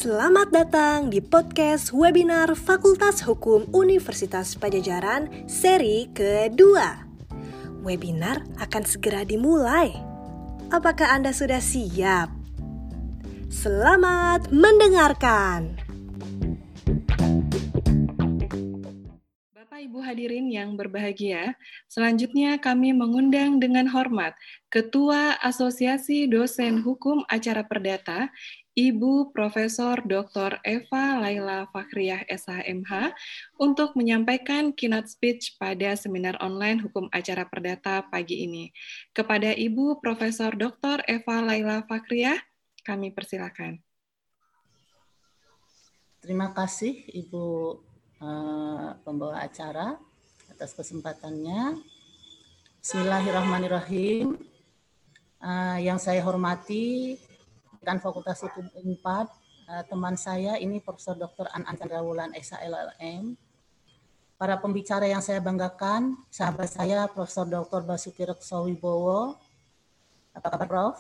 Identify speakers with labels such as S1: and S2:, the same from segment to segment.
S1: Selamat datang di podcast webinar Fakultas Hukum Universitas Padjadjaran seri kedua. Webinar akan segera dimulai. Apakah Anda sudah siap? Selamat mendengarkan.
S2: Bapak Ibu hadirin yang berbahagia, selanjutnya kami mengundang dengan hormat Ketua Asosiasi Dosen Hukum Acara Perdata, Ibu Profesor Dr. Eva Laila Fakhriyah SHMH untuk menyampaikan keynote speech pada seminar online Hukum Acara Perdata pagi ini. Kepada Ibu Profesor Dr. Eva Laila Fakhriyah, kami persilakan.
S3: Terima kasih Ibu pembawa acara atas kesempatannya. Bismillahirrahmanirrahim. Yang saya hormati Dekan Fakultas Hukum Unpad, teman saya ini Profesor Dr. An Chandrawulan SHLLM. Para pembicara yang saya banggakan, sahabat saya Profesor Dr. Basuki Reksowibowo. Apa kabar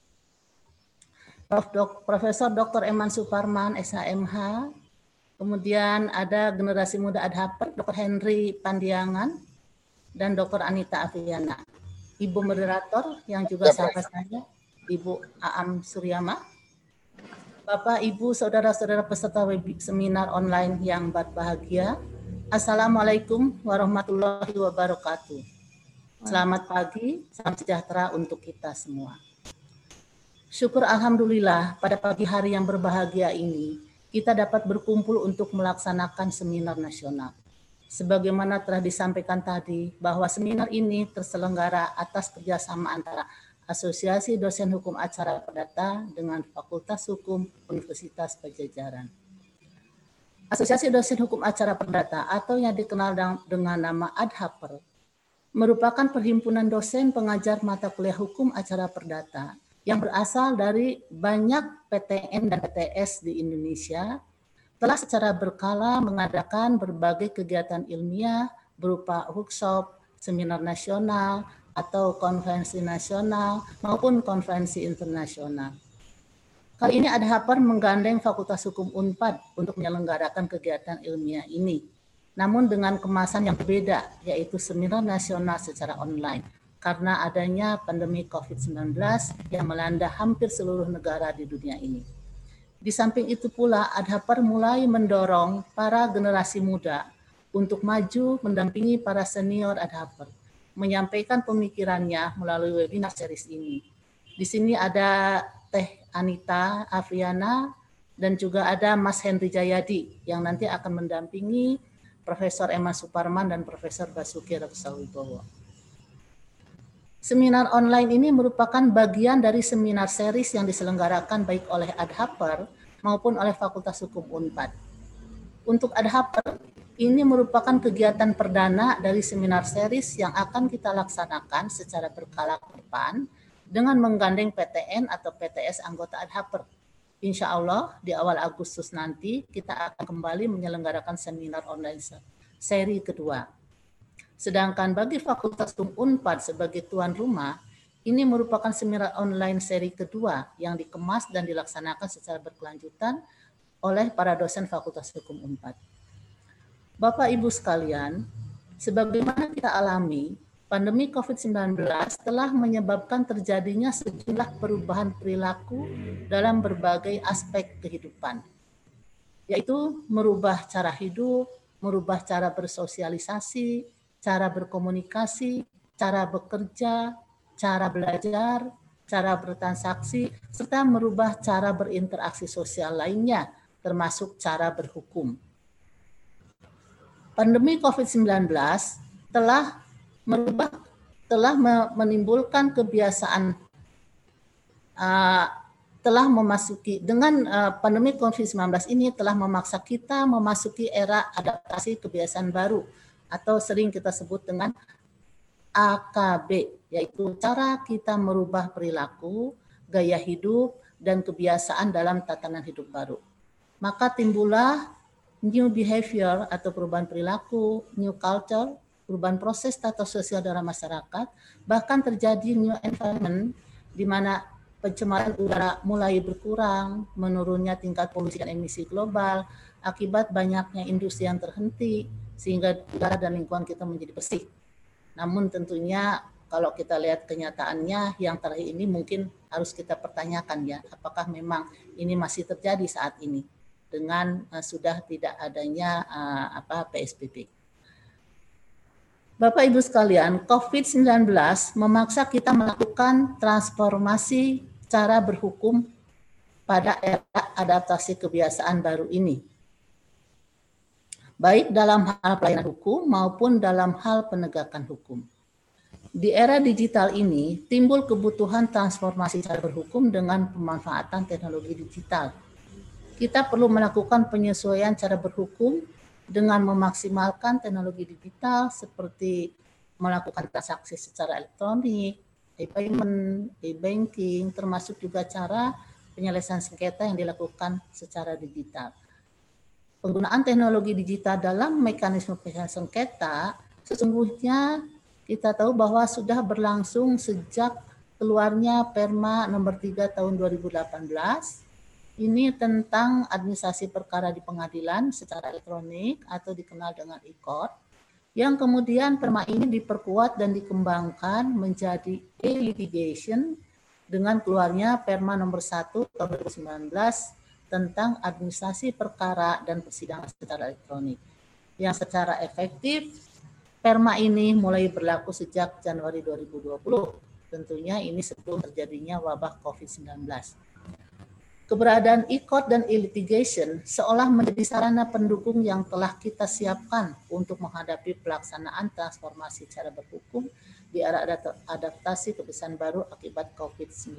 S3: Prof? Profesor Dr. Eman Suparman SHMH. Kemudian ada generasi muda Adhaper, Dr. Henry Pandiangan dan Dr. Anita Aviana. Ibu moderator yang juga sahabat saya, Ibu Aam Suryama, Bapak, Ibu, Saudara-saudara peserta seminar online yang berbahagia, Assalamualaikum warahmatullahi wabarakatuh. Selamat pagi, salam sejahtera untuk kita semua. Syukur Alhamdulillah pada pagi hari yang berbahagia ini, kita dapat berkumpul untuk melaksanakan seminar nasional. Sebagaimana telah disampaikan tadi, bahwa seminar ini terselenggara atas kerjasama antara Asosiasi Dosen Hukum Acara Perdata dengan Fakultas Hukum Universitas Padjadjaran. Asosiasi Dosen Hukum Acara Perdata atau yang dikenal dengan nama ADHAPER merupakan perhimpunan dosen pengajar mata kuliah hukum acara perdata yang berasal dari banyak PTN dan PTS di Indonesia, telah secara berkala mengadakan berbagai kegiatan ilmiah berupa workshop, seminar nasional, atau konferensi nasional maupun konferensi internasional. Kali ini ADHAPER menggandeng Fakultas Hukum Unpad untuk menyelenggarakan kegiatan ilmiah ini, namun dengan kemasan yang berbeda, yaitu seminar nasional secara online, karena adanya pandemi COVID-19 yang melanda hampir seluruh negara di dunia ini. Di samping itu pula, ADHAPER mulai mendorong para generasi muda untuk maju mendampingi para senior ADHAPER, menyampaikan pemikirannya melalui webinar series ini. Di sini ada Teh Anita Aviana dan juga ada Mas Henry Jayadi yang nanti akan mendampingi Profesor Eman Suparman dan Profesor Basuki Reksowibowo. Seminar online ini merupakan bagian dari seminar series yang diselenggarakan baik oleh ADHAPER maupun oleh Fakultas Hukum Unpad. Untuk ADHAPER, ini merupakan kegiatan perdana dari seminar series yang akan kita laksanakan secara berkala ke depan dengan menggandeng PTN atau PTS anggota ADHAPER. Insya Allah di awal Agustus nanti kita akan kembali menyelenggarakan seminar online seri kedua. Sedangkan bagi Fakultas Hukum Unpad sebagai tuan rumah, ini merupakan seminar online seri kedua yang dikemas dan dilaksanakan secara berkelanjutan oleh para dosen Fakultas Hukum Unpad. Bapak Ibu sekalian, sebagaimana kita alami, pandemi COVID-19 telah menyebabkan terjadinya sejumlah perubahan perilaku dalam berbagai aspek kehidupan, yaitu merubah cara hidup, merubah cara bersosialisasi, cara berkomunikasi, cara bekerja, cara belajar, cara bertransaksi, serta merubah cara berinteraksi sosial lainnya, termasuk cara berhukum. Pandemi COVID-19 telah menimbulkan kebiasaan pandemi COVID-19 ini telah memaksa kita memasuki era adaptasi kebiasaan baru atau sering kita sebut dengan AKB, yaitu cara kita merubah perilaku, gaya hidup, dan kebiasaan dalam tatanan hidup baru. Maka timbullah new behavior atau perubahan perilaku, new culture, perubahan proses tata sosial dalam masyarakat, bahkan terjadi new environment di mana pencemaran udara mulai berkurang, menurunnya tingkat polusi dan emisi global, akibat banyaknya industri yang terhenti, sehingga udara dan lingkungan kita menjadi bersih. Namun tentunya kalau kita lihat kenyataannya yang terakhir ini mungkin harus kita pertanyakan ya, apakah memang ini masih terjadi saat ini dengan sudah tidak adanya PSBB. Bapak Ibu sekalian, COVID-19 memaksa kita melakukan transformasi cara berhukum pada era adaptasi kebiasaan baru ini, baik dalam hal pelayanan hukum maupun dalam hal penegakan hukum. Di era digital ini, timbul kebutuhan transformasi cara berhukum dengan pemanfaatan teknologi digital. Kita perlu melakukan penyesuaian cara berhukum dengan memaksimalkan teknologi digital seperti melakukan transaksi secara elektronik, e-payment, e-banking, termasuk juga cara penyelesaian sengketa yang dilakukan secara digital. Penggunaan teknologi digital dalam mekanisme penyelesaian sengketa sesungguhnya kita tahu bahwa sudah berlangsung sejak keluarnya Perma nomor 3 tahun 2018. Ini tentang administrasi perkara di pengadilan secara elektronik atau dikenal dengan e-court, yang kemudian Perma ini diperkuat dan dikembangkan menjadi e-litigation dengan keluarnya Perma nomor 1 tahun 2019 tentang administrasi perkara dan persidangan secara elektronik, yang secara efektif Perma ini mulai berlaku sejak Januari 2020. Tentunya ini sebelum terjadinya wabah COVID-19. Keberadaan e-court dan e-litigation seolah menjadi sarana pendukung yang telah kita siapkan untuk menghadapi pelaksanaan transformasi cara berhukum di era adaptasi kebiasaan baru akibat COVID-19.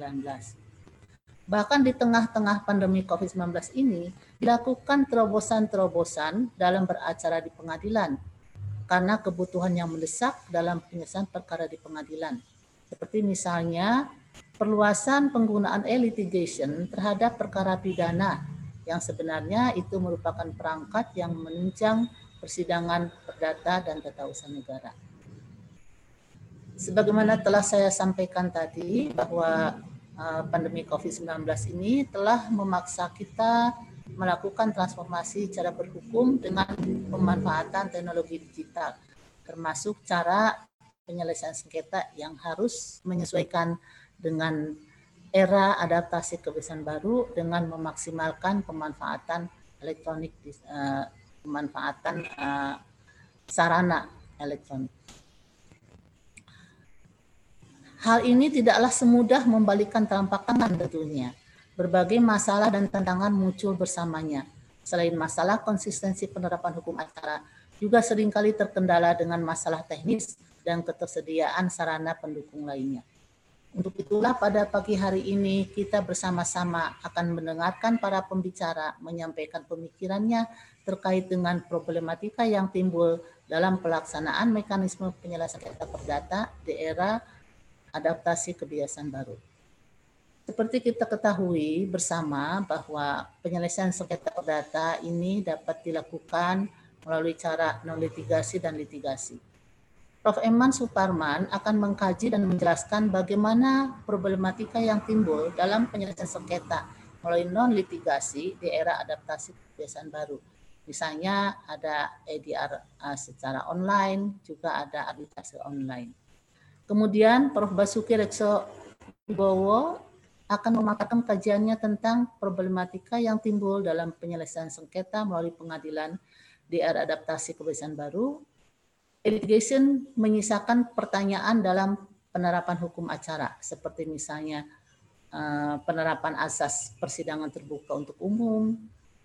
S3: Bahkan di tengah-tengah pandemi COVID-19 ini dilakukan terobosan-terobosan dalam beracara di pengadilan karena kebutuhan yang mendesak dalam penyelesaian perkara di pengadilan. Seperti misalnya perluasan penggunaan e-litigation terhadap perkara pidana yang sebenarnya itu merupakan perangkat yang menunjang persidangan perdata dan tata usaha negara. Sebagaimana telah saya sampaikan tadi bahwa pandemi COVID-19 ini telah memaksa kita melakukan transformasi cara berhukum dengan pemanfaatan teknologi digital, termasuk cara penyelesaian sengketa yang harus menyesuaikan dengan era adaptasi kebiasaan baru dengan memaksimalkan pemanfaatan elektronik, pemanfaatan sarana elektronik. Hal ini tidaklah semudah membalikkan telapak tangan tentunya. Berbagai masalah dan tantangan muncul bersamanya. Selain masalah konsistensi penerapan hukum acara, juga seringkali terkendala dengan masalah teknis dan ketersediaan sarana pendukung lainnya. Untuk itulah pada pagi hari ini kita bersama-sama akan mendengarkan para pembicara menyampaikan pemikirannya terkait dengan problematika yang timbul dalam pelaksanaan mekanisme penyelesaian sengketa perdata di era adaptasi kebiasaan baru. Seperti kita ketahui bersama bahwa penyelesaian sengketa perdata ini dapat dilakukan melalui cara non-litigasi dan litigasi. Prof. Eman Suparman akan mengkaji dan menjelaskan bagaimana problematika yang timbul dalam penyelesaian sengketa melalui non-litigasi di era adaptasi kebiasaan baru. Misalnya ada EDR secara online, juga ada arbitrase online. Kemudian Prof. Basuki Rekso Wibowo akan memaparkan kajiannya tentang problematika yang timbul dalam penyelesaian sengketa melalui pengadilan di era adaptasi kebiasaan baru. Litigation menyisakan pertanyaan dalam penerapan hukum acara, seperti misalnya penerapan asas persidangan terbuka untuk umum,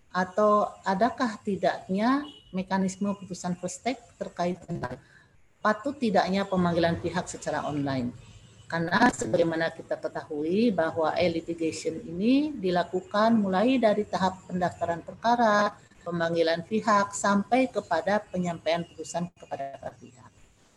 S3: atau adakah tidaknya mekanisme putusan first take terkait dengan patut tidaknya pemanggilan pihak secara online. Karena sebagaimana kita ketahui bahwa e-litigation ini dilakukan mulai dari tahap pendaftaran perkara, pemanggilan pihak, sampai kepada penyampaian putusan kepada pihak.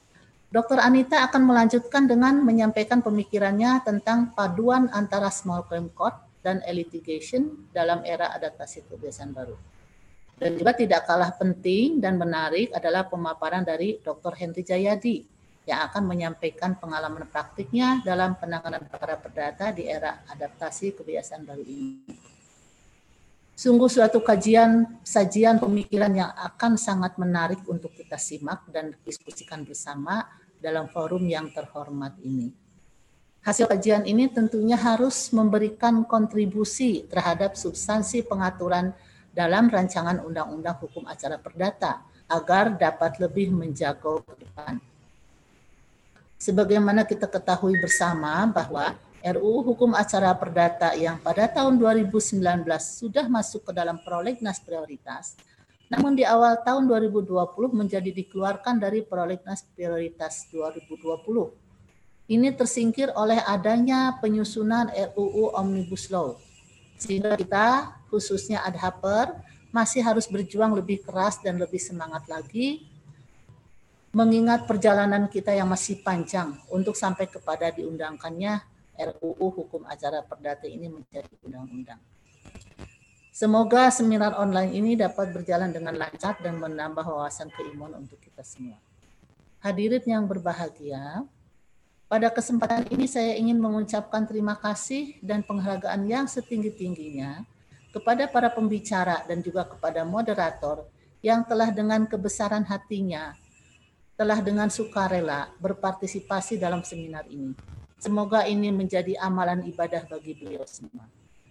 S3: Dr. Anita akan melanjutkan dengan menyampaikan pemikirannya tentang paduan antara small claim court dan e-litigation dalam era adaptasi kebiasaan baru. Dan juga tidak kalah penting dan menarik adalah pemaparan dari Dr. Henry Jayadi yang akan menyampaikan pengalaman praktiknya dalam penanganan perkara perdata di era adaptasi kebiasaan baru ini. Sungguh suatu sajian pemikiran yang akan sangat menarik untuk kita simak dan diskusikan bersama dalam forum yang terhormat ini. Hasil kajian ini tentunya harus memberikan kontribusi terhadap substansi pengaturan dalam rancangan Undang-Undang Hukum Acara Perdata agar dapat lebih menjangkau ke depan. Sebagaimana kita ketahui bersama bahwa RUU Hukum Acara Perdata yang pada tahun 2019 sudah masuk ke dalam prolegnas prioritas, namun di awal tahun 2020 menjadi dikeluarkan dari prolegnas prioritas 2020. Ini tersingkir oleh adanya penyusunan RUU Omnibus Law, sehingga kita khususnya Adhaper masih harus berjuang lebih keras dan lebih semangat lagi mengingat perjalanan kita yang masih panjang untuk sampai kepada diundangkannya RUU Hukum Acara Perdata ini menjadi undang-undang. Semoga seminar online ini dapat berjalan dengan lancar dan menambah wawasan keilmuan untuk kita semua. Hadirin yang berbahagia, pada kesempatan ini saya ingin mengucapkan terima kasih dan penghargaan yang setinggi-tingginya kepada para pembicara dan juga kepada moderator yang telah dengan kebesaran hatinya, telah dengan sukarela berpartisipasi dalam seminar ini. Semoga ini menjadi amalan ibadah bagi beliau semua.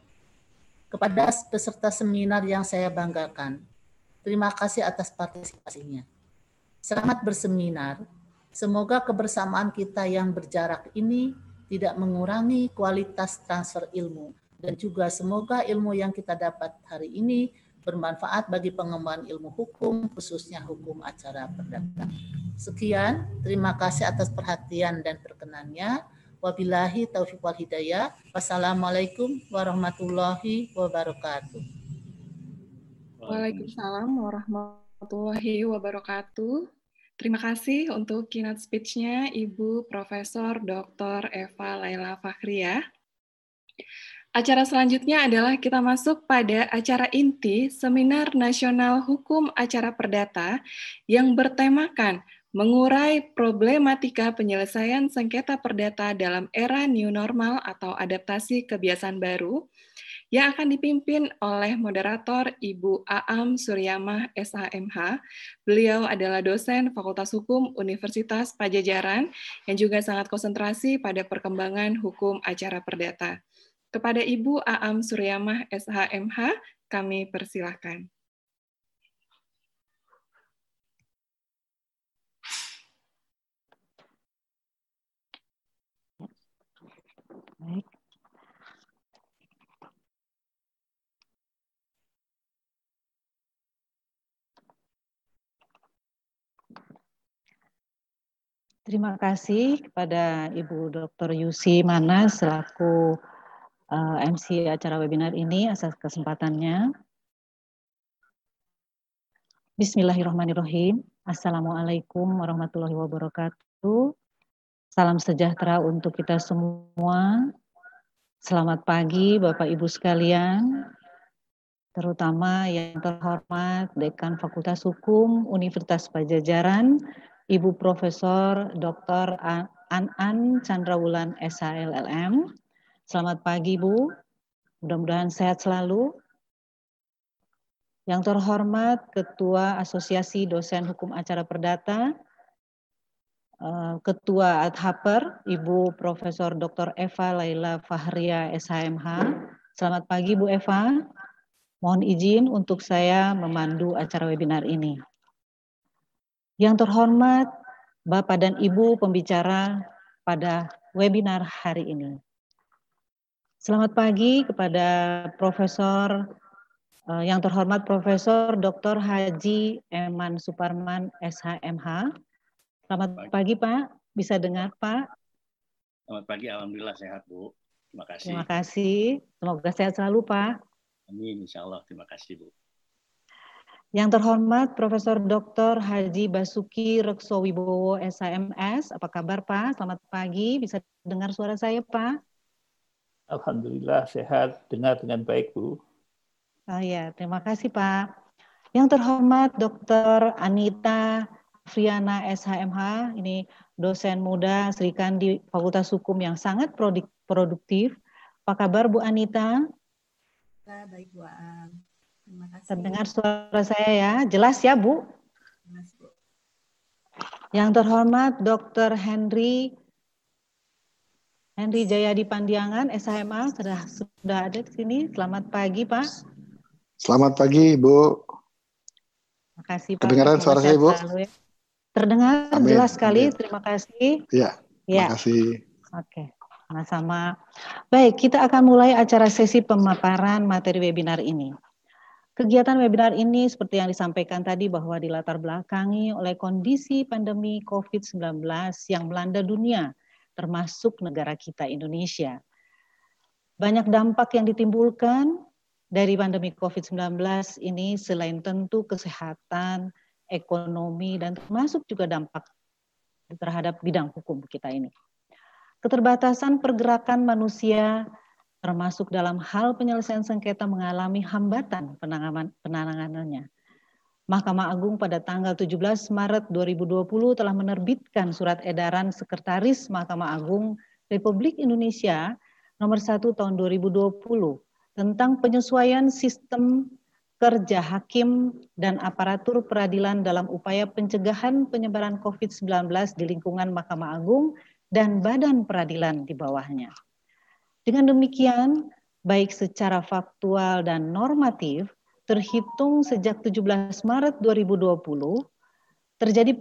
S3: Kepada peserta seminar yang saya banggakan, terima kasih atas partisipasinya. Selamat berseminar. Semoga kebersamaan kita yang berjarak ini tidak mengurangi kualitas transfer ilmu dan juga semoga ilmu yang kita dapat hari ini bermanfaat bagi pengembangan ilmu hukum, khususnya hukum acara perdata. Sekian, terima kasih atas perhatian dan perkenannya. Wabillahi taufiq wal hidayah. Wassalamualaikum warahmatullahi wabarakatuh.
S2: Waalaikumsalam warahmatullahi wabarakatuh. Terima kasih untuk keynote speech-nya Ibu Profesor Dr. Eva Laila Fahriah. Acara selanjutnya adalah kita masuk pada acara inti Seminar Nasional Hukum Acara Perdata yang bertemakan mengurai problematika penyelesaian sengketa perdata dalam era new normal atau adaptasi kebiasaan baru yang akan dipimpin oleh moderator Ibu Aam Suryamah SHMH. Beliau adalah dosen Fakultas Hukum Universitas Padjadjaran yang juga sangat konsentrasi pada perkembangan hukum acara perdata. Kepada Ibu Aam Suryamah SHMH, kami persilahkan.
S4: Baik. Terima kasih kepada Ibu Dr. Yusi Manas selaku MC acara webinar ini atas kesempatannya. Bismillahirrahmanirrahim. Assalamualaikum warahmatullahi wabarakatuh. Salam sejahtera untuk kita semua. Selamat pagi Bapak Ibu sekalian, terutama yang terhormat Dekan Fakultas Hukum Universitas Padjadjaran, Ibu Profesor Dr. An Chandrawulan SHLLM. Selamat pagi Bu, mudah-mudahan sehat selalu. Yang terhormat Ketua Asosiasi Dosen Hukum Acara Perdata, Ketua Adhaper, Ibu Profesor Dr. Eva Laila Fahriah SHMH. Selamat pagi Bu Eva. Mohon izin untuk saya memandu acara webinar ini. Yang terhormat Bapak dan Ibu pembicara pada webinar hari ini. Selamat pagi kepada Profesor yang terhormat Profesor Dr. Haji Eman Suparman SHMH. Selamat pagi Pak, bisa dengar Pak?
S5: Selamat pagi, alhamdulillah sehat Bu. Terima kasih.
S4: Terima kasih, semoga sehat selalu Pak.
S5: Amin, insya Allah. Terima kasih Bu.
S4: Yang terhormat Profesor Dr. Haji Basuki Rekso Wibowo SHMS, apa kabar Pak? Selamat pagi, bisa dengar suara saya Pak?
S6: Alhamdulillah sehat, dengar dengan baik Bu.
S4: Oh ya, terima kasih Pak. Yang terhormat Dr. Anita Afriana SHMH, ini dosen muda Sri Kandi Fakultas Hukum yang sangat produktif. Apa kabar Bu Anita?
S7: Baik Bu Aam. Terima kasih.
S4: Terdengar suara saya ya? Jelas ya Bu?
S7: Jelas Bu.
S4: Yang terhormat Dr. Henry Jayadi Pandiangan, SHMA, sudah ada di sini. Selamat pagi Pak.
S8: Selamat pagi Bu.
S4: Terima kasih Pak.
S8: Kedengaran suara saya Bu?
S4: Ya. Terdengar
S8: amin,
S4: jelas sekali.
S8: Amin.
S4: Terima kasih.
S8: Ya, terima kasih.
S4: Oke, sama-sama. Baik, kita akan mulai acara sesi pemaparan materi webinar ini. Kegiatan webinar ini seperti yang disampaikan tadi bahwa dilatar belakangi oleh kondisi pandemi COVID-19 yang melanda dunia, termasuk negara kita Indonesia. Banyak dampak yang ditimbulkan dari pandemi COVID-19 ini selain tentu kesehatan, ekonomi, dan termasuk juga dampak terhadap bidang hukum kita ini. Keterbatasan pergerakan manusia termasuk dalam hal penyelesaian sengketa mengalami hambatan penanganannya. Mahkamah Agung pada tanggal 17 Maret 2020 telah menerbitkan surat edaran Sekretaris Mahkamah Agung Republik Indonesia nomor 1 tahun 2020 tentang penyesuaian sistem kerja hakim dan aparatur peradilan dalam upaya pencegahan penyebaran COVID-19 di lingkungan Mahkamah Agung dan badan peradilan di bawahnya. Dengan demikian, baik secara faktual dan normatif, terhitung sejak 17 Maret 2020, terjadi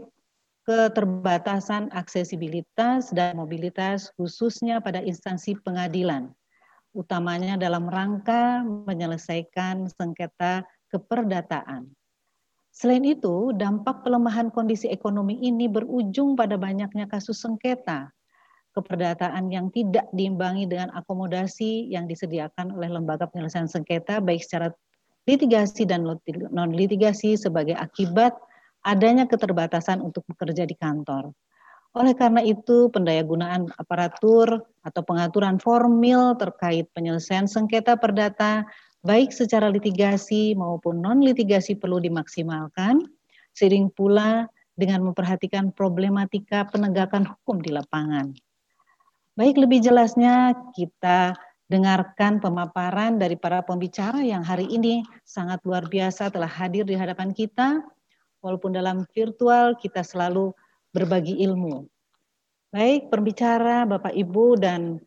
S4: keterbatasan aksesibilitas dan mobilitas khususnya pada instansi pengadilan, utamanya dalam rangka menyelesaikan sengketa keperdataan. Selain itu, dampak pelemahan kondisi ekonomi ini berujung pada banyaknya kasus sengketa keperdataan yang tidak diimbangi dengan akomodasi yang disediakan oleh lembaga penyelesaian sengketa baik secara litigasi dan non-litigasi sebagai akibat adanya keterbatasan untuk bekerja di kantor. Oleh karena itu, pendayagunaan aparatur atau pengaturan formil terkait penyelesaian sengketa perdata baik secara litigasi maupun non-litigasi perlu dimaksimalkan, seiring pula dengan memperhatikan problematika penegakan hukum di lapangan. Baik, lebih jelasnya kita dengarkan pemaparan dari para pembicara yang hari ini sangat luar biasa telah hadir di hadapan kita. Walaupun dalam virtual kita selalu berbagi ilmu. Baik, pembicara, Bapak Ibu dan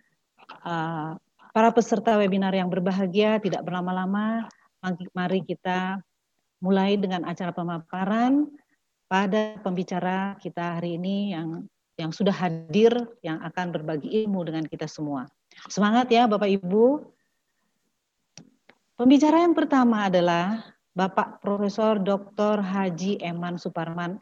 S4: para peserta webinar yang berbahagia, tidak berlama-lama, mari kita mulai dengan acara pemaparan pada pembicara kita hari ini yang sudah hadir, yang akan berbagi ilmu dengan kita semua. Semangat ya Bapak Ibu. Pembicara yang pertama adalah Bapak Profesor Dr. Haji Eman Suparman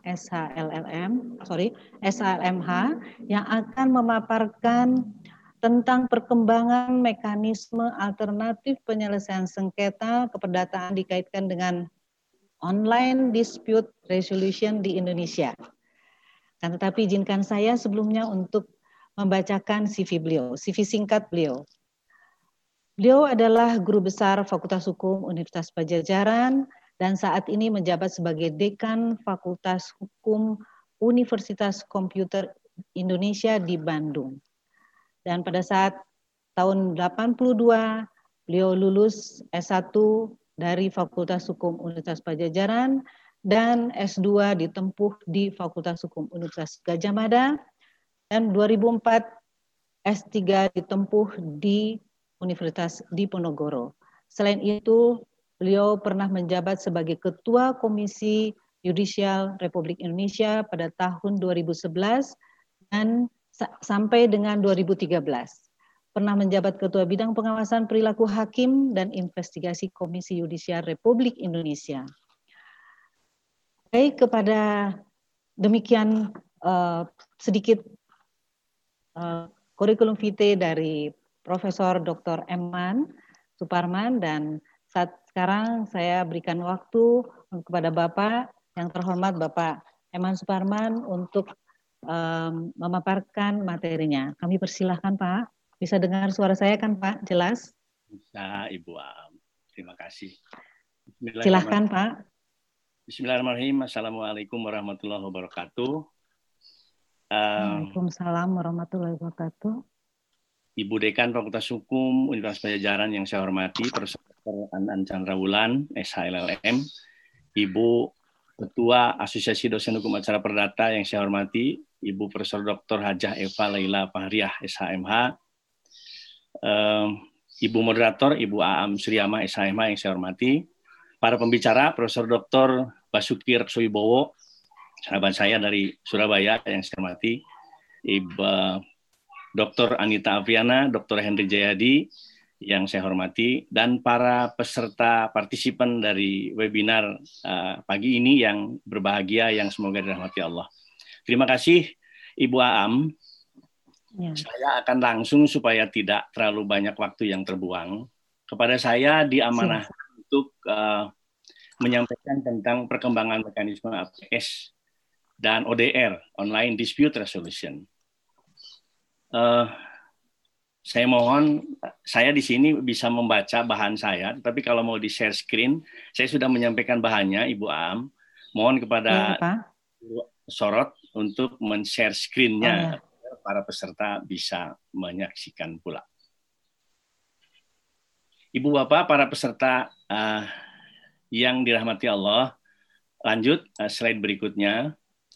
S4: SHLMH yang akan memaparkan tentang perkembangan mekanisme alternatif penyelesaian sengketa keperdataan dikaitkan dengan online dispute resolution di Indonesia. Kan tetapi izinkan saya sebelumnya untuk membacakan CV singkat beliau. Beliau adalah Guru Besar Fakultas Hukum Universitas Padjadjaran dan saat ini menjabat sebagai Dekan Fakultas Hukum Universitas Komputer Indonesia di Bandung. Dan pada saat tahun 82, beliau lulus S1 dari Fakultas Hukum Universitas Padjadjaran dan S2 ditempuh di Fakultas Hukum Universitas Gadjah Mada dan 2004 S3 ditempuh di Universitas Diponegoro. Selain itu, beliau pernah menjabat sebagai Ketua Komisi Yudisial Republik Indonesia pada tahun 2011 dan sampai dengan 2013. Pernah menjabat Ketua Bidang Pengawasan Perilaku Hakim dan Investigasi Komisi Yudisial Republik Indonesia. Baik, kepada demikian sedikit kurikulum vitae dari Profesor Dr. Eman Suparman dan sekarang saya berikan waktu kepada Bapak yang terhormat Bapak Eman Suparman untuk memaparkan materinya. Kami persilahkan Pak. Bisa dengar suara saya kan Pak? Jelas?
S5: Bisa Ibu Am. Terima kasih.
S4: Silahkan Pak.
S5: Bismillahirrahmanirrahim. Assalamualaikum warahmatullahi wabarakatuh.
S4: Waalaikumsalam warahmatullahi wabarakatuh.
S5: Ibu Dekan Fakultas Hukum Universitas Padjadjaran yang saya hormati, Profesor Dr. An Chandra Wulan, SHLLM, Ibu Ketua Asosiasi Dosen Hukum Acara Perdata yang saya hormati, Ibu Profesor Dr. Hajah Eva Laila Fahriah, SHMH, Ibu Moderator, Ibu Aam Suryama, SHMH yang saya hormati, para pembicara, Profesor Dr. Basuki Reksowibowo, sahabat saya dari Surabaya yang saya hormati, Ibu Dr. Anita Aviana, Dr. Henry Jayadi yang saya hormati, dan para peserta partisipan dari webinar pagi ini yang berbahagia, yang semoga dirahmati Allah. Terima kasih Ibu Aam. Ya. Saya akan langsung supaya tidak terlalu banyak waktu yang terbuang. Kepada saya diamanahkan untuk menyampaikan tentang perkembangan mekanisme APS dan ODR, Online Dispute Resolution. Saya mohon, saya di sini bisa membaca bahan saya, tapi kalau mau di-share screen, saya sudah menyampaikan bahannya, Ibu Aam. Mohon kepada Sorot untuk men-share screen-nya, para peserta bisa menyaksikan pula. Ibu Bapak, para peserta yang dirahmati Allah, lanjut slide berikutnya.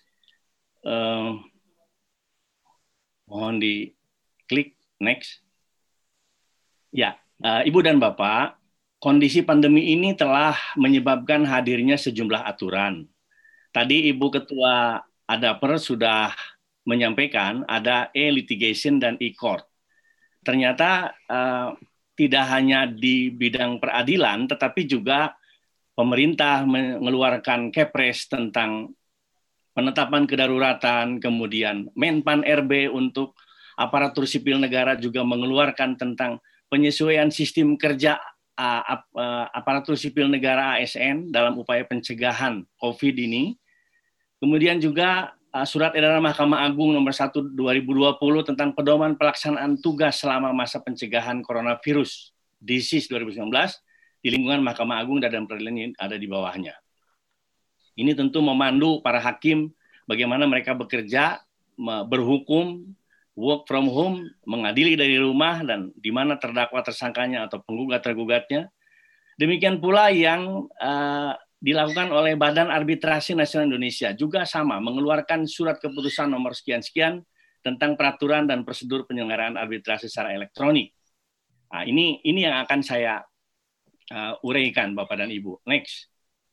S5: Mohon diklik next. Ya, Ibu dan Bapak, kondisi pandemi ini telah menyebabkan hadirnya sejumlah aturan. Tadi Ibu Ketua ADAPER sudah menyampaikan ada e-litigation dan e-court. Ternyata tidak hanya di bidang peradilan, tetapi juga pemerintah mengeluarkan Kepres tentang penetapan kedaruratan, kemudian Menpan RB untuk aparatur sipil negara juga mengeluarkan tentang penyesuaian sistem kerja aparatur sipil negara ASN dalam upaya pencegahan COVID ini. Kemudian juga Surat Edaran Mahkamah Agung nomor 1 2020 tentang pedoman pelaksanaan tugas selama masa pencegahan coronavirus disease 2019 di lingkungan Mahkamah Agung dan peradilan yang ada di bawahnya. Ini tentu memandu para hakim bagaimana mereka bekerja, berhukum, work from home, mengadili dari rumah, dan di mana terdakwa tersangkanya atau penggugat tergugatnya. Demikian pula yang dilakukan oleh Badan Arbitrasi Nasional Indonesia juga sama, mengeluarkan surat keputusan nomor sekian-sekian tentang peraturan dan prosedur penyelenggaraan arbitrasi secara elektronik. Nah, ini yang akan saya uraikan Bapak dan Ibu. Next.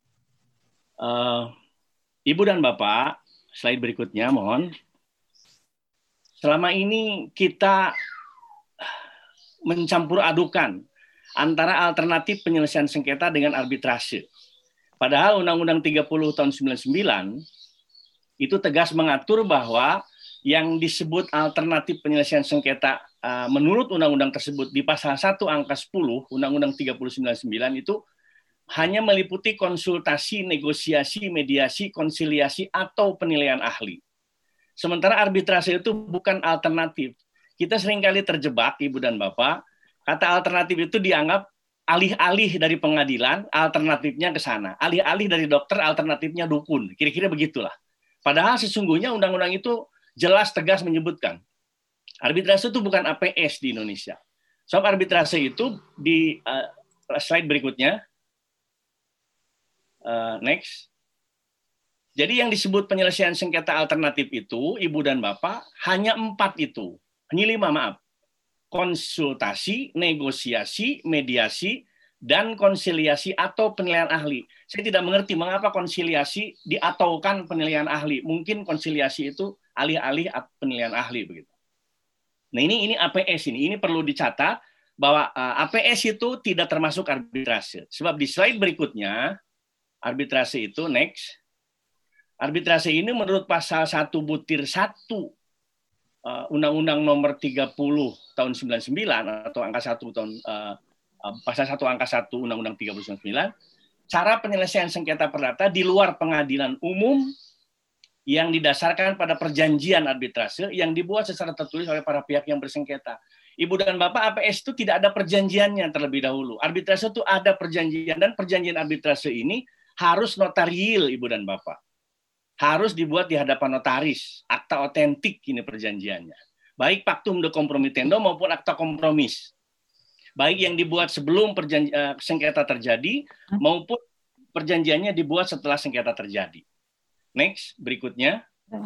S5: Ibu dan Bapak, slide berikutnya mohon. Selama ini kita mencampur adukan antara alternatif penyelesaian sengketa dengan arbitrase. Padahal Undang-Undang 30 tahun 99 itu tegas mengatur bahwa yang disebut alternatif penyelesaian sengketa menurut undang-undang tersebut di pasal 1 angka 10 Undang-Undang 3099 itu hanya meliputi konsultasi, negosiasi, mediasi, konsiliasi, atau penilaian ahli. Sementara arbitrase itu bukan alternatif. Kita seringkali terjebak, Ibu dan Bapak, kata alternatif itu dianggap alih-alih dari pengadilan, alternatifnya ke sana. Alih-alih dari dokter, alternatifnya dukun. Kira-kira begitulah. Padahal sesungguhnya undang-undang itu jelas tegas menyebutkan, arbitrase itu bukan APS di Indonesia. Sebab arbitrase itu di slide berikutnya, next. Jadi yang disebut penyelesaian sengketa alternatif itu, Ibu dan Bapak, hanya 4 itu. Hanya 5, maaf. Konsultasi, negosiasi, mediasi, dan konsiliasi atau penilaian ahli. Saya tidak mengerti mengapa konsiliasi diataukan penilaian ahli. Mungkin konsiliasi itu alih-alih penilaian ahli begitu. Nah, ini APS ini perlu dicatat bahwa APS itu tidak termasuk arbitrase. Sebab di slide berikutnya arbitrase itu next. Arbitrase ini menurut pasal 1 butir 1 Undang-Undang nomor 30 tahun 99 atau angka 1 tahun pasal 1 angka 1 Undang-Undang 30 99, cara penyelesaian sengketa perdata di luar pengadilan umum yang didasarkan pada perjanjian arbitrase yang dibuat secara tertulis oleh para pihak yang bersengketa. Ibu dan Bapak, APS itu tidak ada perjanjiannya terlebih dahulu. Arbitrase itu ada perjanjian, dan perjanjian arbitrase ini harus notariil, Ibu dan Bapak. harus dibuat di hadapan notaris, akta otentik ini perjanjiannya. Baik pactum de compromitendo maupun akta kompromis. Baik yang dibuat sebelum sengketa terjadi maupun perjanjiannya dibuat setelah sengketa terjadi. Next, berikutnya.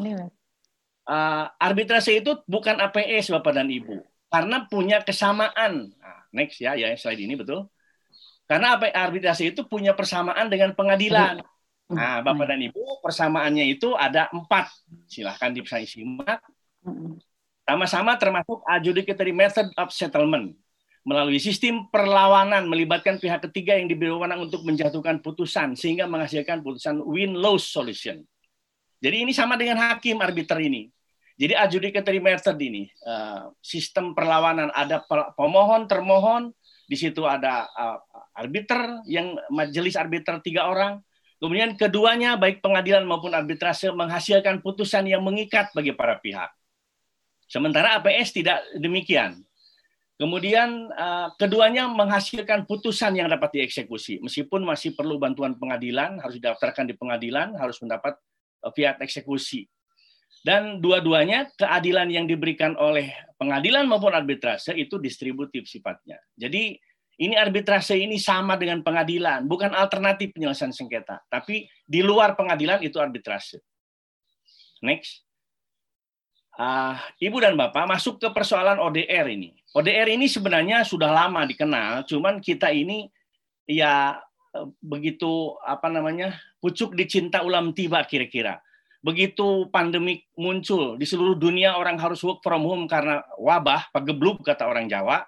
S5: Arbitrase itu bukan APS Bapak dan Ibu, karena punya kesamaan. Nah, next ya slide ini betul. Karena arbitrase itu punya persamaan dengan pengadilan. Nah, Bapak dan Ibu, persamaannya itu ada 4. Silahkan disimak. Sama-sama termasuk adjudicatory method of settlement. Melalui sistem perlawanan melibatkan pihak ketiga yang diberi wewenang untuk menjatuhkan putusan sehingga menghasilkan putusan win-lose solution. Jadi ini sama dengan hakim arbiter ini. Jadi adjudicatory method ini, sistem perlawanan, ada pemohon, termohon, di situ ada arbiter, yang majelis arbiter 3 orang, kemudian keduanya baik pengadilan maupun arbitrase menghasilkan putusan yang mengikat bagi para pihak. Sementara APS tidak demikian. Kemudian keduanya menghasilkan putusan yang dapat dieksekusi, meskipun masih perlu bantuan pengadilan, harus didaftarkan di pengadilan, harus mendapat fiat eksekusi. Dan dua-duanya keadilan yang diberikan oleh pengadilan maupun arbitrase itu distributif sifatnya. Jadi ini arbitrase ini sama dengan pengadilan, bukan alternatif penyelesaian sengketa, tapi di luar pengadilan itu arbitrase. Next. Ibu dan Bapak masuk ke persoalan ODR ini. ODR ini sebenarnya sudah lama dikenal, cuman kita ini ya begitu pucuk dicinta ulam tiba kira-kira. Begitu pandemik muncul di seluruh dunia, orang harus work from home karena wabah, pagebluk kata orang Jawa.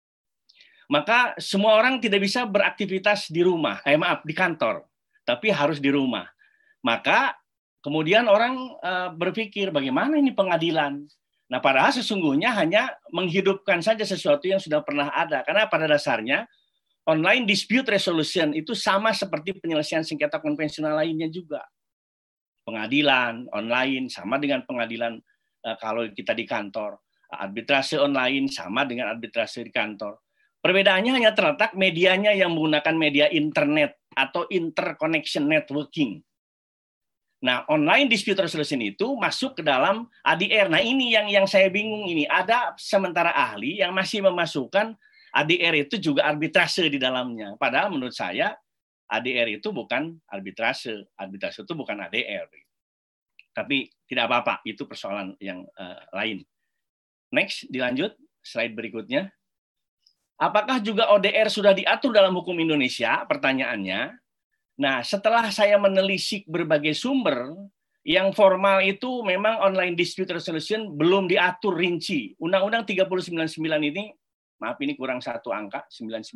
S5: Maka semua orang tidak bisa beraktivitas di rumah, di kantor, tapi harus di rumah. Maka kemudian orang berpikir bagaimana ini pengadilan. Nah, padahal sesungguhnya hanya menghidupkan saja sesuatu yang sudah pernah ada. Karena pada dasarnya online dispute resolution itu sama seperti penyelesaian sengketa konvensional lainnya juga. Pengadilan online sama dengan pengadilan kalau kita di kantor. Arbitrase online sama dengan arbitrase di kantor. Perbedaannya hanya terletak medianya yang menggunakan media internet atau interconnection networking. Nah, online dispute resolution itu masuk ke dalam ADR. Nah, ini yang saya bingung ini. Ada sementara ahli yang masih memasukkan ADR itu juga arbitrase di dalamnya. Padahal menurut saya ADR itu bukan arbitrase. Arbitrase itu bukan ADR. Tapi tidak apa-apa, itu persoalan yang lain. Next, dilanjut, slide berikutnya. Apakah juga ODR sudah diatur dalam hukum Indonesia? Pertanyaannya. Nah, setelah saya menelisik berbagai sumber, yang formal itu memang online dispute resolution belum diatur rinci. Undang-Undang 3099 ini, maaf ini kurang satu angka,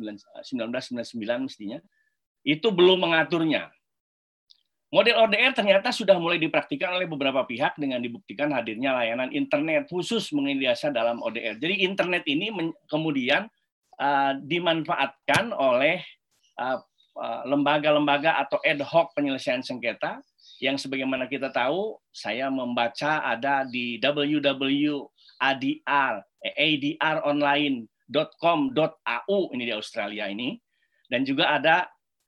S5: 1999 mestinya, itu belum mengaturnya. Model ODR ternyata sudah mulai dipraktikkan oleh beberapa pihak dengan dibuktikan hadirnya layanan internet khusus mengenai dasar dalam ODR. Jadi internet ini kemudian dimanfaatkan oleh lembaga-lembaga atau ad hoc penyelesaian sengketa yang sebagaimana kita tahu, saya membaca ada di www.adronline.com.au ini di Australia ini, dan juga ada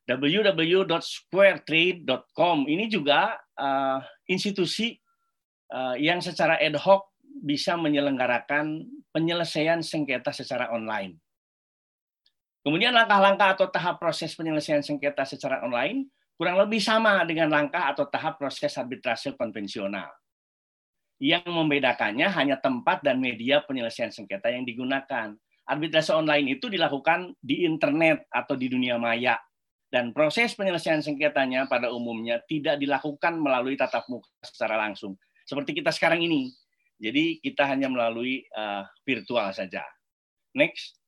S5: www.squaretrade.com. Ini juga institusi yang secara ad hoc bisa menyelenggarakan penyelesaian sengketa secara online. Kemudian langkah-langkah atau tahap proses penyelesaian sengketa secara online kurang lebih sama dengan langkah atau tahap proses arbitrase konvensional. Yang membedakannya hanya tempat dan media penyelesaian sengketa yang digunakan. Arbitrase online itu dilakukan di internet atau di dunia maya. Dan proses penyelesaian sengketanya pada umumnya tidak dilakukan melalui tatap muka secara langsung. Seperti kita sekarang ini. Jadi kita hanya melalui virtual saja. Next.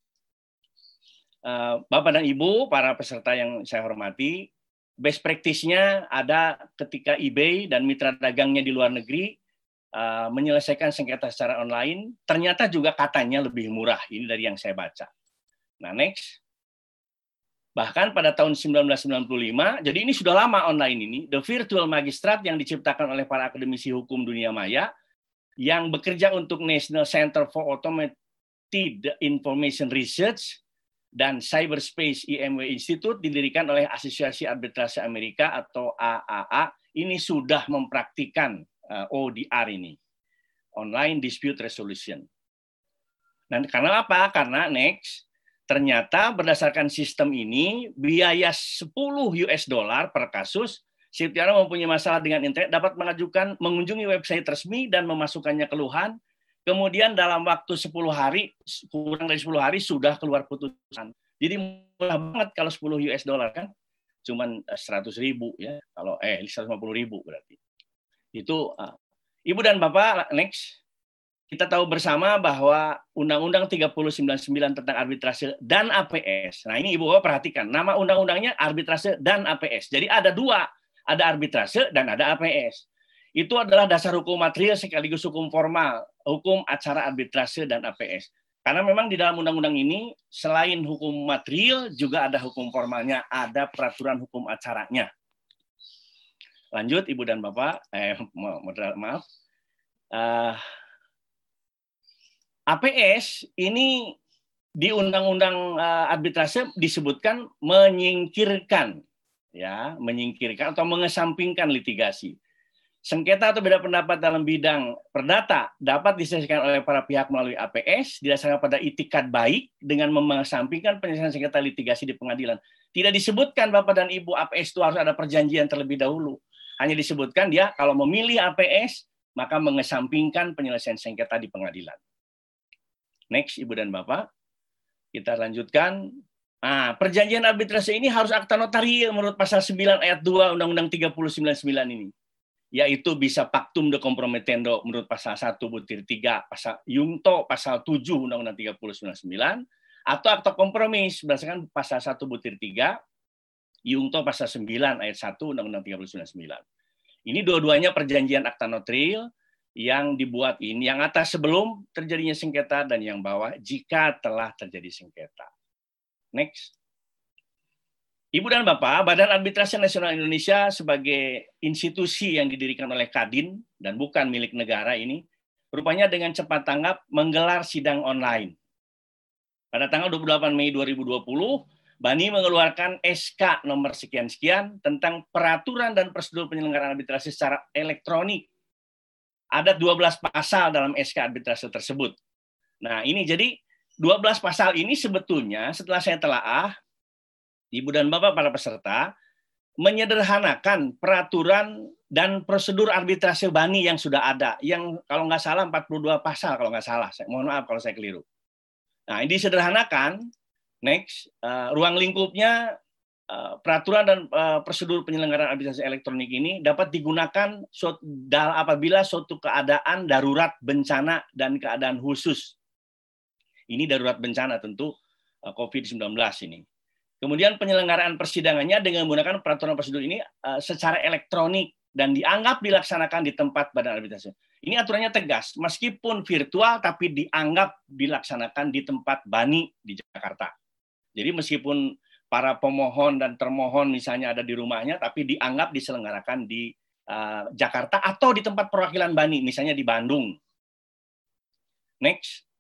S5: Bapak dan Ibu, para peserta yang saya hormati, best practice-nya ada ketika eBay dan mitra dagangnya di luar negeri menyelesaikan sengketa secara online, ternyata juga katanya lebih murah. Ini dari yang saya baca. Nah, next. Bahkan pada tahun 1995, jadi ini sudah lama online ini, The Virtual Magistrate yang diciptakan oleh para akademisi hukum dunia maya, yang bekerja untuk National Center for Automated Information Research, dan Cyberspace IMW Institute didirikan oleh Asosiasi Arbitrase Amerika atau AAA ini sudah mempraktikkan ODR ini, Online Dispute Resolution. Dan karena apa? Karena next, ternyata berdasarkan sistem ini, biaya $10 per kasus, si piutang mempunyai masalah dengan internet dapat mengunjungi website resmi dan memasukkannya keluhan. Kemudian dalam waktu 10 hari, kurang dari 10 hari sudah keluar putusan. Jadi murah banget kalau $10 kan, cuman 100.000 ya. Kalau 150.000 berarti. Itu Ibu dan Bapak, next. Kita tahu bersama bahwa Undang-Undang 3099 tentang arbitrase dan APS. Nah, ini Ibu Bapak perhatikan, nama undang-undangnya arbitrase dan APS. Jadi ada dua, ada arbitrase dan ada APS. Itu adalah dasar hukum material sekaligus hukum formal, hukum acara arbitrase dan APS. Karena memang di dalam undang-undang ini selain hukum material juga ada hukum formalnya, ada peraturan hukum acaranya. Lanjut Ibu dan Bapak, maaf. APS ini di Undang-Undang Arbitrase disebutkan menyingkirkan atau mengesampingkan litigasi. Sengketa atau beda pendapat dalam bidang perdata dapat diselesaikan oleh para pihak melalui APS didasarkan pada itikat baik dengan mengesampingkan penyelesaian sengketa litigasi di pengadilan. Tidak disebutkan Bapak dan Ibu APS itu harus ada perjanjian terlebih dahulu. Hanya disebutkan dia kalau memilih APS maka mengesampingkan penyelesaian sengketa di pengadilan. Next, Ibu dan Bapak, kita lanjutkan. Perjanjian arbitrase ini harus akta notarial menurut pasal 9 ayat 2 Undang-Undang 3099 ini. Yaitu bisa pactum de comprometendo menurut pasal 1 butir 3, pasal Yungto pasal 7 Undang-Undang 3099, atau akta kompromis berdasarkan pasal 1 butir 3, Yungto pasal 9 ayat 1 Undang-Undang 3099. Ini dua-duanya perjanjian akta notarial yang dibuat ini, yang atas sebelum terjadinya sengketa dan yang bawah jika telah terjadi sengketa. Next. Ibu dan Bapak, Badan Arbitrase Nasional Indonesia sebagai institusi yang didirikan oleh Kadin dan bukan milik negara ini, rupanya dengan cepat tanggap menggelar sidang online. Pada tanggal 28 Mei 2020, BANI mengeluarkan SK nomor sekian-sekian tentang peraturan dan prosedur penyelenggaraan arbitrase secara elektronik. Ada 12 pasal dalam SK arbitrase tersebut. Nah, ini jadi 12 pasal ini sebetulnya setelah saya telaah, Ibu dan Bapak para peserta, menyederhanakan peraturan dan prosedur arbitrase BANI yang sudah ada, yang kalau nggak salah 42 pasal kalau nggak salah. Mohon maaf kalau saya keliru. Nah, ini disederhanakan. Next, ruang lingkupnya peraturan dan prosedur penyelenggaraan arbitrase elektronik ini dapat digunakan apabila suatu keadaan darurat bencana dan keadaan khusus. Ini darurat bencana tentu COVID-19 ini. Kemudian penyelenggaraan persidangannya dengan menggunakan peraturan prosedur ini secara elektronik dan dianggap dilaksanakan di tempat badan arbitrase. Ini aturannya tegas, meskipun virtual tapi dianggap dilaksanakan di tempat BANI di Jakarta. Jadi meskipun para pemohon dan termohon misalnya ada di rumahnya, tapi dianggap diselenggarakan di Jakarta atau di tempat perwakilan BANI, misalnya di Bandung. Next,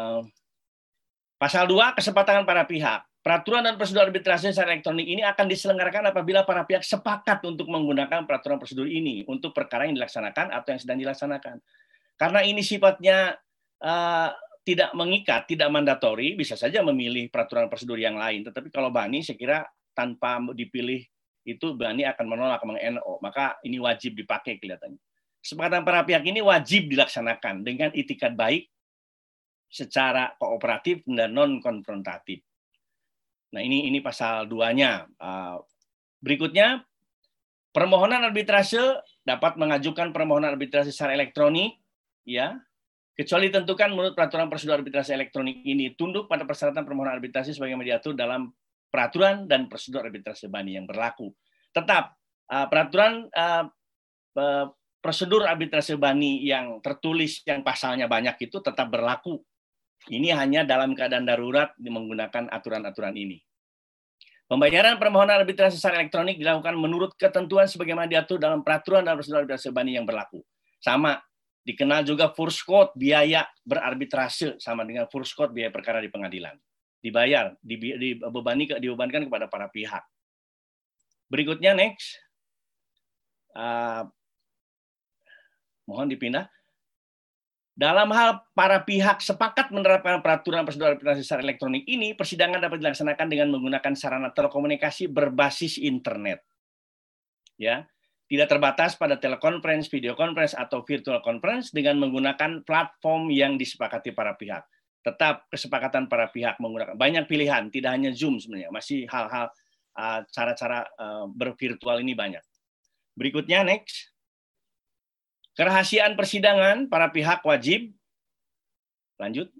S5: pasal 2, kesepakatan para pihak. Peraturan dan prosedur arbitrase secara elektronik ini akan diselenggarakan apabila para pihak sepakat untuk menggunakan peraturan prosedur ini untuk perkara yang dilaksanakan atau yang sedang dilaksanakan. Karena ini sifatnya tidak mengikat, tidak mandatori, bisa saja memilih peraturan prosedur yang lain. Tetapi kalau BANI, saya kira tanpa dipilih itu BANI akan menolak meng-NO. Maka ini wajib dipakai kelihatannya. Kesepakatan para pihak ini wajib dilaksanakan dengan itikat baik, secara kooperatif dan non-konfrontatif. Nah, ini pasal 2-nya. Berikutnya, permohonan arbitrase dapat mengajukan permohonan arbitrase secara elektronik, ya, kecuali tentukan menurut peraturan prosedur arbitrase elektronik ini tunduk pada persyaratan permohonan arbitrase sebagaimana diatur dalam peraturan dan prosedur arbitrase BANI yang berlaku. Tetap peraturan prosedur arbitrase BANI yang tertulis yang pasalnya banyak itu tetap berlaku. Ini hanya dalam keadaan darurat menggunakan aturan-aturan ini. Pembayaran permohonan arbitrase secara elektronik dilakukan menurut ketentuan sebagaimana diatur dalam peraturan dan prosedur arbitrase BANI yang berlaku. Sama, dikenal juga Furskot biaya berarbitrase sama dengan Furskot biaya perkara di pengadilan. Dibayar, dibebankan kepada para pihak. Berikutnya next. Mohon dipindah. Dalam hal para pihak sepakat menerapkan peraturan prosedur arbitrase secara elektronik ini, persidangan dapat dilaksanakan dengan menggunakan sarana telekomunikasi berbasis internet. Ya, tidak terbatas pada telekonferensi, video conference atau virtual conference dengan menggunakan platform yang disepakati para pihak. Tetap kesepakatan para pihak menggunakan banyak pilihan, tidak hanya Zoom sebenarnya, masih hal-hal cara-cara bervirtual ini banyak. Berikutnya next. Kerahasiaan persidangan para pihak wajib, lanjut,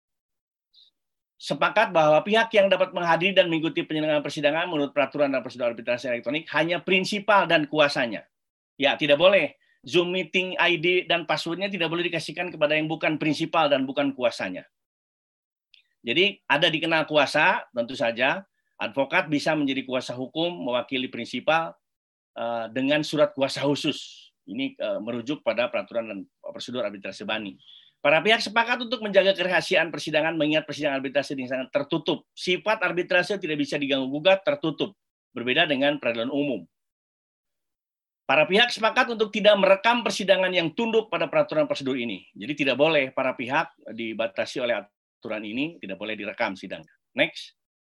S5: sepakat bahwa pihak yang dapat menghadiri dan mengikuti penyelenggaraan persidangan menurut peraturan dan prosedur arbitrase elektronik hanya prinsipal dan kuasanya. Ya, tidak boleh Zoom meeting ID dan passwordnya tidak boleh dikasihkan kepada yang bukan prinsipal dan bukan kuasanya. Jadi ada dikenal kuasa, tentu saja advokat bisa menjadi kuasa hukum mewakili prinsipal dengan surat kuasa khusus. Ini merujuk pada peraturan dan prosedur arbitrase BANI. Para pihak sepakat untuk menjaga kerahasiaan persidangan mengingat persidangan arbitrase sangat tertutup. Sifat arbitrase tidak bisa diganggu-gugat, tertutup. Berbeda dengan peradilan umum. Para pihak sepakat untuk tidak merekam persidangan yang tunduk pada peraturan prosedur ini. Jadi tidak boleh para pihak dibatasi oleh aturan ini, tidak boleh direkam sidangnya. Next.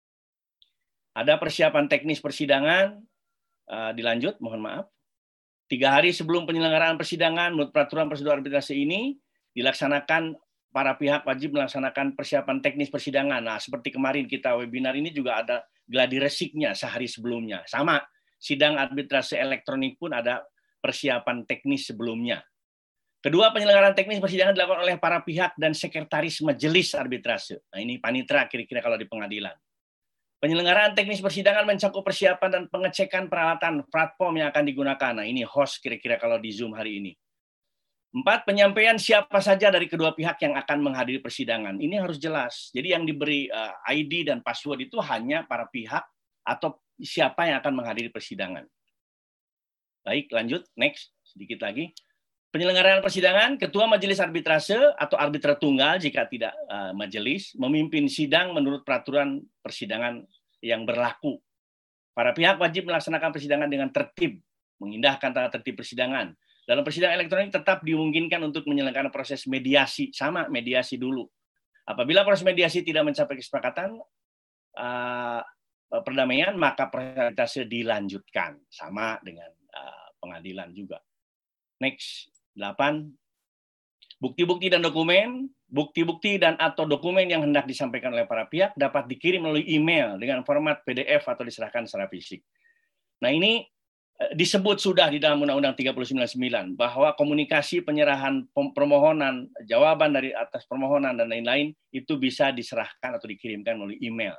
S5: Ada persiapan teknis persidangan, dilanjut, mohon maaf. 3 hari sebelum penyelenggaraan persidangan, menurut peraturan prosedur arbitrase ini, dilaksanakan, para pihak wajib melaksanakan persiapan teknis persidangan. Nah, seperti kemarin kita webinar ini juga ada gladi resiknya sehari sebelumnya. Sama, sidang arbitrase elektronik pun ada persiapan teknis sebelumnya. Kedua, penyelenggaraan teknis persidangan dilakukan oleh para pihak dan sekretaris majelis arbitrase. Nah, ini panitera kira-kira kalau di pengadilan. Penyelenggaraan teknis persidangan mencakup persiapan dan pengecekan peralatan platform yang akan digunakan. Nah, ini host kira-kira kalau di Zoom hari ini. 4, penyampaian siapa saja dari kedua pihak yang akan menghadiri persidangan. Ini harus jelas. Jadi yang diberi ID dan password itu hanya para pihak atau siapa yang akan menghadiri persidangan. Baik, lanjut. Next, sedikit lagi. Penyelenggaraan persidangan, ketua majelis arbitrase atau arbitra tunggal jika tidak majelis, memimpin sidang menurut peraturan persidangan yang berlaku. Para pihak wajib melaksanakan persidangan dengan tertib, mengindahkan tata tertib persidangan. Dalam persidangan elektronik tetap dimungkinkan untuk menyelenggarakan proses mediasi, sama mediasi dulu. Apabila proses mediasi tidak mencapai kesepakatan perdamaian, maka proses arbitrase dilanjutkan, sama dengan pengadilan juga. Next. 8. Bukti-bukti dan dokumen, bukti-bukti dan atau dokumen yang hendak disampaikan oleh para pihak dapat dikirim melalui email dengan format PDF atau diserahkan secara fisik. Nah, ini disebut sudah di dalam Undang-Undang 399 bahwa komunikasi penyerahan permohonan, jawaban dari atas permohonan dan lain-lain itu bisa diserahkan atau dikirimkan melalui email.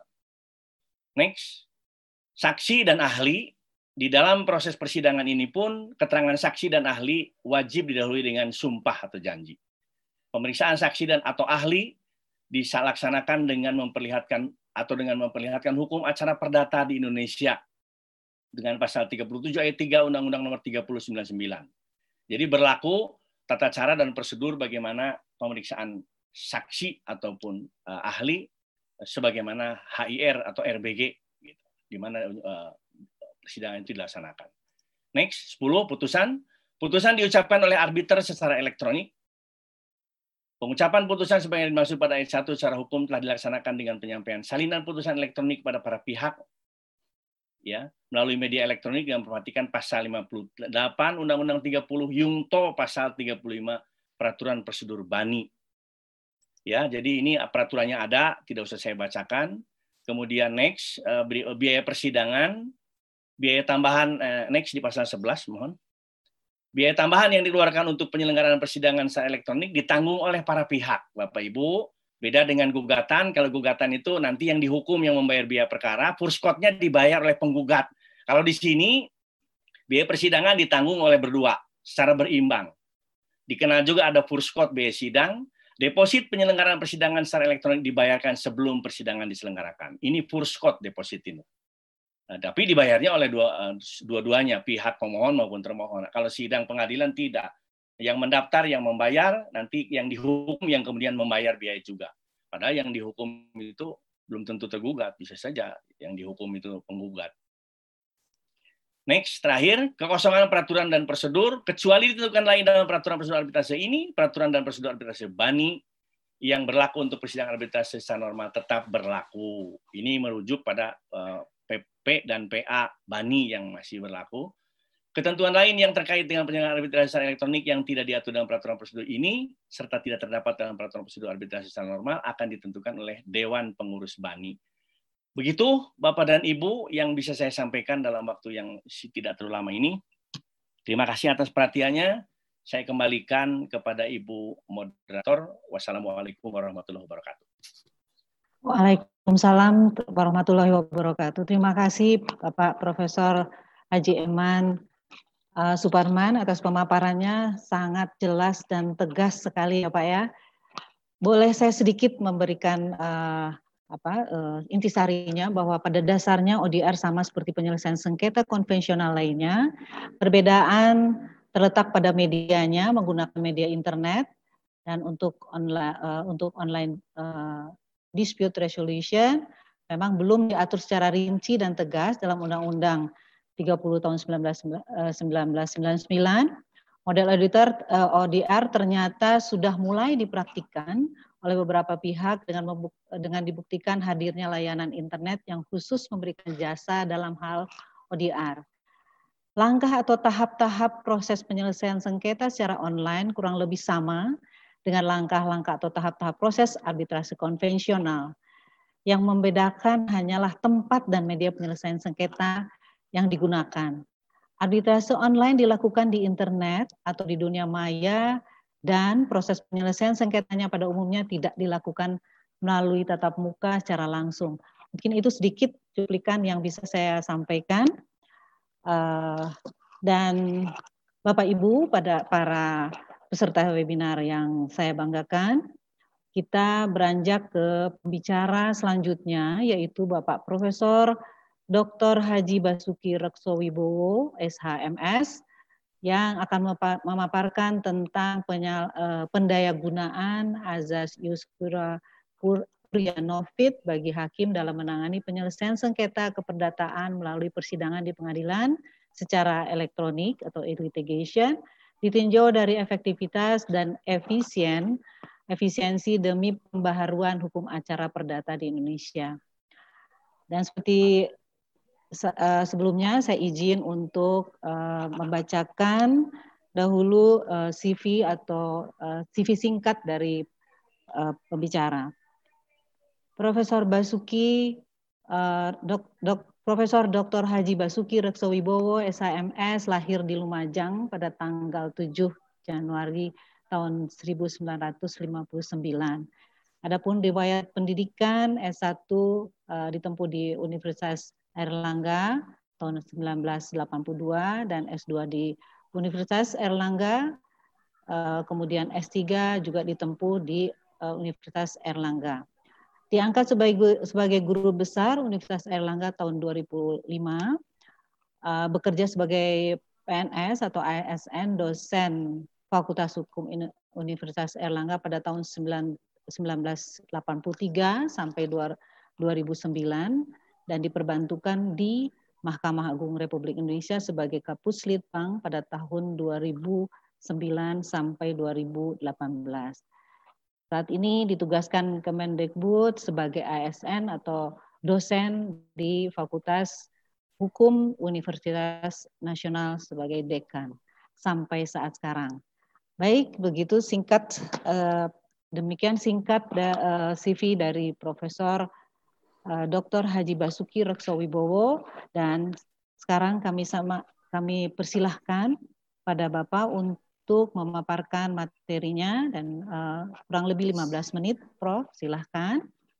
S5: Next. Saksi dan ahli. Di dalam proses persidangan ini pun, keterangan saksi dan ahli wajib didahului dengan sumpah atau janji. Pemeriksaan saksi dan atau ahli dilaksanakan dengan memperlihatkan hukum acara perdata di Indonesia dengan pasal 37 ayat 3 Undang-Undang Nomor 30/99. Jadi berlaku tata cara dan prosedur bagaimana pemeriksaan saksi ataupun ahli sebagaimana HIR atau RBG, gitu, di mana persidangan itu dilaksanakan. Next, 10, putusan. Putusan diucapkan oleh arbiter secara elektronik. Pengucapan putusan sebagai dimaksud pada ayat 1 secara hukum telah dilaksanakan dengan penyampaian salinan putusan elektronik pada para pihak, ya, melalui media elektronik yang memperhatikan pasal 58 Undang-Undang 30 Yungto pasal 35 Peraturan Prosedur BANI. Ya, jadi ini peraturannya ada, tidak usah saya bacakan. Kemudian next, biaya persidangan. Biaya tambahan, next di pasal 11, mohon. Biaya tambahan yang dikeluarkan untuk penyelenggaraan persidangan secara elektronik ditanggung oleh para pihak. Bapak Ibu, beda dengan gugatan. Kalau gugatan itu nanti yang dihukum yang membayar biaya perkara, purskotnya dibayar oleh penggugat. Kalau di sini, biaya persidangan ditanggung oleh berdua, secara berimbang. Dikenal juga ada purskot biaya sidang. Deposit penyelenggaraan persidangan secara elektronik dibayarkan sebelum persidangan diselenggarakan. Ini purskot deposit ini. Nah, tapi dibayarnya oleh dua-duanya, pihak pemohon maupun termohon. Kalau sidang pengadilan tidak. Yang mendaftar, yang membayar, nanti yang dihukum yang kemudian membayar biaya juga. Padahal yang dihukum itu belum tentu tergugat, bisa saja yang dihukum itu penggugat. Next, terakhir, kekosongan peraturan dan prosedur, kecuali ditentukan lain dalam peraturan prosedur arbitrase ini, peraturan dan prosedur arbitrase BANI yang berlaku untuk persidangan arbitrase secara normal tetap berlaku. Ini merujuk pada PP dan PA BANI yang masih berlaku. Ketentuan lain yang terkait dengan penyelenggaraan arbitrase secara elektronik yang tidak diatur dalam peraturan prosedur ini, serta tidak terdapat dalam peraturan prosedur arbitrase secara normal, akan ditentukan oleh Dewan Pengurus BANI. Begitu Bapak dan Ibu yang bisa saya sampaikan dalam waktu yang tidak terlalu lama ini. Terima kasih atas perhatiannya. Saya kembalikan kepada Ibu moderator. Wassalamualaikum warahmatullahi wabarakatuh.
S4: Waalaikumsalam warahmatullahi wabarakatuh. Terima kasih Bapak Profesor Haji Eman Suparman atas pemaparannya, sangat jelas dan tegas sekali ya Pak ya. Boleh saya sedikit memberikan intisarinya bahwa pada dasarnya ODR sama seperti penyelesaian sengketa konvensional lainnya. Perbedaan terletak pada medianya, menggunakan media internet, dan untuk online dispute resolution memang belum diatur secara rinci dan tegas dalam Undang-Undang 30 tahun 1999. Model ODR ternyata sudah mulai dipraktikkan oleh beberapa pihak dengan dibuktikan hadirnya layanan internet yang khusus memberikan jasa dalam hal ODR. Langkah atau tahap-tahap proses penyelesaian sengketa secara online kurang lebih sama dengan langkah-langkah atau tahap-tahap proses arbitrase konvensional. Yang membedakan hanyalah tempat dan media penyelesaian sengketa yang digunakan. Arbitrase online dilakukan di internet atau di dunia maya, dan proses penyelesaian sengketanya pada umumnya tidak dilakukan melalui tatap muka secara langsung. Mungkin itu sedikit cuplikan yang bisa saya sampaikan. Dan Bapak Ibu, pada para peserta webinar yang saya banggakan, kita beranjak ke pembicara selanjutnya, yaitu Bapak Profesor Dr. Haji Basuki Reksowibowo, SHMS, yang akan memaparkan tentang pendayagunaan azas ius curia novit bagi hakim dalam menangani penyelesaian sengketa keperdataan melalui persidangan di pengadilan secara elektronik atau e-litigation, ditinjau dari efektivitas dan efisiensi demi pembaharuan hukum acara perdata di Indonesia. Dan seperti sebelumnya saya izin untuk membacakan dahulu CV atau CV singkat dari pembicara. Profesor Basuki, Profesor Dr. Haji Basuki Reksowibowo, SHMS, lahir di Lumajang pada tanggal 7 Januari tahun 1959. Adapun riwayat pendidikan S1 ditempuh di Universitas Airlangga tahun 1982 dan S2 di Universitas Airlangga, kemudian S3 juga ditempuh di Universitas Airlangga. Diangkat sebagai guru besar Universitas Airlangga tahun 2005, bekerja sebagai PNS atau ASN, dosen Fakultas Hukum Universitas Airlangga pada tahun 1983 sampai 2009, dan diperbantukan di Mahkamah Agung Republik Indonesia sebagai Kapus Litbang pada tahun 2009 sampai 2018. Saat ini ditugaskan Kemendikbud sebagai ASN atau dosen di Fakultas Hukum Universitas Nasional sebagai dekan sampai saat sekarang. Baik, begitu singkat, demikian singkat CV dari Profesor Dr. Haji Basuki Reksowibowo, dan sekarang kami persilahkan pada Bapak untuk memaparkan materinya, dan kurang lebih 15 menit, Prof. Silahkan.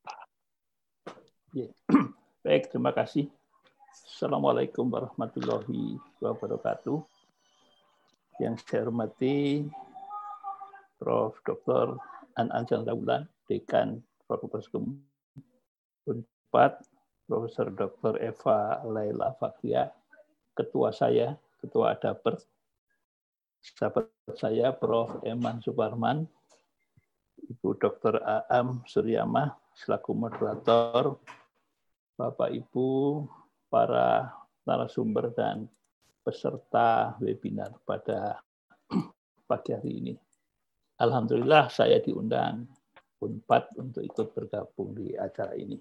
S6: Baik, terima kasih. Assalamualaikum warahmatullahi wabarakatuh. Yang saya hormati Prof. Dr. An Chandrawulan, Dekan Fakultas Hukum Unpad, Profesor Dr. Eva Laila Fahria, Ketua saya, Ketua Adaper, sahabat saya Prof. Eman Suparman, Ibu Dr. Aam Suryamah selaku moderator, Bapak Ibu, para narasumber dan peserta webinar pada pagi hari ini. Alhamdulillah saya diundang UNPAD untuk ikut bergabung di acara ini.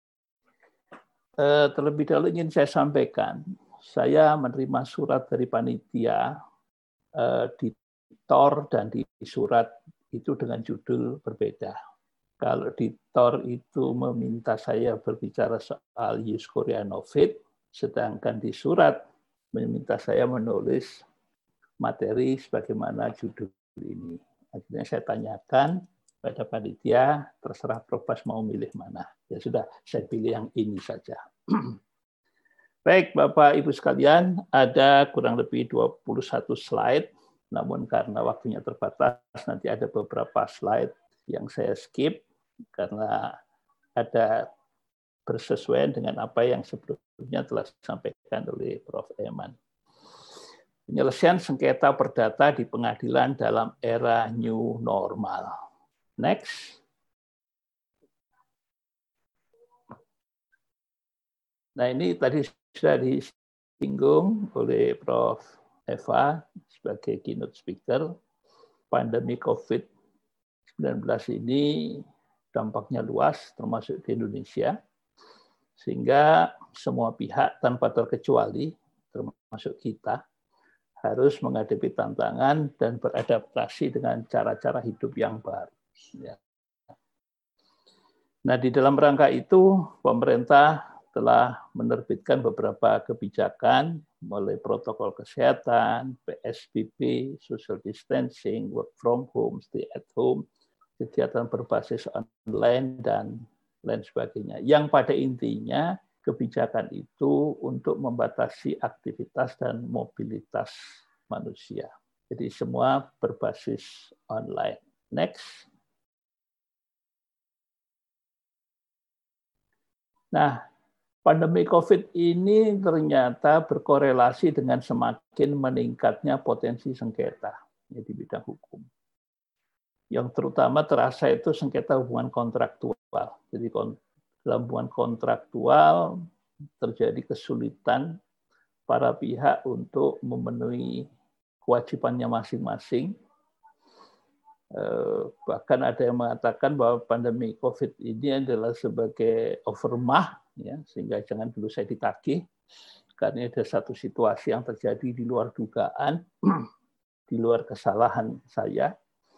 S6: Terlebih dahulu ingin saya sampaikan, saya menerima surat dari panitia di TOR dan di surat itu dengan judul berbeda. Kalau di TOR itu meminta saya berbicara soal Ius Korea Novit, sedangkan di surat meminta saya menulis materi sebagaimana judul ini. Akhirnya saya tanyakan pada panitia, terserah Profes mau milih mana. Ya sudah, saya pilih yang ini saja. Baik, Bapak Ibu sekalian, ada kurang lebih 21 slide, namun karena waktunya terbatas, nanti ada beberapa slide yang saya skip, karena ada bersesuaian dengan apa yang sebelumnya telah disampaikan oleh Prof. Eman. Penyelesaian sengketa perdata di pengadilan dalam era new normal. Next. Nah, ini tadi sudah disinggung oleh Prof. Eva sebagai keynote speaker. Pandemi COVID-19 ini dampaknya luas, termasuk di Indonesia, sehingga semua pihak tanpa terkecuali, termasuk kita, harus menghadapi tantangan dan beradaptasi dengan cara-cara hidup yang baru. Nah, di dalam rangka itu, pemerintah telah menerbitkan beberapa kebijakan, mulai protokol kesehatan, PSBB, social distancing, work from home, stay at home, kegiatan berbasis online, dan lain sebagainya. Yang pada intinya, kebijakan itu untuk membatasi aktivitas dan mobilitas manusia. Jadi semua berbasis online. Next. Nah, pandemi COVID ini ternyata berkorelasi dengan semakin meningkatnya potensi sengketa di bidang hukum. Yang terutama terasa itu sengketa hubungan kontraktual. Jadi dalam hubungan kontraktual terjadi kesulitan para pihak untuk memenuhi kewajibannya masing-masing. Bahkan ada yang mengatakan bahwa pandemi COVID ini adalah sebagai overmah, ya, sehingga jangan dulu saya ditagih, karena ada satu situasi yang terjadi di luar dugaan, di luar kesalahan saya,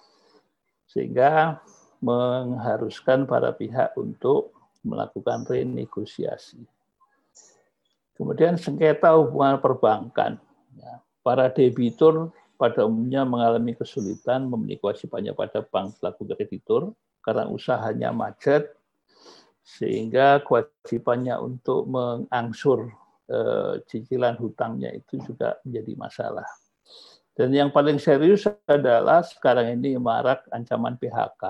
S6: sehingga mengharuskan para pihak untuk melakukan renegosiasi. Kemudian sengketa hubungan perbankan. Para debitur pada umumnya mengalami kesulitan memenuhi kewajibannya pada bank selaku kreditur karena usahanya macet, sehingga kewajibannya untuk mengangsur cicilan hutangnya itu juga menjadi masalah. Dan yang paling serius adalah sekarang ini marak ancaman PHK.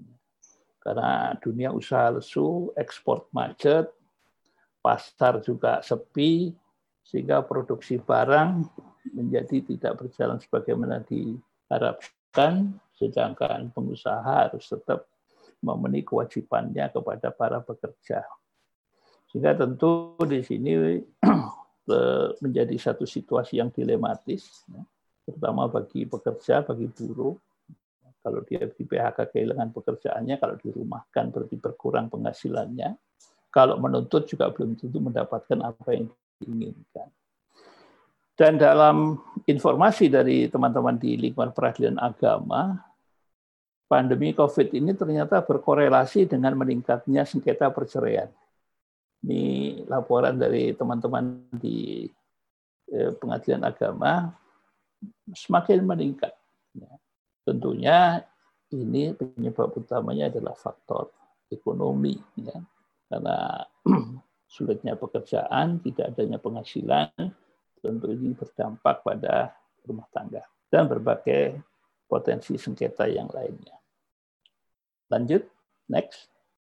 S6: Karena dunia usaha lesu, ekspor macet, pasar juga sepi, sehingga produksi barang menjadi tidak berjalan sebagaimana diharapkan, sedangkan pengusaha harus tetap memenuhi kewajibannya kepada para pekerja. Sehingga tentu di sini menjadi satu situasi yang dilematis, terutama bagi pekerja, bagi buruh. Kalau dia di PHK kehilangan pekerjaannya, kalau dirumahkan berarti berkurang penghasilannya. Kalau menuntut juga belum tentu mendapatkan apa yang diinginkan. Dan dalam informasi dari teman-teman di lingkungan peradilan agama, pandemi COVID ini ternyata berkorelasi dengan meningkatnya sengketa perceraian. Ini laporan dari teman-teman di pengadilan agama semakin meningkat. Tentunya ini penyebab utamanya adalah faktor ekonomi, ya. Karena sulitnya pekerjaan, tidak adanya penghasilan, tentu ini berdampak pada rumah tangga dan berbagai potensi sengketa yang lainnya. Lanjut, next.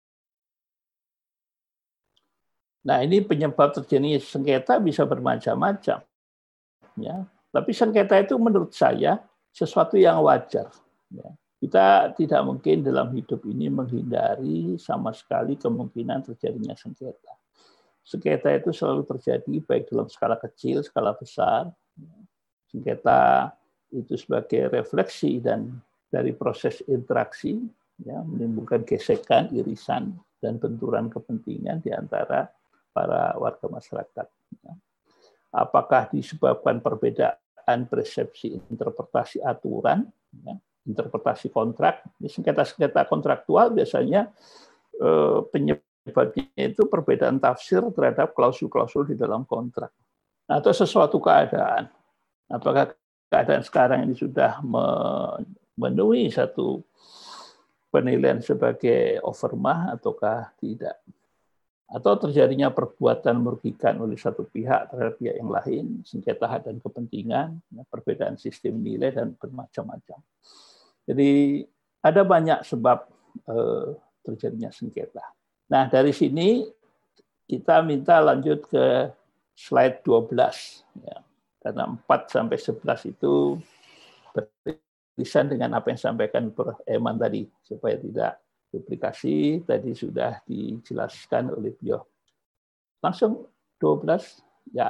S6: Nah, ini penyebab terjadinya sengketa bisa bermacam-macam, ya. Tapi sengketa itu menurut saya sesuatu yang wajar. Ya. Kita tidak mungkin dalam hidup ini menghindari sama sekali kemungkinan terjadinya sengketa. Sengketa itu selalu terjadi baik dalam skala kecil, skala besar, Sengketa itu sebagai refleksi dan dari proses interaksi, ya, menimbulkan gesekan, irisan, dan benturan kepentingan di antara para warga masyarakat. Apakah disebabkan perbedaan persepsi interpretasi aturan, ya, interpretasi kontrak? Sengketa-sengketa kontraktual biasanya penyebabnya itu perbedaan tafsir terhadap klausul-klausul di dalam kontrak. Atau sesuatu keadaan. Apakah keadaan sekarang ini sudah memenuhi satu penilaian sebagai overmah ataukah tidak? Atau terjadinya perbuatan merugikan oleh satu pihak terhadap pihak yang lain, sengketa hak dan kepentingan, perbedaan sistem nilai, dan bermacam-macam. Jadi ada banyak sebab terjadinya sengketa. Nah, dari sini kita minta lanjut ke slide 12. Ya. Karena 4 sampai 11 itu beririsan dengan apa yang disampaikan Prof. Eman tadi, supaya tidak duplikasi, tadi sudah dijelaskan oleh beliau. Langsung 12, ya.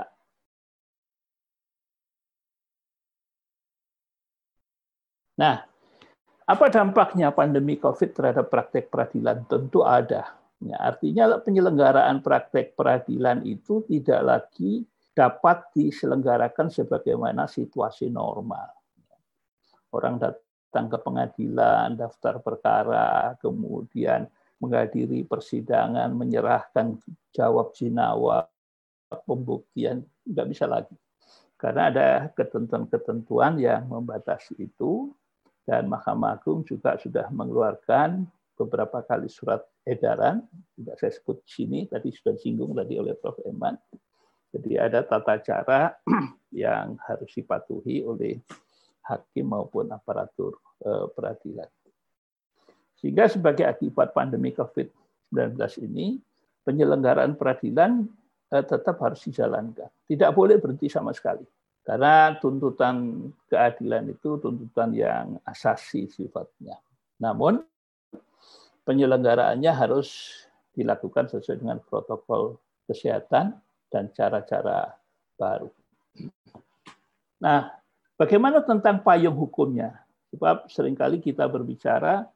S6: Nah, apa dampaknya pandemi COVID terhadap praktek peradilan? Tentu ada. Ya, artinya penyelenggaraan praktek peradilan itu tidak lagi dapat diselenggarakan sebagaimana situasi normal. Orang datang ke pengadilan, daftar perkara, kemudian menghadiri persidangan, menyerahkan jawab jinawab, pembuktian, nggak bisa lagi. Karena ada ketentuan-ketentuan yang membatasi itu, dan Mahkamah Agung juga sudah mengeluarkan beberapa kali surat edaran, tidak saya sebut di sini, tadi sudah disinggung tadi oleh Prof. Eman. Jadi ada tata cara yang harus dipatuhi oleh hakim maupun aparatur peradilan. Sehingga sebagai akibat pandemi COVID-19 ini, penyelenggaraan peradilan tetap harus dijalankan. Tidak boleh berhenti sama sekali. Karena tuntutan keadilan itu tuntutan yang asasi sifatnya. Namun, penyelenggaraannya harus dilakukan sesuai dengan protokol kesehatan dan cara-cara baru. Nah, bagaimana tentang payung hukumnya? Sebab seringkali kita berbicara,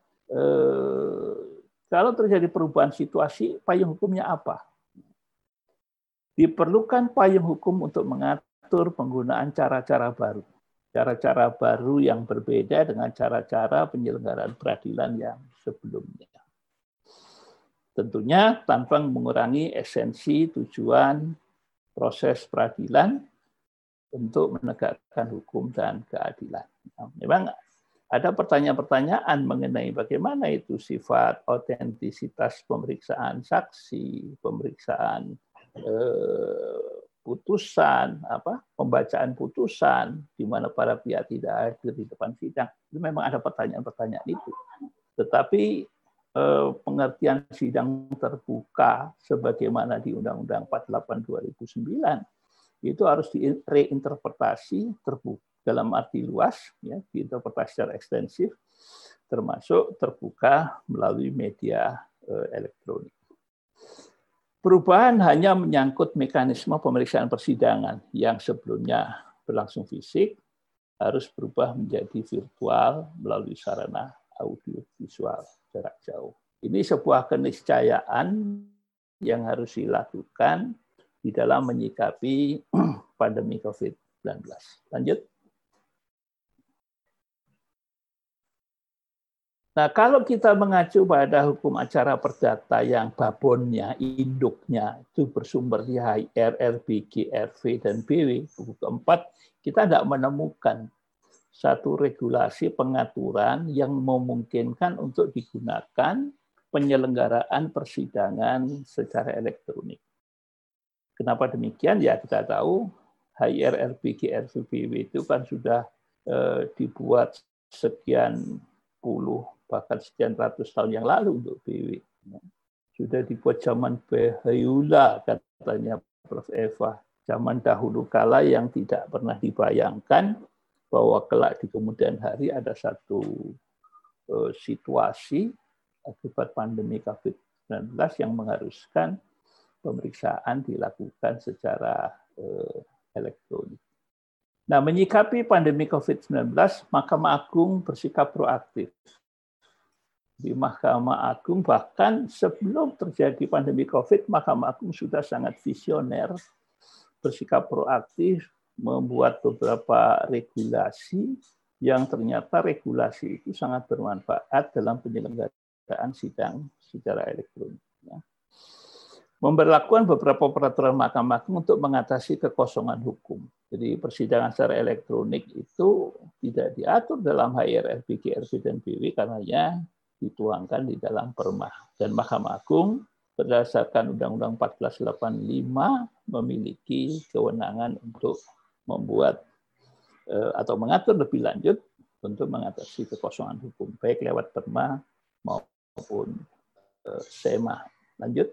S6: kalau terjadi perubahan situasi, payung hukumnya apa? Diperlukan payung hukum untuk mengatur penggunaan cara-cara baru. Cara-cara baru yang berbeda dengan cara-cara penyelenggaraan peradilan yang sebelumnya. Tentunya tanpa mengurangi esensi tujuan proses peradilan untuk menegakkan hukum dan keadilan. Nah, memang ada pertanyaan-pertanyaan mengenai bagaimana itu sifat otentisitas pemeriksaan saksi, pemeriksaan putusan, pembacaan putusan, di mana para pihak tidak hadir di depan sidang. Itu memang ada pertanyaan-pertanyaan itu. Tetapi pengertian sidang terbuka sebagaimana di Undang-Undang 48 2009 itu harus direinterpretasi terbuka dalam arti luas, ya, diinterpretasi secara ekstensif, termasuk terbuka melalui media elektronik. Perubahan hanya menyangkut mekanisme pemeriksaan persidangan yang sebelumnya berlangsung fisik harus berubah menjadi virtual melalui sarana audio visual jarak jauh. Ini sebuah keniscayaan yang harus dilakukan di dalam menyikapi pandemi COVID-19. Lanjut. Nah, kalau kita mengacu pada hukum acara perdata yang babonnya, induknya, itu bersumber di HR, RBG, RV, dan BW, buku keempat, kita tidak menemukan satu regulasi pengaturan yang memungkinkan untuk digunakan penyelenggaraan persidangan secara elektronik. Kenapa demikian? Ya kita tahu HR, RBG, RVBW itu kan sudah dibuat sekian puluh bahkan sekian ratus tahun yang lalu untuk BW. Sudah dibuat zaman Behayula katanya Prof. Eva. Zaman dahulu kala yang tidak pernah dibayangkan bahwa kelak di kemudian hari ada satu situasi akibat pandemi COVID-19 yang mengharuskan pemeriksaan dilakukan secara elektronik. Nah, menyikapi pandemi COVID-19, Mahkamah Agung bersikap proaktif. Di Mahkamah Agung, bahkan sebelum terjadi pandemi COVID, Mahkamah Agung sudah sangat visioner, bersikap proaktif, membuat beberapa regulasi yang ternyata regulasi itu sangat bermanfaat dalam penyelenggaraan sidang secara elektronik. Memberlakukan beberapa peraturan Mahkamah Agung untuk mengatasi kekosongan hukum. Jadi persidangan secara elektronik itu tidak diatur dalam HIR, LPG, RB, dan BW karena dituangkan di dalam Perma. Dan Mahkamah Agung berdasarkan Undang-Undang 1485 memiliki kewenangan untuk membuat atau mengatur lebih lanjut untuk mengatasi kekosongan hukum, baik lewat Perma maupun SEMA. Lanjut.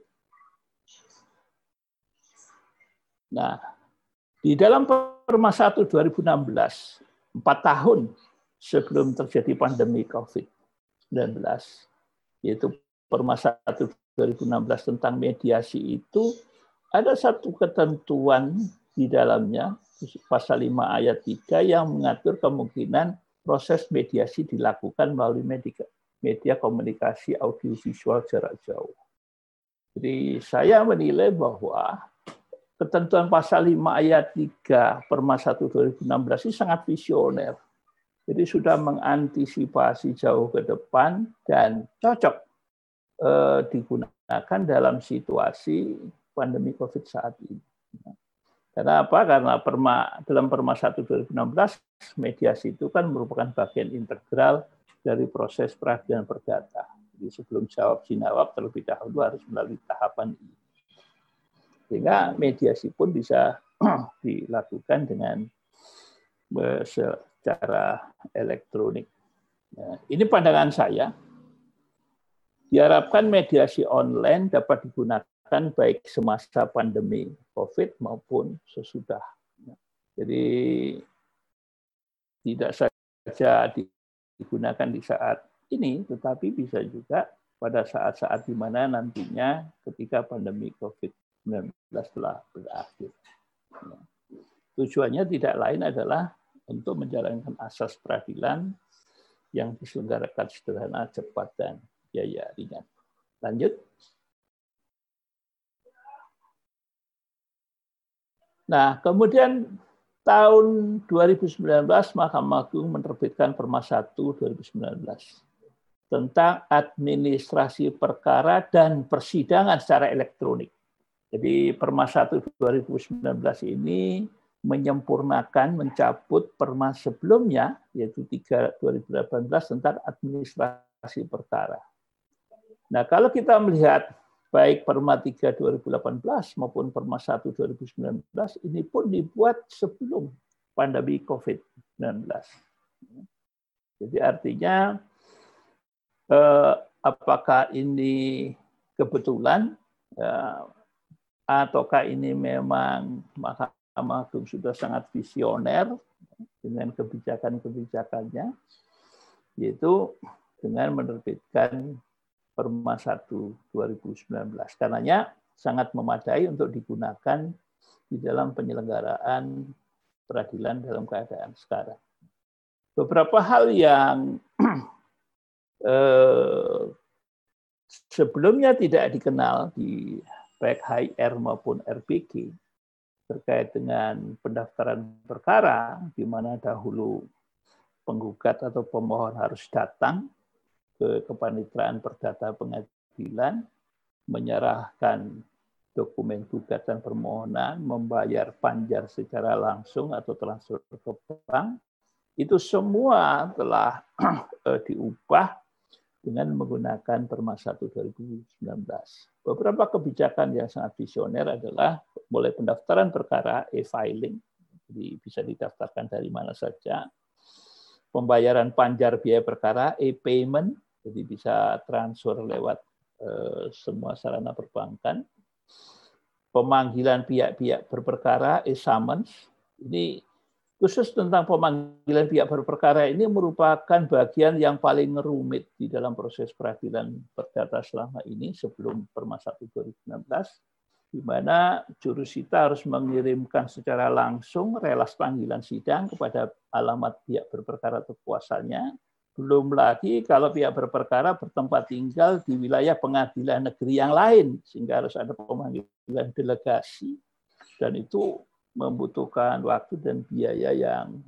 S6: Nah, di dalam Perma 1 2016, 4 tahun sebelum terjadi pandemi COVID-19, yaitu Perma 1 2016 tentang mediasi itu, ada satu ketentuan di dalamnya, pasal 5 ayat 3 yang mengatur kemungkinan proses mediasi dilakukan melalui media komunikasi audiovisual jarak jauh. Jadi saya menilai bahwa ketentuan pasal 5 ayat 3 Perma 1 2016 ini sangat visioner. Jadi sudah mengantisipasi jauh ke depan dan cocok digunakan dalam situasi pandemi COVID saat ini. Karena apa? Karena dalam Perma 1 2016 mediasi itu kan merupakan bagian integral dari proses peradilan perdata. Jadi sebelum jawab terlebih dahulu harus melalui tahapan ini. Sehingga mediasi pun bisa dilakukan dengan secara elektronik. Nah, ini pandangan saya. Diharapkan mediasi online dapat digunakan baik semasa pandemi COVID maupun sesudah. Jadi tidak saja digunakan di saat ini, tetapi bisa juga pada saat-saat di mana nantinya ketika pandemi COVID-19 telah berakhir. Tujuannya tidak lain adalah untuk menjalankan asas peradilan yang diselenggarakan sederhana, cepat, dan biaya ringan. Lanjut. Nah, kemudian tahun 2019 Mahkamah Agung menerbitkan Perma 1 2019 tentang administrasi perkara dan persidangan secara elektronik. Jadi Perma 1 2019 ini menyempurnakan, mencabut Perma sebelumnya, yaitu 3 2018 tentang administrasi perkara. Nah, kalau kita melihat baik Perma 3 2018 maupun Perma 1 2019, ini pun dibuat sebelum pandemi COVID-19. Jadi artinya, apakah ini kebetulan, ataukah ini memang Mahkamah Agung sudah sangat visioner dengan kebijakan-kebijakannya, yaitu dengan menerbitkan Perma 1 2019. Karenanya sangat memadai untuk digunakan di dalam penyelenggaraan peradilan dalam keadaan sekarang. Beberapa hal yang sebelumnya tidak dikenal di baik HIR maupun RPG terkait dengan pendaftaran perkara, di mana dahulu penggugat atau pemohon harus datang ke Kepaniteraan Perdata Pengadilan, menyerahkan dokumen gugatan permohonan, membayar panjar secara langsung atau transfer ke bank. Itu semua telah diubah dengan menggunakan Perma 1 2019. Beberapa kebijakan yang sangat visioner adalah mulai pendaftaran perkara e-filing, jadi bisa didaftarkan dari mana saja. Pembayaran panjar biaya perkara e-payment, jadi bisa transfer lewat semua sarana perbankan. Pemanggilan pihak-pihak berperkara e-summons, ini khusus tentang pemanggilan pihak berperkara ini merupakan bagian yang paling rumit di dalam proses peradilan perdata selama ini sebelum Perma 1 2019. di mana jurusita harus mengirimkan secara langsung relas panggilan sidang kepada alamat pihak berperkara atau kuasanya. Belum lagi kalau pihak berperkara bertempat tinggal di wilayah pengadilan negeri yang lain, sehingga harus ada pemanggilan delegasi, dan itu membutuhkan waktu dan biaya yang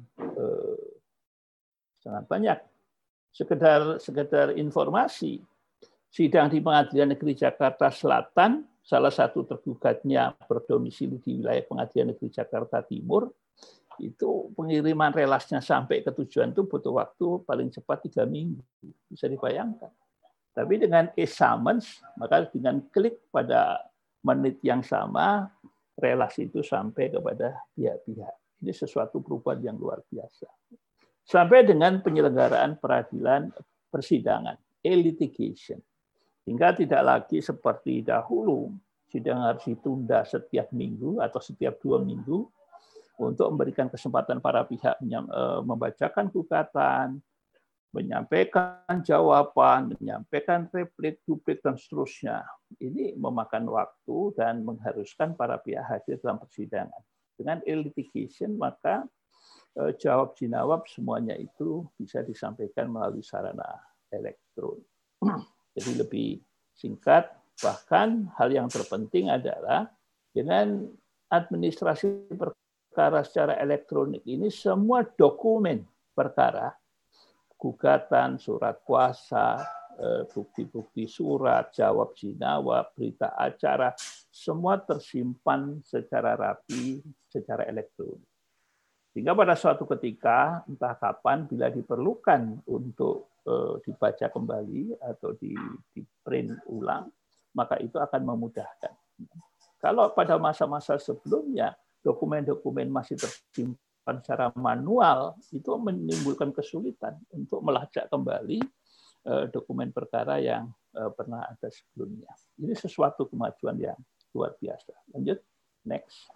S6: sangat banyak. Sekedar informasi, sidang di Pengadilan Negeri Jakarta Selatan, salah satu tergugatnya berdomisili di wilayah Pengadilan Negeri Jakarta Timur, itu pengiriman relasnya sampai ke tujuan itu butuh waktu paling cepat 3 minggu. Bisa dibayangkan. Tapi dengan e-summons, maka dengan klik pada menit yang sama, relasi itu sampai kepada pihak-pihak. Ini sesuatu perubahan yang luar biasa. Sampai dengan penyelenggaraan peradilan persidangan, e-litigation. Hingga tidak lagi seperti dahulu, sidang harus ditunda setiap minggu atau setiap 2 minggu, untuk memberikan kesempatan para pihak membacakan gugatan, menyampaikan jawaban, menyampaikan replik, duplik, dan seterusnya. Ini memakan waktu dan mengharuskan para pihak hadir dalam persidangan. Dengan e-litigation, maka jawab jinawab semuanya itu bisa disampaikan melalui sarana elektronik. Jadi lebih singkat, bahkan hal yang terpenting adalah dengan administrasi perkara secara elektronik ini, semua dokumen perkara, gugatan, surat kuasa, bukti-bukti surat, jawab jinawab, berita acara, semua tersimpan secara rapi, secara elektronik. Sehingga pada suatu ketika, entah kapan, bila diperlukan untuk dibaca kembali atau di print ulang, maka itu akan memudahkan. Kalau pada masa-masa sebelumnya, dokumen-dokumen masih tersimpan secara manual, itu menimbulkan kesulitan untuk melacak kembali dokumen perkara yang pernah ada sebelumnya. Ini sesuatu kemajuan yang luar biasa. Lanjut, next.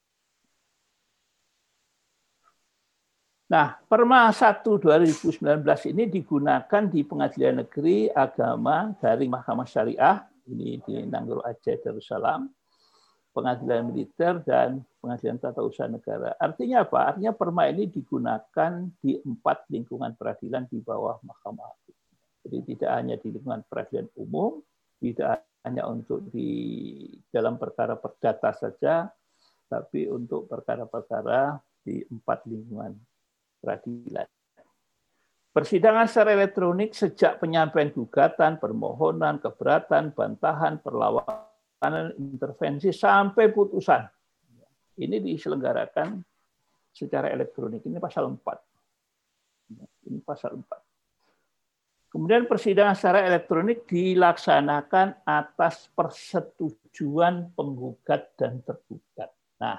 S6: Nah, Perma 1/2019 ini digunakan di Pengadilan Negeri Agama dari Mahkamah Syariah, ini di Nangguru Aceh, Darussalam, Pengadilan Militer, dan Pengadilan Tata Usaha Negara. Artinya apa? Artinya Perma ini digunakan di 4 lingkungan peradilan di bawah Mahkamah Agung. Jadi tidak hanya di lingkungan peradilan umum, tidak hanya untuk di dalam perkara perdata saja, tapi untuk perkara-perkara di 4 lingkungan peradilan. Persidangan secara elektronik sejak penyampaian gugatan, permohonan, keberatan, bantahan, perlawanan, intervensi, sampai putusan. Ini diselenggarakan secara elektronik. Ini pasal 4. Ini pasal 4. Kemudian persidangan secara elektronik dilaksanakan atas persetujuan penggugat dan tergugat. Nah,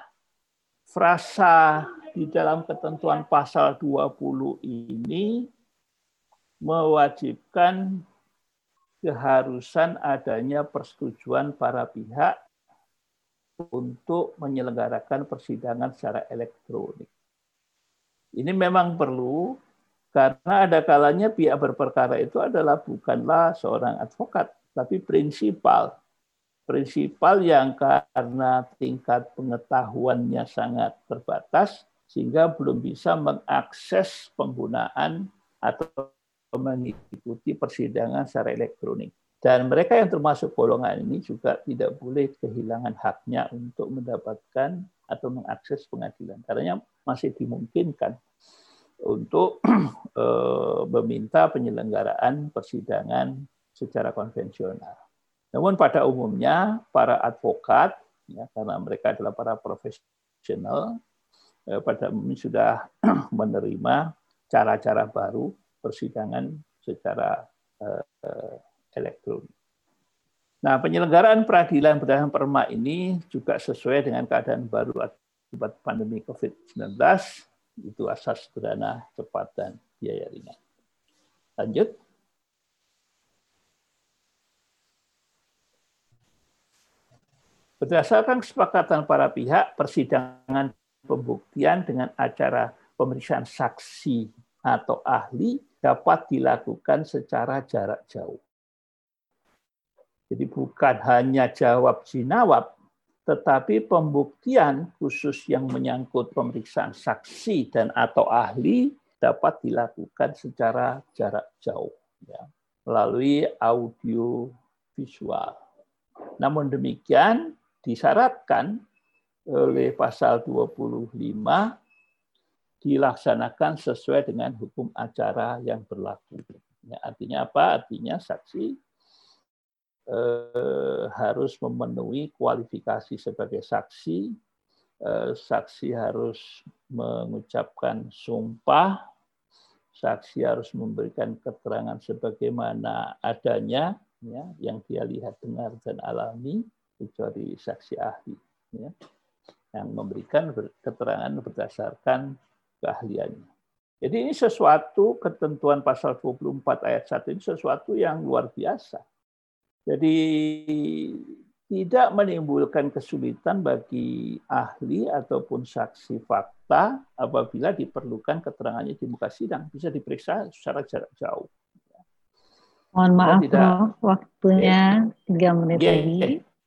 S6: frasa di dalam ketentuan pasal 20 ini mewajibkan keharusan adanya persetujuan para pihak untuk menyelenggarakan persidangan secara elektronik. Ini memang perlu, karena ada kalanya pihak berperkara itu adalah bukanlah seorang advokat, tapi prinsipal. Prinsipal yang karena tingkat pengetahuannya sangat terbatas, sehingga belum bisa mengakses penggunaan atau mengikuti persidangan secara elektronik. Dan mereka yang termasuk golongan ini juga tidak boleh kehilangan haknya untuk mendapatkan atau mengakses pengadilan. Karena masih dimungkinkan untuk meminta penyelenggaraan persidangan secara konvensional. Namun pada umumnya para advokat, ya, karena mereka adalah para profesional, pada umumnya sudah menerima cara-cara baru persidangan secara elektronik. Nah, penyelenggaraan peradilan berdasarkan Perma ini juga sesuai dengan keadaan baru akibat pandemi COVID-19, itu asas sederhana, cepat, dan biaya ringan. Lanjut. Berdasarkan kesepakatan para pihak, persidangan pembuktian dengan acara pemeriksaan saksi atau ahli dapat dilakukan secara jarak jauh. Jadi bukan hanya jawab jinawab, Tetapi pembuktian khusus yang menyangkut pemeriksaan saksi dan atau ahli dapat dilakukan secara jarak jauh, ya, melalui audio visual. Namun demikian disyaratkan oleh pasal 25 dilaksanakan sesuai dengan hukum acara yang berlaku. Ya, artinya apa? Artinya saksi harus memenuhi kualifikasi sebagai saksi, saksi harus mengucapkan sumpah, saksi harus memberikan keterangan sebagaimana adanya, ya, yang dia lihat, dengar, dan alami, kecuali saksi ahli, ya, yang memberikan keterangan berdasarkan keahliannya. Jadi ini sesuatu, ketentuan pasal 24 ayat 1 ini sesuatu yang luar biasa. Jadi tidak menimbulkan kesulitan bagi ahli ataupun saksi fakta apabila diperlukan keterangannya di muka sidang, bisa diperiksa secara jarak jauh.
S4: Mohon maaf, Prof, waktunya 3 menit lagi.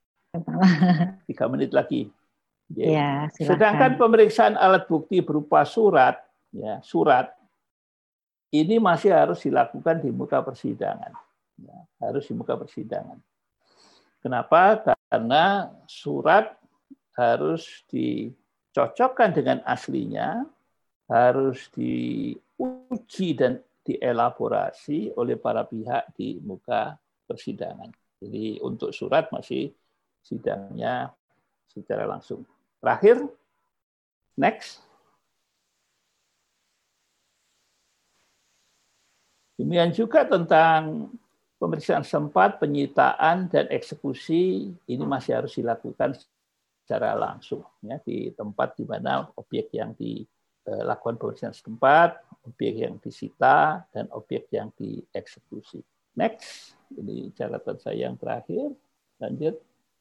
S6: 3 menit lagi.
S4: Ya, silakan.
S6: Sedangkan pemeriksaan alat bukti berupa surat, ya, surat ini masih harus dilakukan di muka persidangan. Ya, harus di muka persidangan. Kenapa? Karena surat harus dicocokkan dengan aslinya, harus diuji dan dielaborasi oleh para pihak di muka persidangan. Jadi untuk surat masih sidangnya secara langsung. Terakhir, next. Demikian juga tentang pemeriksaan sempat, penyitaan, dan eksekusi, ini masih harus dilakukan secara langsung, ya, di tempat di mana objek yang dilakukan pemeriksaan setempat, objek yang disita, dan objek yang dieksekusi. Next, ini catatan saya yang terakhir. Lanjut.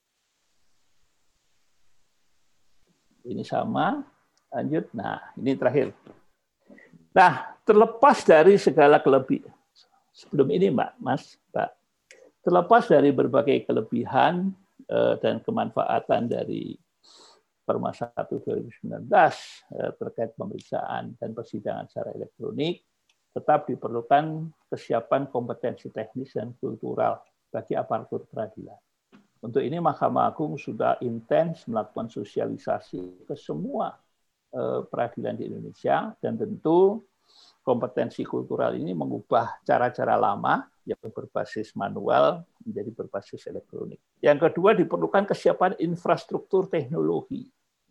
S6: Ini sama. Lanjut. Nah, ini terakhir. Nah, terlepas dari segala kelebihan, sebelum ini Mbak, terlepas dari berbagai kelebihan dan kemanfaatan dari Perma 1 2019 terkait pemeriksaan dan persidangan secara elektronik, tetap diperlukan kesiapan kompetensi teknis dan kultural bagi aparatur peradilan. Untuk ini Mahkamah Agung sudah intens melakukan sosialisasi ke semua peradilan di Indonesia, dan tentu kompetensi kultural ini mengubah cara-cara lama yang berbasis manual menjadi berbasis elektronik. Yang kedua, diperlukan kesiapan infrastruktur teknologi.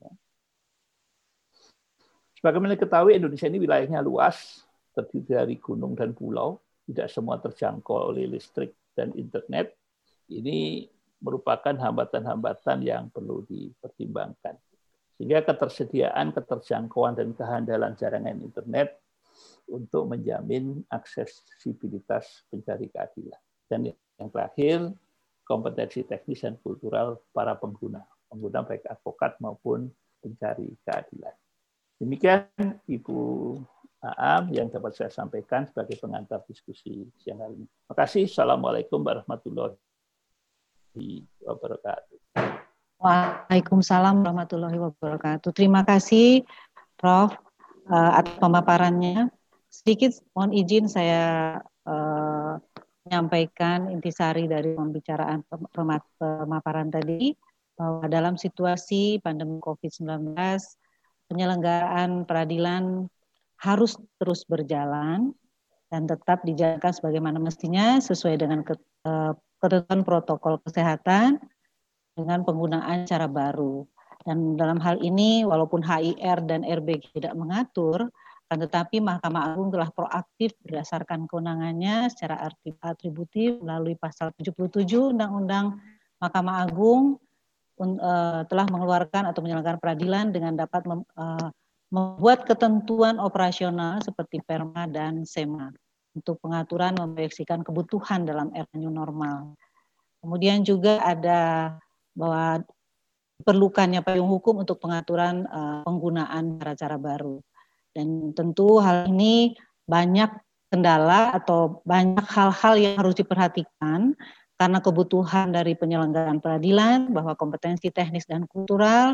S6: Sebagaimana diketahui, Indonesia ini wilayahnya luas, terdiri dari gunung dan pulau, tidak semua terjangkau oleh listrik dan internet. Ini merupakan hambatan-hambatan yang perlu dipertimbangkan. Sehingga ketersediaan, keterjangkauan, dan kehandalan jaringan internet untuk menjamin aksesibilitas pencari keadilan. Dan yang terakhir, kompetensi teknis dan kultural para pengguna baik advokat maupun pencari keadilan. Demikian Ibu Aam yang dapat saya sampaikan sebagai pengantar diskusi siang hari ini. Terima kasih. Assalamualaikum warahmatullahi wabarakatuh.
S4: Waalaikumsalam warahmatullahi wabarakatuh. Terima kasih Prof atas pemaparannya. Sedikit mohon izin saya menyampaikan intisari dari pembicaraan pemaparan tadi, bahwa dalam situasi pandemi COVID-19 penyelenggaraan peradilan harus terus berjalan dan tetap dijalankan sebagaimana mestinya sesuai dengan ketentuan protokol kesehatan dengan penggunaan cara baru. Dan dalam hal ini walaupun HIR dan RBG tidak mengatur, akan tetapi Mahkamah Agung telah proaktif berdasarkan kewenangannya secara atributif melalui pasal 77 Undang-Undang Mahkamah Agung telah mengeluarkan atau menyelenggarakan peradilan dengan dapat membuat ketentuan operasional seperti Perma dan SEMA untuk pengaturan memproyeksikan kebutuhan dalam era new normal. Kemudian juga ada bahwa diperlukannya payung hukum untuk pengaturan penggunaan cara-cara baru. Dan tentu hal ini banyak kendala atau banyak hal-hal yang harus diperhatikan karena kebutuhan dari penyelenggaraan peradilan bahwa kompetensi teknis dan kultural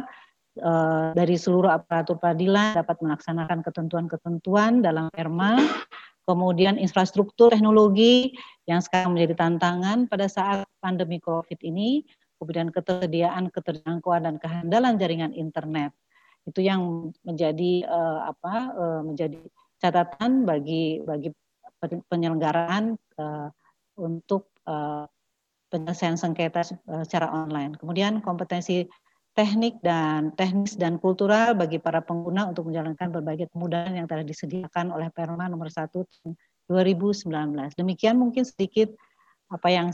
S4: dari seluruh aparatur peradilan dapat melaksanakan ketentuan-ketentuan dalam perma, kemudian infrastruktur teknologi yang sekarang menjadi tantangan pada saat pandemi COVID ini, kemudian ketersediaan, keterjangkauan dan kehandalan jaringan internet. Itu yang menjadi menjadi catatan bagi penyelenggaraan untuk penyelesaian sengketa secara online. Kemudian kompetensi teknis dan kultural bagi para pengguna untuk menjalankan berbagai kemudahan yang telah disediakan oleh Perma nomor 1 2019. Demikian mungkin sedikit apa yang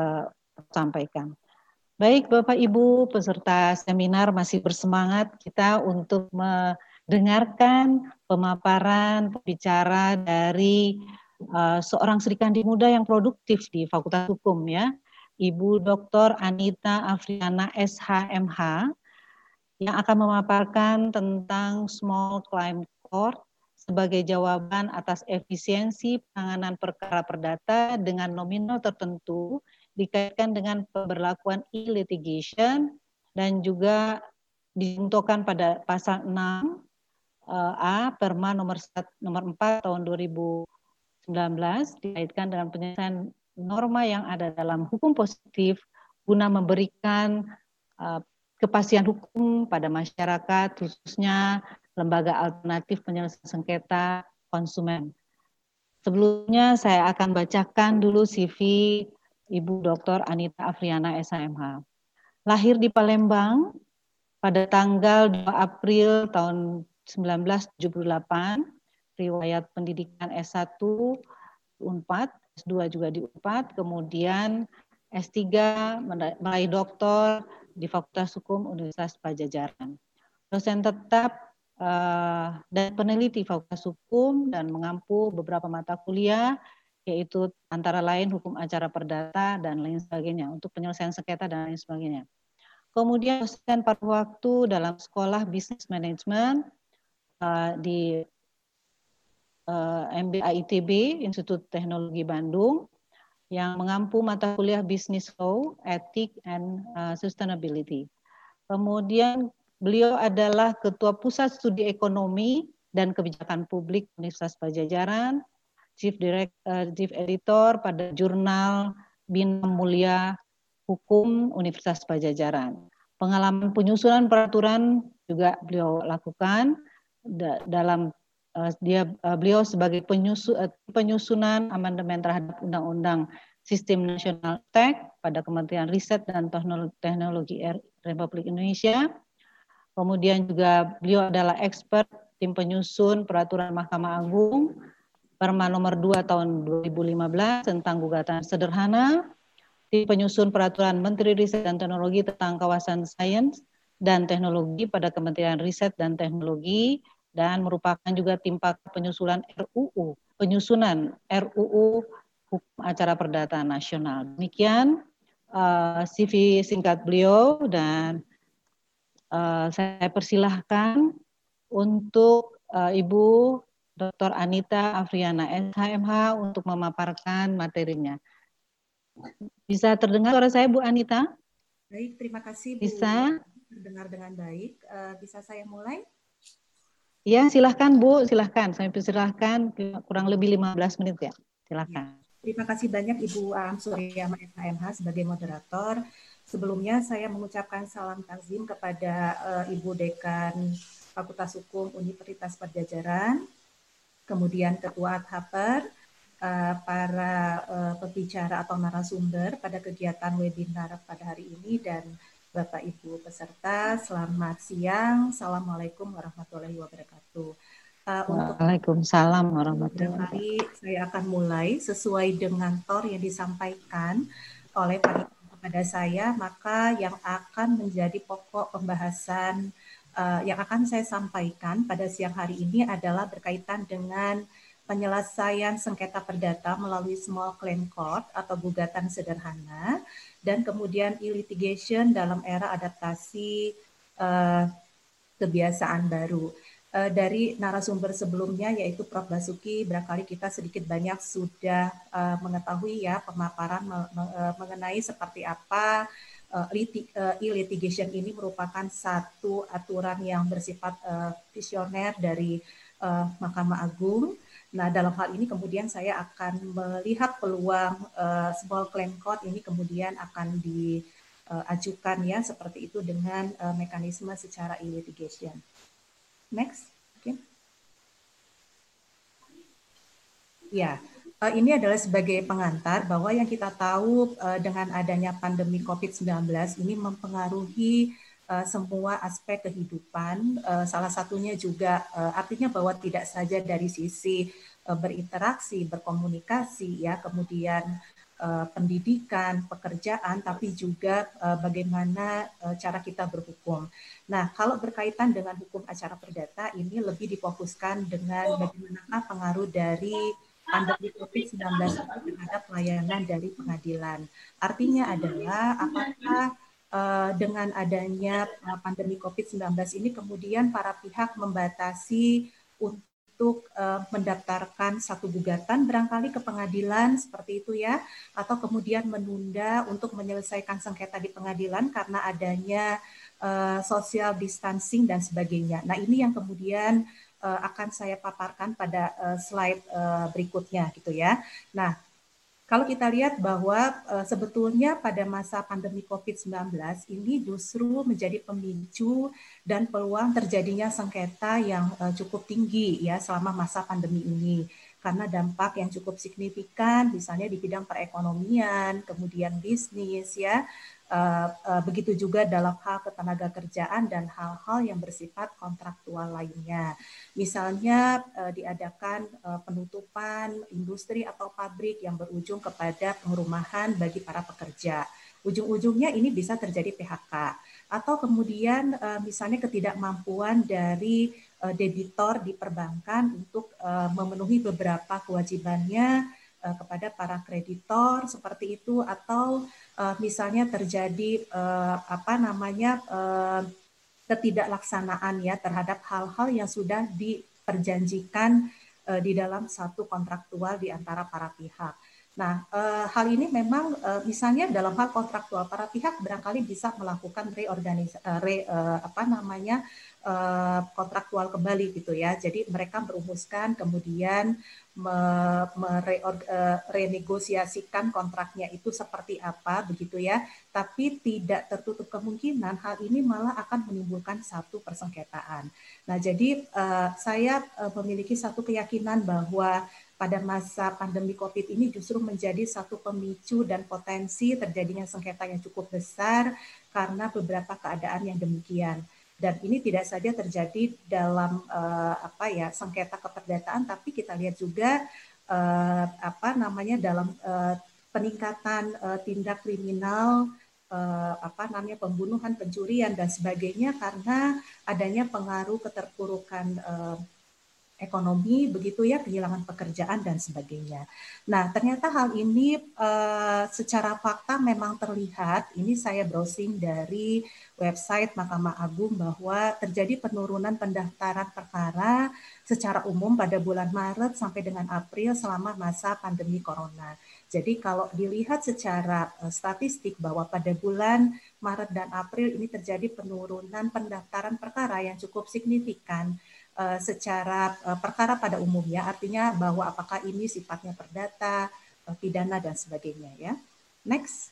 S4: sampaikan. Baik Bapak Ibu peserta seminar, masih bersemangat kita untuk mendengarkan pemaparan pembicara dari seorang Sri Kandi muda yang produktif di Fakultas Hukum ya. Ibu Dr. Anita Afriana SHMH yang akan memaparkan tentang Small Claim Court sebagai jawaban atas efisiensi penanganan perkara perdata dengan nominal tertentu dikaitkan dengan pemberlakuan e-litigation dan juga dicontohkan pada pasal 6 A Perma nomor 4 tahun 2019 dikaitkan dengan penyelesaian norma yang ada dalam hukum positif guna memberikan kepastian hukum pada masyarakat, khususnya lembaga alternatif penyelesaian sengketa konsumen. Sebelumnya saya akan bacakan dulu CV Ibu Dr. Anita Afriana SHMH. Lahir di Palembang pada tanggal 2 April tahun 1978, riwayat pendidikan S1 Unpad, S2 juga di Unpad, kemudian S3 meraih doktor di Fakultas Hukum Universitas Padjadjaran. Dosen tetap dan peneliti Fakultas Hukum dan mengampu beberapa mata kuliah, yaitu antara lain hukum acara perdata dan lain sebagainya, untuk penyelesaian sengketa dan lain sebagainya. Kemudian dosen paruh waktu dalam sekolah bisnis manajemen di MBA ITB, Institut Teknologi Bandung, yang mengampu mata kuliah Business Law, Ethics and Sustainability. Kemudian beliau adalah Ketua Pusat Studi Ekonomi dan Kebijakan Publik Universitas Padjadjaran, Chief Editor pada Jurnal Bina Mulia Hukum Universitas Padjadjaran. Pengalaman penyusunan peraturan juga beliau lakukan dalam beliau sebagai penyusunan amandemen terhadap Undang-Undang Sistem Nasional Tech pada Kementerian Riset dan Teknologi Republik Indonesia. Kemudian juga beliau adalah expert tim penyusun peraturan Mahkamah Agung Perma nomor 2 tahun 2015 tentang gugatan sederhana, tim penyusun peraturan Menteri Riset dan Teknologi tentang kawasan sains dan teknologi pada Kementerian Riset dan Teknologi, dan merupakan juga tim pakar penyusunan penyusunan RUU Hukum Acara Perdata Nasional. Demikian CV singkat beliau, dan saya persilahkan untuk Ibu Dr. Anita Afriana SHMH untuk memaparkan materinya. Bisa terdengar suara saya, Bu Anita?
S7: Baik, terima kasih Bu.
S4: Bisa?
S7: Terdengar dengan baik. Bisa saya mulai?
S4: Ya, silahkan Bu, silahkan. Saya persilahkan kurang lebih 15 menit ya. Silahkan.
S7: Ya. Terima kasih banyak Ibu Aam Suryama SHMH sebagai moderator. Sebelumnya saya mengucapkan salam takzim kepada Ibu Dekan Fakultas Hukum Universitas Padjadjaran, kemudian Ketua Adhaper, para pembicara atau narasumber pada kegiatan webinar pada hari ini, dan Bapak Ibu peserta, selamat siang. Assalamualaikum warahmatullahi wabarakatuh.
S4: Waalaikumsalam warahmatullahi wabarakatuh.
S7: Saya akan mulai sesuai dengan TOR yang disampaikan oleh kepada saya, maka yang akan menjadi pokok pembahasan yang akan saya sampaikan pada siang hari ini adalah berkaitan dengan penyelesaian sengketa perdata melalui small claim court atau gugatan sederhana, dan kemudian e-litigation dalam era adaptasi kebiasaan baru. dari narasumber sebelumnya yaitu Prof. Basuki, barangkali kita sedikit banyak sudah mengetahui ya pemaparan mengenai seperti apa e-litigation ini merupakan satu aturan yang bersifat visioner dari Mahkamah Agung. Nah, dalam hal ini kemudian saya akan melihat peluang small claim court ini kemudian akan diajukan ya seperti itu dengan mekanisme secara e-litigation. Next, oke. Ya, ini adalah sebagai pengantar bahwa yang kita tahu dengan adanya pandemi COVID-19 ini mempengaruhi semua aspek kehidupan. Salah satunya juga artinya bahwa tidak saja dari sisi berinteraksi, berkomunikasi, ya, kemudian pendidikan, pekerjaan, tapi juga bagaimana cara kita berhukum. Nah, kalau berkaitan dengan hukum acara perdata, ini lebih difokuskan dengan bagaimana pengaruh dari pandemi COVID-19 terhadap pelayanan dari pengadilan. Artinya adalah apakah dengan adanya pandemi COVID-19 ini kemudian para pihak membatasi untuk mendaftarkan satu gugatan barangkali ke pengadilan seperti itu ya, atau kemudian menunda untuk menyelesaikan sengketa di pengadilan karena adanya social distancing dan sebagainya. Nah, ini yang kemudian akan saya paparkan pada slide berikutnya gitu ya. Nah, kalau kita lihat bahwa sebetulnya pada masa pandemi COVID-19 ini justru menjadi pemicu dan peluang terjadinya sengketa yang cukup tinggi ya selama masa pandemi ini. Karena dampak yang cukup signifikan misalnya di bidang perekonomian, kemudian bisnis ya, begitu juga dalam hal ketenaga kerjaan dan hal-hal yang bersifat kontraktual lainnya. Misalnya diadakan penutupan industri atau pabrik yang berujung kepada pengurumahan bagi para pekerja. Ujung-ujungnya ini bisa terjadi PHK. Atau kemudian misalnya ketidakmampuan dari debitor di perbankan untuk memenuhi beberapa kewajibannya kepada para kreditor seperti itu, atau misalnya terjadi ketidaklaksanaan ya terhadap hal-hal yang sudah diperjanjikan di dalam satu kontraktual di antara para pihak. Nah, hal ini memang misalnya dalam hal kontraktual para pihak barangkali bisa melakukan kontraktual kembali gitu ya. Jadi mereka merumuskan kemudian renegosiasikan kontraknya itu seperti apa begitu ya. Tapi tidak tertutup kemungkinan hal ini malah akan menimbulkan satu persengketaan. Nah, jadi saya memiliki satu keyakinan bahwa pada masa pandemi COVID ini justru menjadi satu pemicu dan potensi terjadinya sengketa yang cukup besar karena beberapa keadaan yang demikian. Dan ini tidak saja terjadi dalam sengketa keperdataan, tapi kita lihat juga dalam peningkatan tindak kriminal pembunuhan, pencurian dan sebagainya karena adanya pengaruh keterpurukan ekonomi begitu ya, kehilangan pekerjaan dan sebagainya. Nah, ternyata hal ini secara fakta memang terlihat, ini saya browsing dari website Mahkamah Agung bahwa terjadi penurunan pendaftaran perkara secara umum pada bulan Maret sampai dengan April selama masa pandemi Corona. Jadi kalau dilihat secara statistik bahwa pada bulan Maret dan April ini terjadi penurunan pendaftaran perkara yang cukup signifikan secara perkara pada umumnya, artinya bahwa apakah ini sifatnya perdata, pidana dan sebagainya ya. Next.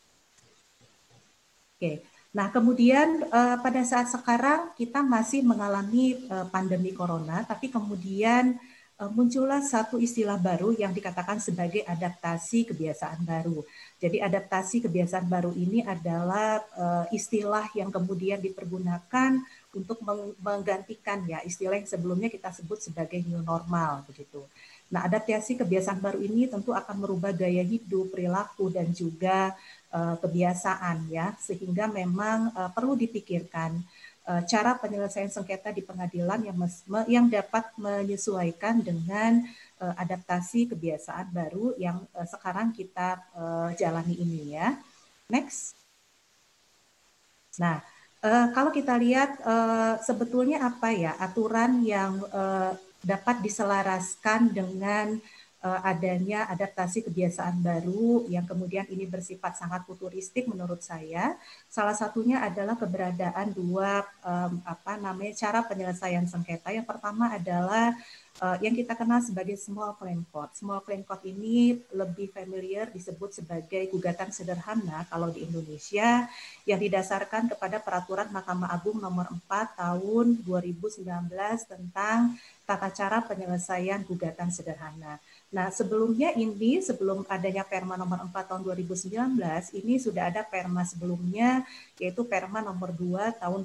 S7: Oke. Nah, kemudian pada saat sekarang kita masih mengalami pandemi Corona, tapi kemudian muncullah satu istilah baru yang dikatakan sebagai adaptasi kebiasaan baru. Jadi adaptasi kebiasaan baru ini adalah istilah yang kemudian dipergunakan untuk menggantikan ya istilah yang sebelumnya kita sebut sebagai new normal begitu. Nah, adaptasi kebiasaan baru ini tentu akan merubah gaya hidup, perilaku dan juga kebiasaan ya, sehingga memang perlu dipikirkan cara penyelesaian sengketa di pengadilan yang dapat menyesuaikan dengan adaptasi kebiasaan baru yang sekarang kita jalani ini ya. Next. Nah, Kalau kita lihat sebetulnya apa ya aturan yang dapat diselaraskan dengan adanya adaptasi kebiasaan baru yang kemudian ini bersifat sangat futuristik menurut saya. Salah satunya adalah keberadaan dua cara penyelesaian sengketa. Yang pertama adalah yang kita kenal sebagai small claim court. Small claim court ini lebih familiar disebut sebagai gugatan sederhana kalau di Indonesia, yang didasarkan kepada peraturan Mahkamah Agung nomor 4 tahun 2019 tentang tata cara penyelesaian gugatan sederhana. Nah, sebelumnya ini, sebelum adanya Perma nomor 4 tahun 2019, ini sudah ada Perma sebelumnya, yaitu Perma nomor 2 tahun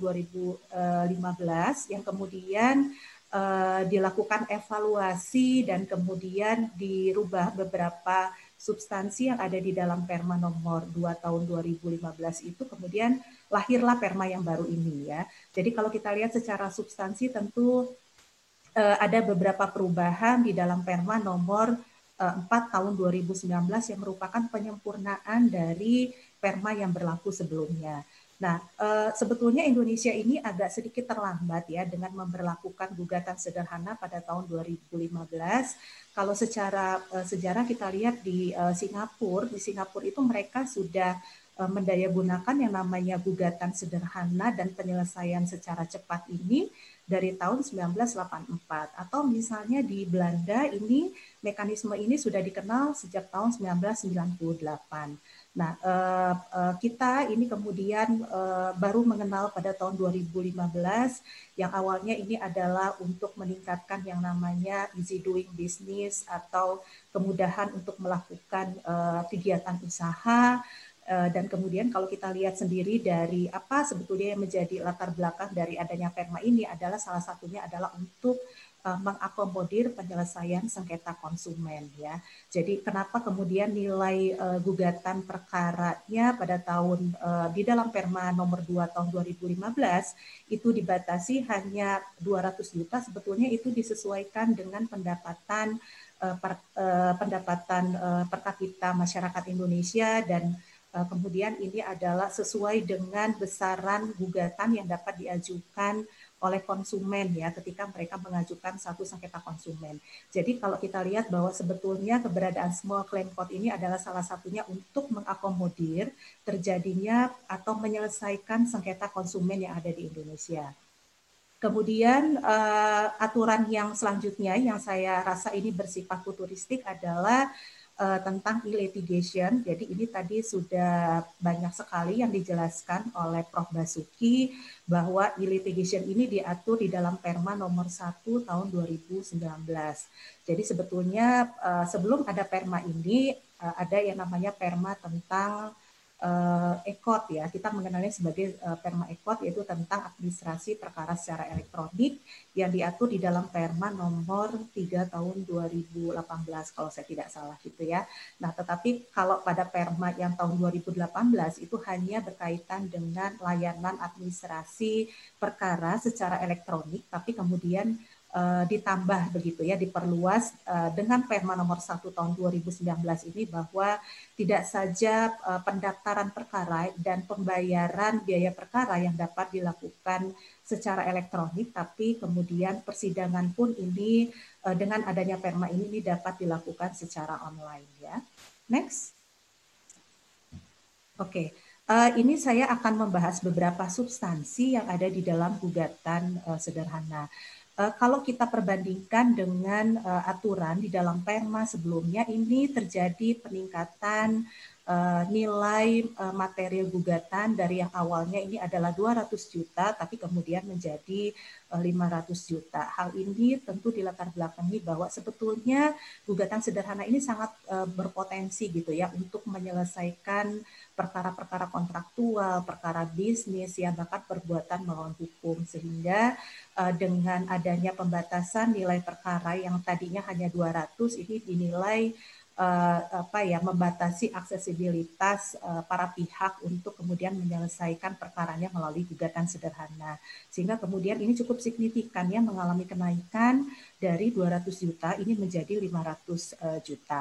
S7: 2015, yang kemudian dilakukan evaluasi dan kemudian dirubah beberapa substansi yang ada di dalam Perma nomor 2 tahun 2015 itu, kemudian lahirlah Perma yang baru ini ya. Jadi kalau kita lihat secara substansi tentu ada beberapa perubahan di dalam Perma nomor 4 tahun 2019 yang merupakan penyempurnaan dari Perma yang berlaku sebelumnya. Nah, sebetulnya Indonesia ini agak sedikit terlambat ya dengan memberlakukan gugatan sederhana pada tahun 2015. Kalau secara sejarah kita lihat di Singapura itu mereka sudah mendayagunakan yang namanya gugatan sederhana dan penyelesaian secara cepat ini dari tahun 1984. Atau misalnya di Belanda ini mekanisme ini sudah dikenal sejak tahun 1998. Nah, kita ini kemudian baru mengenal pada tahun 2015 yang awalnya ini adalah untuk meningkatkan yang namanya easy doing business atau kemudahan untuk melakukan kegiatan usaha. Dan kemudian kalau kita lihat sendiri dari apa sebetulnya yang menjadi latar belakang dari adanya Perma ini adalah salah satunya adalah untuk mengakomodir penyelesaian sengketa konsumen ya. Jadi kenapa kemudian nilai gugatan perkaranya pada tahun di dalam Perma nomor 2 tahun 2015 itu dibatasi hanya 200 juta, sebetulnya itu disesuaikan dengan pendapatan per kapita masyarakat Indonesia dan kemudian ini adalah sesuai dengan besaran gugatan yang dapat diajukan oleh konsumen ya ketika mereka mengajukan satu sengketa konsumen. Jadi kalau kita lihat bahwa sebetulnya keberadaan small claim court ini adalah salah satunya untuk mengakomodir terjadinya atau menyelesaikan sengketa konsumen yang ada di Indonesia. Kemudian aturan yang selanjutnya yang saya rasa ini bersifat futuristik adalah tentang e-litigation. Jadi ini tadi sudah banyak sekali yang dijelaskan oleh Prof. Basuki bahwa e-litigation ini diatur di dalam Perma nomor 1 tahun 2019. Jadi sebetulnya sebelum ada Perma ini ada yang namanya Perma tentang ECOT ya, kita mengenalnya sebagai Perma ECOT, yaitu tentang administrasi perkara secara elektronik yang diatur di dalam Perma nomor 3 tahun 2018 kalau saya tidak salah gitu ya. Nah, tetapi kalau pada Perma yang tahun 2018 itu hanya berkaitan dengan layanan administrasi perkara secara elektronik, tapi kemudian ditambah begitu ya, diperluas dengan Perma nomor 1 tahun 2019 ini bahwa tidak saja pendaftaran perkara dan pembayaran biaya perkara yang dapat dilakukan secara elektronik, tapi kemudian persidangan pun ini dengan adanya Perma ini dapat dilakukan secara online ya. Next. Oke. Ini saya akan membahas beberapa substansi yang ada di dalam gugatan sederhana. Kalau kita perbandingkan dengan aturan di dalam Perma sebelumnya, ini terjadi peningkatan nilai material gugatan dari yang awalnya ini adalah 200 juta, tapi kemudian menjadi 500 juta. Hal ini tentu dilatar belakangi bahwa sebetulnya gugatan sederhana ini sangat berpotensi gitu ya untuk menyelesaikan perkara-perkara kontraktual, perkara bisnis, ya bahkan perbuatan melawan hukum, sehingga dengan adanya pembatasan nilai perkara yang tadinya hanya 200 ini dinilai membatasi aksesibilitas para pihak untuk kemudian menyelesaikan perkaranya melalui gugatan sederhana, sehingga kemudian ini cukup signifikan ya mengalami kenaikan dari 200 juta ini menjadi 500 juta.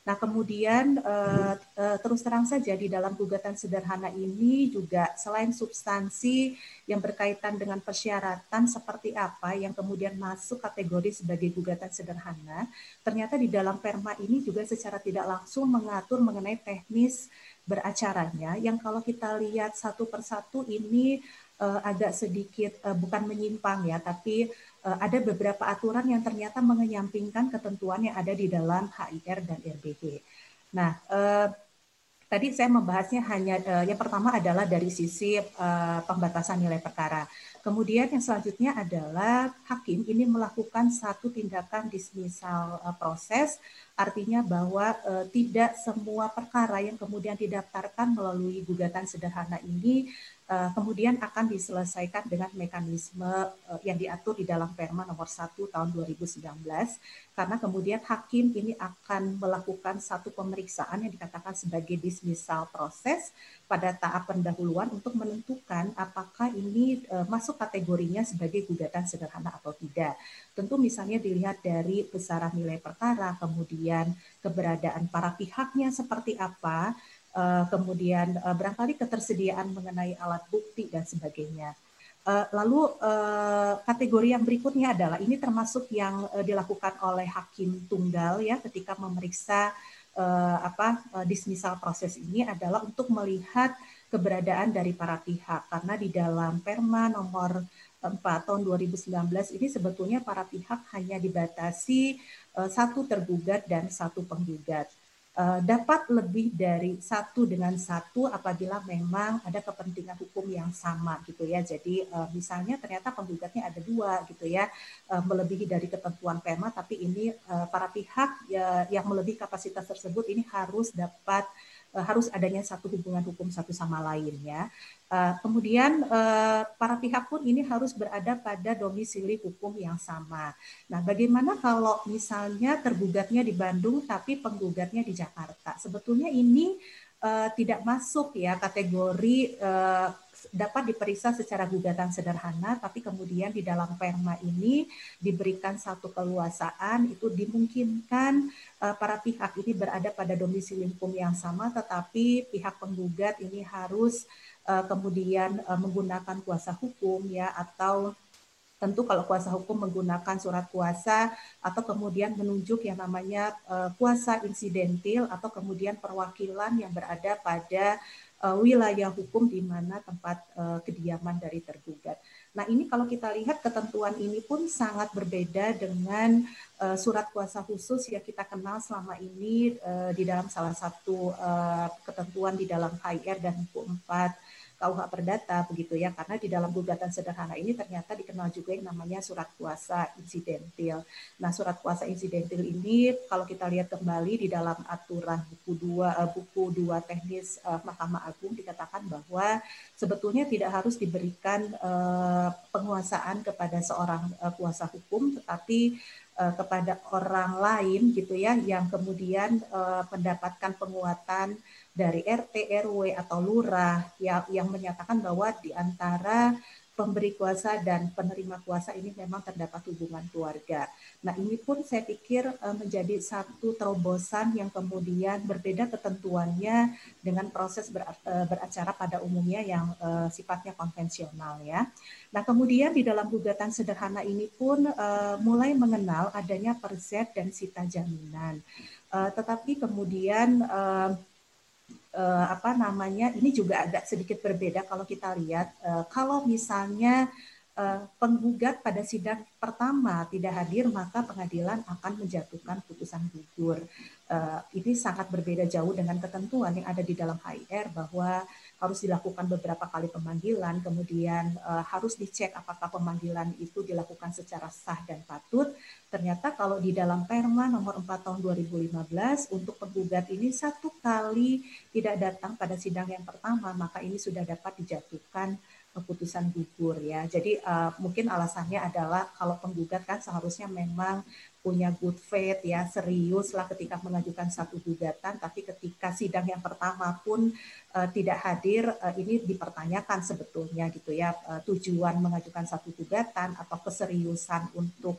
S7: Nah, kemudian terus terang saja di dalam gugatan sederhana ini juga selain substansi yang berkaitan dengan persyaratan seperti apa yang kemudian masuk kategori sebagai gugatan sederhana, ternyata di dalam perma ini juga secara tidak langsung mengatur mengenai teknis beracaranya yang kalau kita lihat satu persatu ini agak sedikit bukan menyimpang ya, tapi ada beberapa aturan yang ternyata mengenyampingkan ketentuan yang ada di dalam HIR dan RBD. Nah, tadi saya membahasnya hanya yang pertama adalah dari sisi pembatasan nilai perkara. Kemudian yang selanjutnya adalah hakim ini melakukan satu tindakan dismisal proses, artinya bahwa tidak semua perkara yang kemudian didaftarkan melalui gugatan sederhana ini kemudian akan diselesaikan dengan mekanisme yang diatur di dalam Perma nomor 1 tahun 2019, karena kemudian hakim ini akan melakukan satu pemeriksaan yang dikatakan sebagai dismisal proses pada tahap pendahuluan untuk menentukan apakah ini masuk kategorinya sebagai gugatan sederhana atau tidak. Tentu misalnya dilihat dari besaran nilai perkara, kemudian keberadaan para pihaknya seperti apa, kemudian barangkali ketersediaan mengenai alat bukti dan sebagainya. Lalu kategori yang berikutnya adalah ini termasuk yang dilakukan oleh hakim tunggal ya ketika memeriksa dismisal proses ini adalah untuk melihat keberadaan dari para pihak, karena di dalam Perma nomor 4 tahun 2019 ini sebetulnya para pihak hanya dibatasi satu tergugat dan satu penggugat. Dapat lebih dari satu dengan satu apabila memang ada kepentingan hukum yang sama gitu ya. Jadi misalnya ternyata penggugatnya ada dua gitu ya, melebihi dari ketentuan Perma, tapi ini para pihak yang melebihi kapasitas tersebut ini harus adanya satu hubungan hukum satu sama lain ya. Kemudian para pihak pun ini harus berada pada domisili hukum yang sama. Nah, bagaimana kalau misalnya tergugatnya di Bandung tapi penggugatnya di Jakarta? Sebetulnya ini tidak masuk ya kategori dapat diperiksa secara gugatan sederhana, tapi kemudian di dalam Perma ini diberikan satu keluasaan, itu dimungkinkan para pihak ini berada pada domisili hukum yang sama, tetapi pihak penggugat ini harus kemudian menggunakan kuasa hukum ya, atau tentu kalau kuasa hukum menggunakan surat kuasa atau kemudian menunjuk yang namanya kuasa insidentil atau kemudian perwakilan yang berada pada wilayah hukum di mana tempat kediaman dari tergugat. Nah, ini kalau kita lihat ketentuan ini pun sangat berbeda dengan surat kuasa khusus yang kita kenal selama ini di dalam salah satu ketentuan di dalam HIR dan buku 4 KUH Perdata begitu ya, karena di dalam gugatan sederhana ini ternyata dikenal juga yang namanya surat kuasa insidentil. Nah, surat kuasa insidentil ini kalau kita lihat kembali di dalam aturan buku 2 teknis Mahkamah Agung dikatakan bahwa sebetulnya tidak harus diberikan penguasaan kepada seorang kuasa hukum, tetapi kepada orang lain gitu ya yang kemudian mendapatkan penguatan dari RT, RW atau lurah yang menyatakan bahwa di antara pemberi kuasa dan penerima kuasa ini memang terdapat hubungan keluarga. Nah, ini pun saya pikir menjadi satu terobosan yang kemudian berbeda ketentuannya dengan proses beracara pada umumnya yang sifatnya konvensional ya. Nah, kemudian di dalam gugatan sederhana ini pun mulai mengenal adanya perzet dan sita jaminan. Tetapi kemudian ini juga agak sedikit berbeda kalau kita lihat kalau misalnya penggugat pada sidang pertama tidak hadir, maka pengadilan akan menjatuhkan putusan gugur. Ini sangat berbeda jauh dengan ketentuan yang ada di dalam HIR bahwa harus dilakukan beberapa kali pemanggilan, kemudian harus dicek apakah pemanggilan itu dilakukan secara sah dan patut. Ternyata kalau di dalam Perma nomor 4 tahun 2015 untuk penggugat ini satu kali tidak datang pada sidang yang pertama, maka ini sudah dapat dijatuhkan keputusan gugur ya. Jadi mungkin alasannya adalah kalau penggugat kan seharusnya memang punya good faith ya, serius lah ketika mengajukan satu gugatan, tapi ketika sidang yang pertama pun tidak hadir, ini dipertanyakan sebetulnya gitu ya, tujuan mengajukan satu gugatan atau keseriusan untuk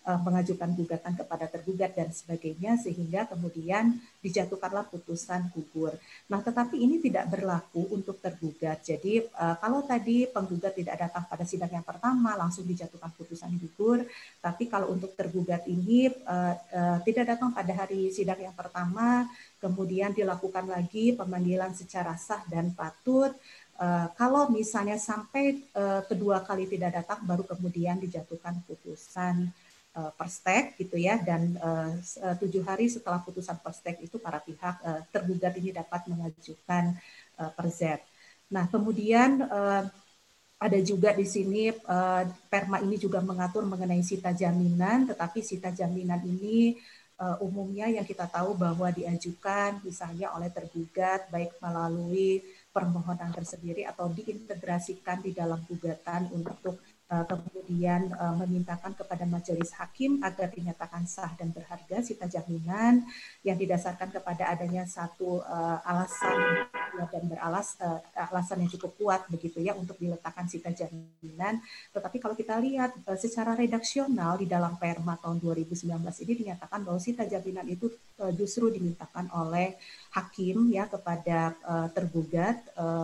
S7: mengajukan gugatan kepada tergugat dan sebagainya, sehingga kemudian dijatuhkanlah putusan gugur. Nah, tetapi ini tidak berlaku untuk tergugat. Jadi kalau tadi penggugat tidak datang pada sidang yang pertama langsung dijatuhkan putusan gugur, tapi kalau untuk tergugat ini tidak datang pada hari sidang yang pertama, kemudian dilakukan lagi pemanggilan secara sah dan patut. Kalau misalnya sampai kedua kali tidak datang, baru kemudian dijatuhkan putusan perstek gitu ya, dan 7 hari setelah putusan perstek itu para pihak tergugat ini dapat mengajukan perzet. Nah, kemudian ada juga di sini Perma ini juga mengatur mengenai sita jaminan, tetapi sita jaminan ini umumnya yang kita tahu bahwa diajukan misalnya oleh tergugat baik melalui permohonan tersendiri atau diintegrasikan di dalam gugatan untuk kemudian memintakan kepada majelis hakim agar dinyatakan sah dan berharga sita jaminan yang didasarkan kepada adanya satu alasan dan alasan yang cukup kuat begitu ya untuk diletakkan sita jaminan. Tetapi kalau kita lihat secara redaksional di dalam Perma tahun 2019 ini dinyatakan bahwa sita jaminan itu justru dimintakan oleh hakim ya kepada tergugat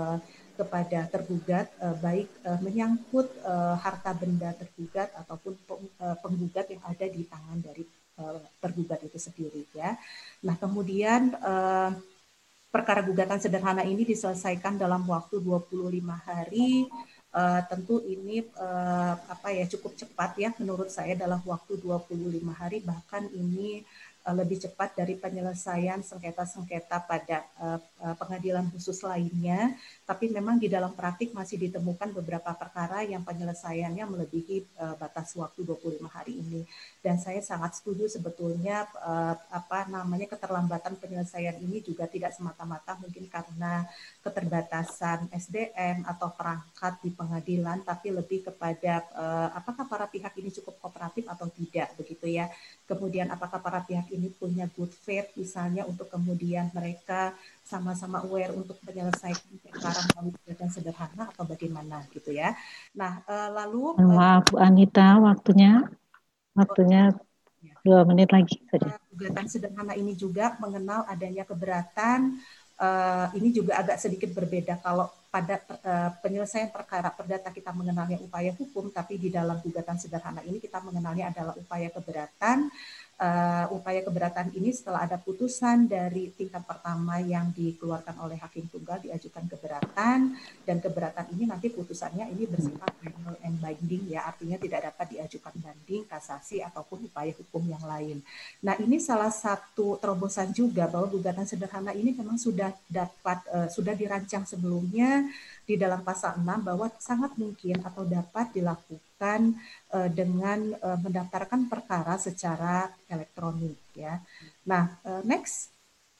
S7: baik menyangkut harta benda tergugat ataupun penggugat yang ada di tangan dari tergugat itu sendiri ya. Nah, kemudian perkara gugatan sederhana ini diselesaikan dalam waktu 25 hari. Tentu ini cukup cepat ya menurut saya, dalam waktu 25 hari, bahkan ini lebih cepat dari penyelesaian sengketa-sengketa pada pengadilan khusus lainnya, tapi memang di dalam praktik masih ditemukan beberapa perkara yang penyelesaiannya melebihi batas waktu 25 hari ini. Dan saya sangat setuju sebetulnya keterlambatan penyelesaian ini juga tidak semata-mata mungkin karena keterbatasan SDM atau perangkat di pengadilan, tapi lebih kepada apakah para pihak ini cukup kooperatif atau tidak begitu ya. Kemudian apakah para pihak ini punya good faith misalnya untuk kemudian mereka sama-sama aware untuk menyelesaikan perkara melalui gugatan sederhana atau bagaimana gitu ya. Nah, lalu
S4: maaf Bu Anita, waktunya 2 menit lagi saja.
S7: Gugatan sederhana ini juga mengenal adanya keberatan. Ini juga agak sedikit berbeda kalau pada penyelesaian perkara perdata kita mengenalnya upaya hukum, tapi di dalam gugatan sederhana ini kita mengenalnya adalah upaya keberatan. Upaya keberatan ini setelah ada putusan dari tingkat pertama yang dikeluarkan oleh hakim tunggal diajukan keberatan, dan keberatan ini nanti putusannya ini bersifat final and binding ya, artinya tidak dapat diajukan banding, kasasi ataupun upaya hukum yang lain. Nah, ini salah satu terobosan juga bahwa gugatan sederhana ini memang sudah dirancang sebelumnya di dalam pasal 6 bahwa sangat mungkin atau dapat dilakukan dengan mendaftarkan perkara secara elektronik ya. Nah, next.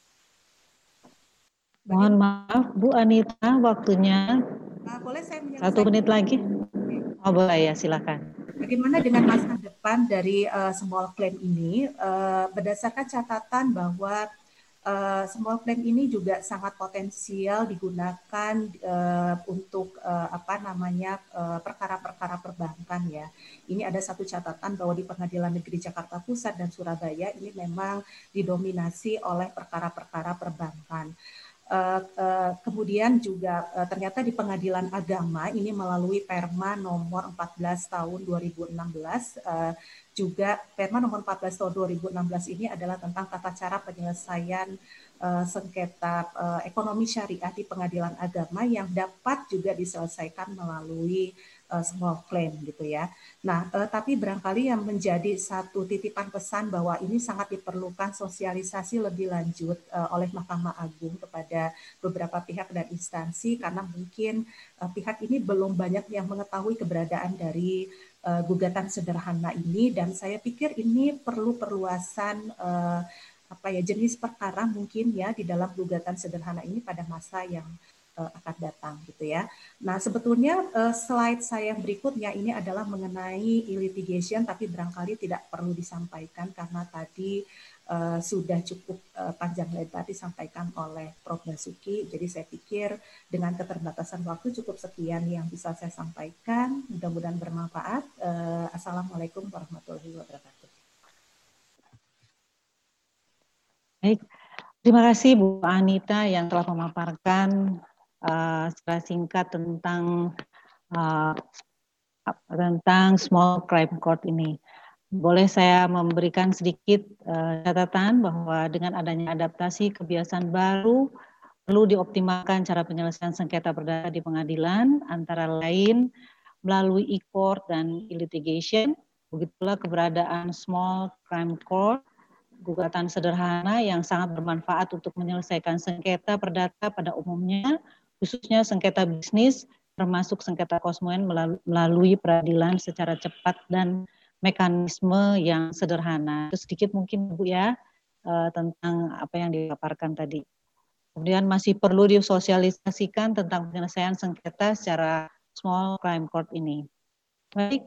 S4: Mohon maaf Bu Anita, waktunya
S7: boleh saya
S4: 1 menit lagi? Oh boleh ya, silakan.
S7: Bagaimana dengan masa depan dari small claim ini? Berdasarkan catatan bahwa small claim ini juga sangat potensial digunakan untuk perkara-perkara perbankan ya. Ini ada satu catatan bahwa di Pengadilan Negeri Jakarta Pusat dan Surabaya ini memang didominasi oleh perkara-perkara perbankan. Kemudian juga ternyata di Pengadilan Agama ini melalui Perma nomor 14 tahun 2016 juga Perma nomor 14 tahun 2016 ini adalah tentang tata cara penyelesaian sengketa ekonomi syariah di Pengadilan Agama yang dapat juga diselesaikan melalui small claim gitu ya. Nah, tapi barangkali yang menjadi satu titipan pesan bahwa ini sangat diperlukan sosialisasi lebih lanjut oleh Mahkamah Agung kepada beberapa pihak dan instansi, karena mungkin pihak ini belum banyak yang mengetahui keberadaan dari gugatan sederhana ini, dan saya pikir ini perlu perluasan jenis perkara mungkin ya di dalam gugatan sederhana ini pada masa yang akan datang gitu ya. Nah, sebetulnya slide saya berikutnya ini adalah mengenai e-litigation, tapi barangkali tidak perlu disampaikan karena tadi sudah cukup panjang lebar disampaikan oleh Prof. Basuki. Jadi saya pikir dengan keterbatasan waktu cukup sekian yang bisa saya sampaikan. Mudah-mudahan bermanfaat. Assalamualaikum warahmatullahi wabarakatuh.
S4: Baik, terima kasih Bu Anita yang telah memaparkan secara singkat tentang small crime court ini. Boleh saya memberikan sedikit catatan bahwa dengan adanya adaptasi kebiasaan baru perlu dioptimalkan cara penyelesaian sengketa perdata di pengadilan, antara lain melalui e-court dan e-litigation. Begitulah keberadaan small crime court, gugatan sederhana yang sangat bermanfaat untuk menyelesaikan sengketa perdata pada umumnya, khususnya sengketa bisnis, termasuk sengketa konsumen melalui peradilan secara cepat dan mekanisme yang sederhana. Itu sedikit mungkin Bu ya tentang apa yang dipaparkan tadi. Kemudian masih perlu disosialisasikan tentang penyelesaian sengketa secara small crime court ini. Baik,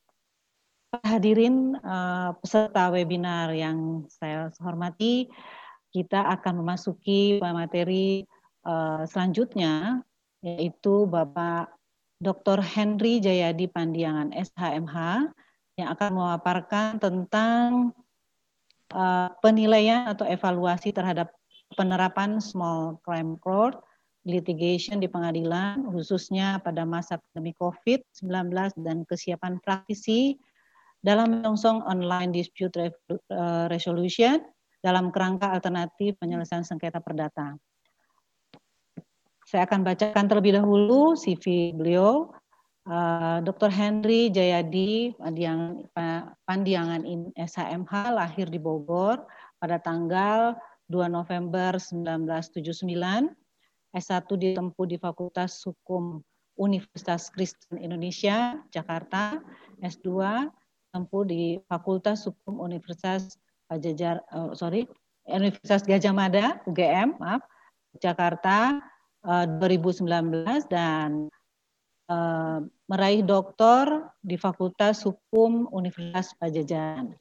S4: hadirin peserta webinar yang saya hormati, kita akan memasuki materi selanjutnya, yaitu Bapak Dr. Henry Jayadi Pandiangan, SHMH, yang akan memaparkan tentang penilaian atau evaluasi terhadap penerapan small crime court litigation di pengadilan, khususnya pada masa pandemi COVID-19 dan kesiapan praktisi dalam menyongsong online dispute resolution dalam kerangka alternatif penyelesaian sengketa perdata. Saya akan bacakan terlebih dahulu CV beliau. Dr. Henry Jayadi Pandiangan SHMH, lahir di Bogor pada tanggal 2 November 1979, S1 ditempuh di Fakultas Hukum Universitas Kristen Indonesia, Jakarta, S2 ditempuh di Fakultas Hukum Universitas Universitas Gadjah Mada, UGM, Jakarta, 2019, dan meraih doktor di Fakultas Hukum Universitas Pajajaran.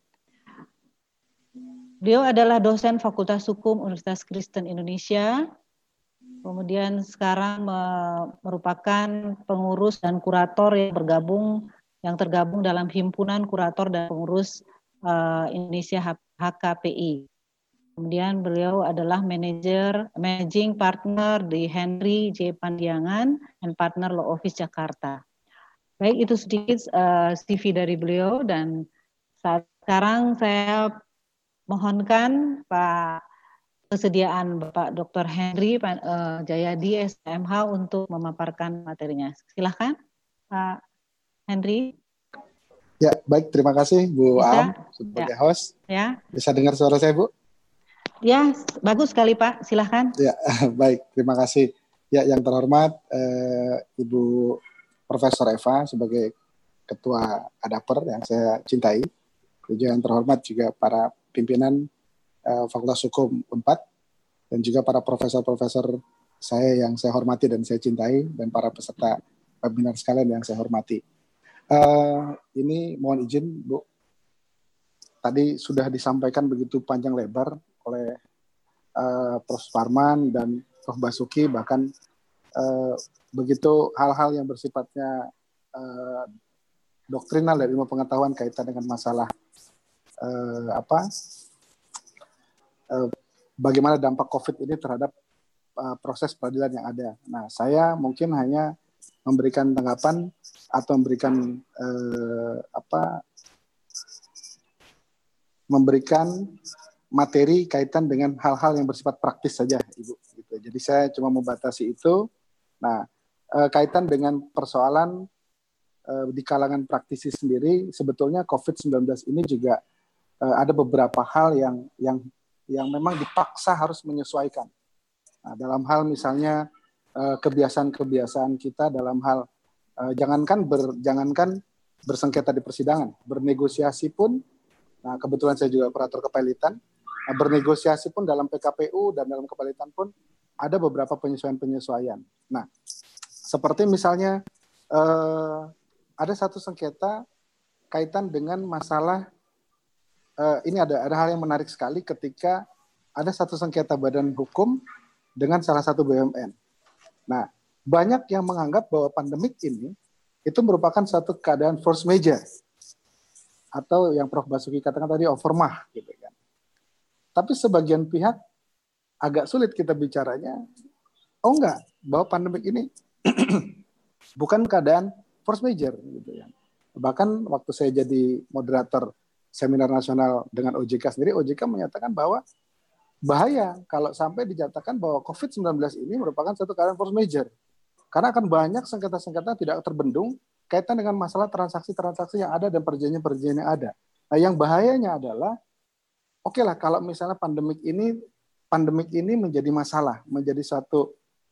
S4: Beliau adalah dosen Fakultas Hukum Universitas Kristen Indonesia, kemudian sekarang merupakan pengurus dan kurator yang tergabung dalam Himpunan Kurator dan Pengurus Indonesia HKPI. Kemudian beliau adalah managing partner di Henry J. Pandiangan and Partner Law Office Jakarta. Baik, itu sedikit CV dari beliau, dan sekarang saya mohonkan kesediaan Bapak Dr. Henry Jayadi SHMH untuk memaparkan materinya. Silahkan Pak Henry.
S8: Ya, baik, terima kasih Bu Am sebagai host.
S4: Ya.
S8: Bisa dengar suara saya, Bu?
S4: Ya, bagus sekali Pak, silahkan.
S8: Ya, baik, terima kasih. Ya, yang terhormat Ibu Profesor Eva sebagai Ketua Adaper yang saya cintai. Juga yang terhormat juga para pimpinan Fakultas Hukum Unpad dan juga para profesor-profesor saya yang saya hormati dan saya cintai, dan para peserta webinar sekalian yang saya hormati. Ini mohon izin Bu, tadi sudah disampaikan begitu panjang lebar oleh Prof. Suparman dan Prof. Basuki, bahkan begitu hal-hal yang bersifatnya doktrinal dan ilmu pengetahuan kaitan dengan masalah bagaimana dampak COVID ini terhadap proses peradilan yang ada. Nah, saya mungkin hanya memberikan tanggapan atau memberikan materi kaitan dengan hal-hal yang bersifat praktis saja, Ibu. Gitu. Jadi saya cuma membatasi itu. Nah, kaitan dengan persoalan di kalangan praktisi sendiri, sebetulnya COVID-19 ini juga ada beberapa hal yang memang dipaksa harus menyesuaikan. Nah, dalam hal misalnya kebiasaan-kebiasaan kita dalam hal jangankan bersengketa di persidangan, bernegosiasi pun. Nah, kebetulan saya juga operator kepailitan. Bernegosiasi pun dalam PKPU dan dalam kepailitan pun ada beberapa penyesuaian-penyesuaian. Nah, seperti misalnya ada satu sengketa kaitan dengan masalah ini ada hal yang menarik sekali ketika ada satu sengketa badan hukum dengan salah satu BUMN. Nah, banyak yang menganggap bahwa pandemik ini itu merupakan satu keadaan force majeure atau yang Prof. Basuki katakan tadi overmah, gitu kan. Tapi sebagian pihak agak sulit kita bicaranya. Oh enggak, bahwa pandemik ini bukan keadaan force major gitu ya. Bahkan waktu saya jadi moderator seminar nasional dengan OJK sendiri, OJK menyatakan bahwa bahaya kalau sampai dinyatakan bahwa COVID-19 ini merupakan satu keadaan force major. Karena akan banyak sengketa-sengketa tidak terbendung kaitan dengan masalah transaksi-transaksi yang ada dan perjanjian-perjanjian yang ada. Nah, yang bahayanya adalah, oke lah kalau misalnya pandemik ini menjadi masalah, menjadi satu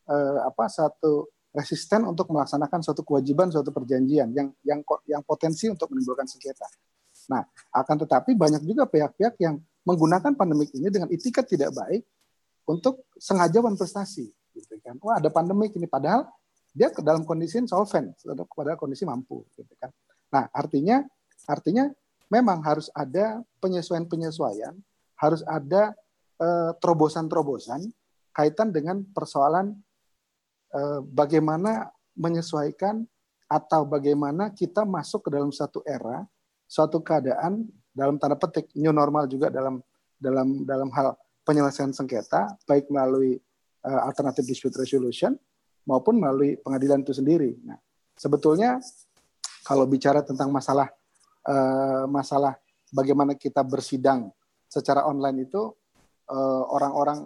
S8: satu resisten untuk melaksanakan suatu kewajiban, suatu perjanjian yang potensi untuk menimbulkan sengketa. Nah, akan tetapi banyak juga pihak-pihak yang menggunakan pandemik ini dengan itikat tidak baik untuk sengaja prestasi, gitu kan? Wah, ada pandemik ini, padahal dia dalam kondisi insolvent, pada kondisi mampu, gitu kan? Nah, artinya memang harus ada penyesuaian-penyesuaian, harus ada terobosan-terobosan kaitan dengan persoalan bagaimana menyesuaikan atau bagaimana kita masuk ke dalam satu era, suatu keadaan dalam tanda petik new normal juga dalam hal penyelesaian sengketa, baik melalui alternative dispute resolution maupun melalui pengadilan itu sendiri. Nah, sebetulnya kalau bicara tentang masalah bagaimana kita bersidang secara online itu, orang-orang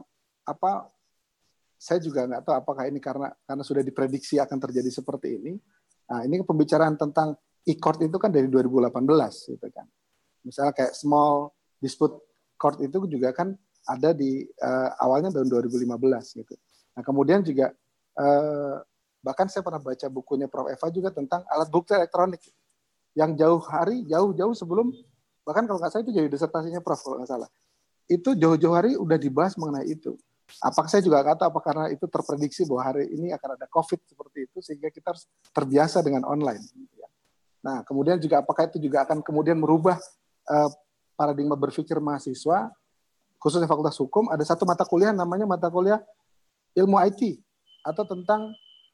S8: saya juga nggak tahu apakah ini karena sudah diprediksi akan terjadi seperti ini. Nah, ini pembicaraan tentang e-court itu kan dari 2018 gitu kan. Misalnya kayak small dispute court itu juga kan ada di awalnya tahun 2015 gitu. Nah, kemudian juga bahkan saya pernah baca bukunya Prof. Eva juga tentang alat bukti elektronik yang jauh-jauh sebelum, bahkan kalau nggak salah itu jadi disertasinya Prof. kalau nggak salah. Itu jauh-jauh hari udah dibahas mengenai itu. Apakah saya juga kata apa karena itu terprediksi bahwa hari ini akan ada COVID seperti itu sehingga kita harus terbiasa dengan online. Nah, kemudian juga apakah itu juga akan kemudian merubah paradigma berpikir mahasiswa, khususnya Fakultas Hukum, ada satu mata kuliah namanya mata kuliah ilmu IT atau tentang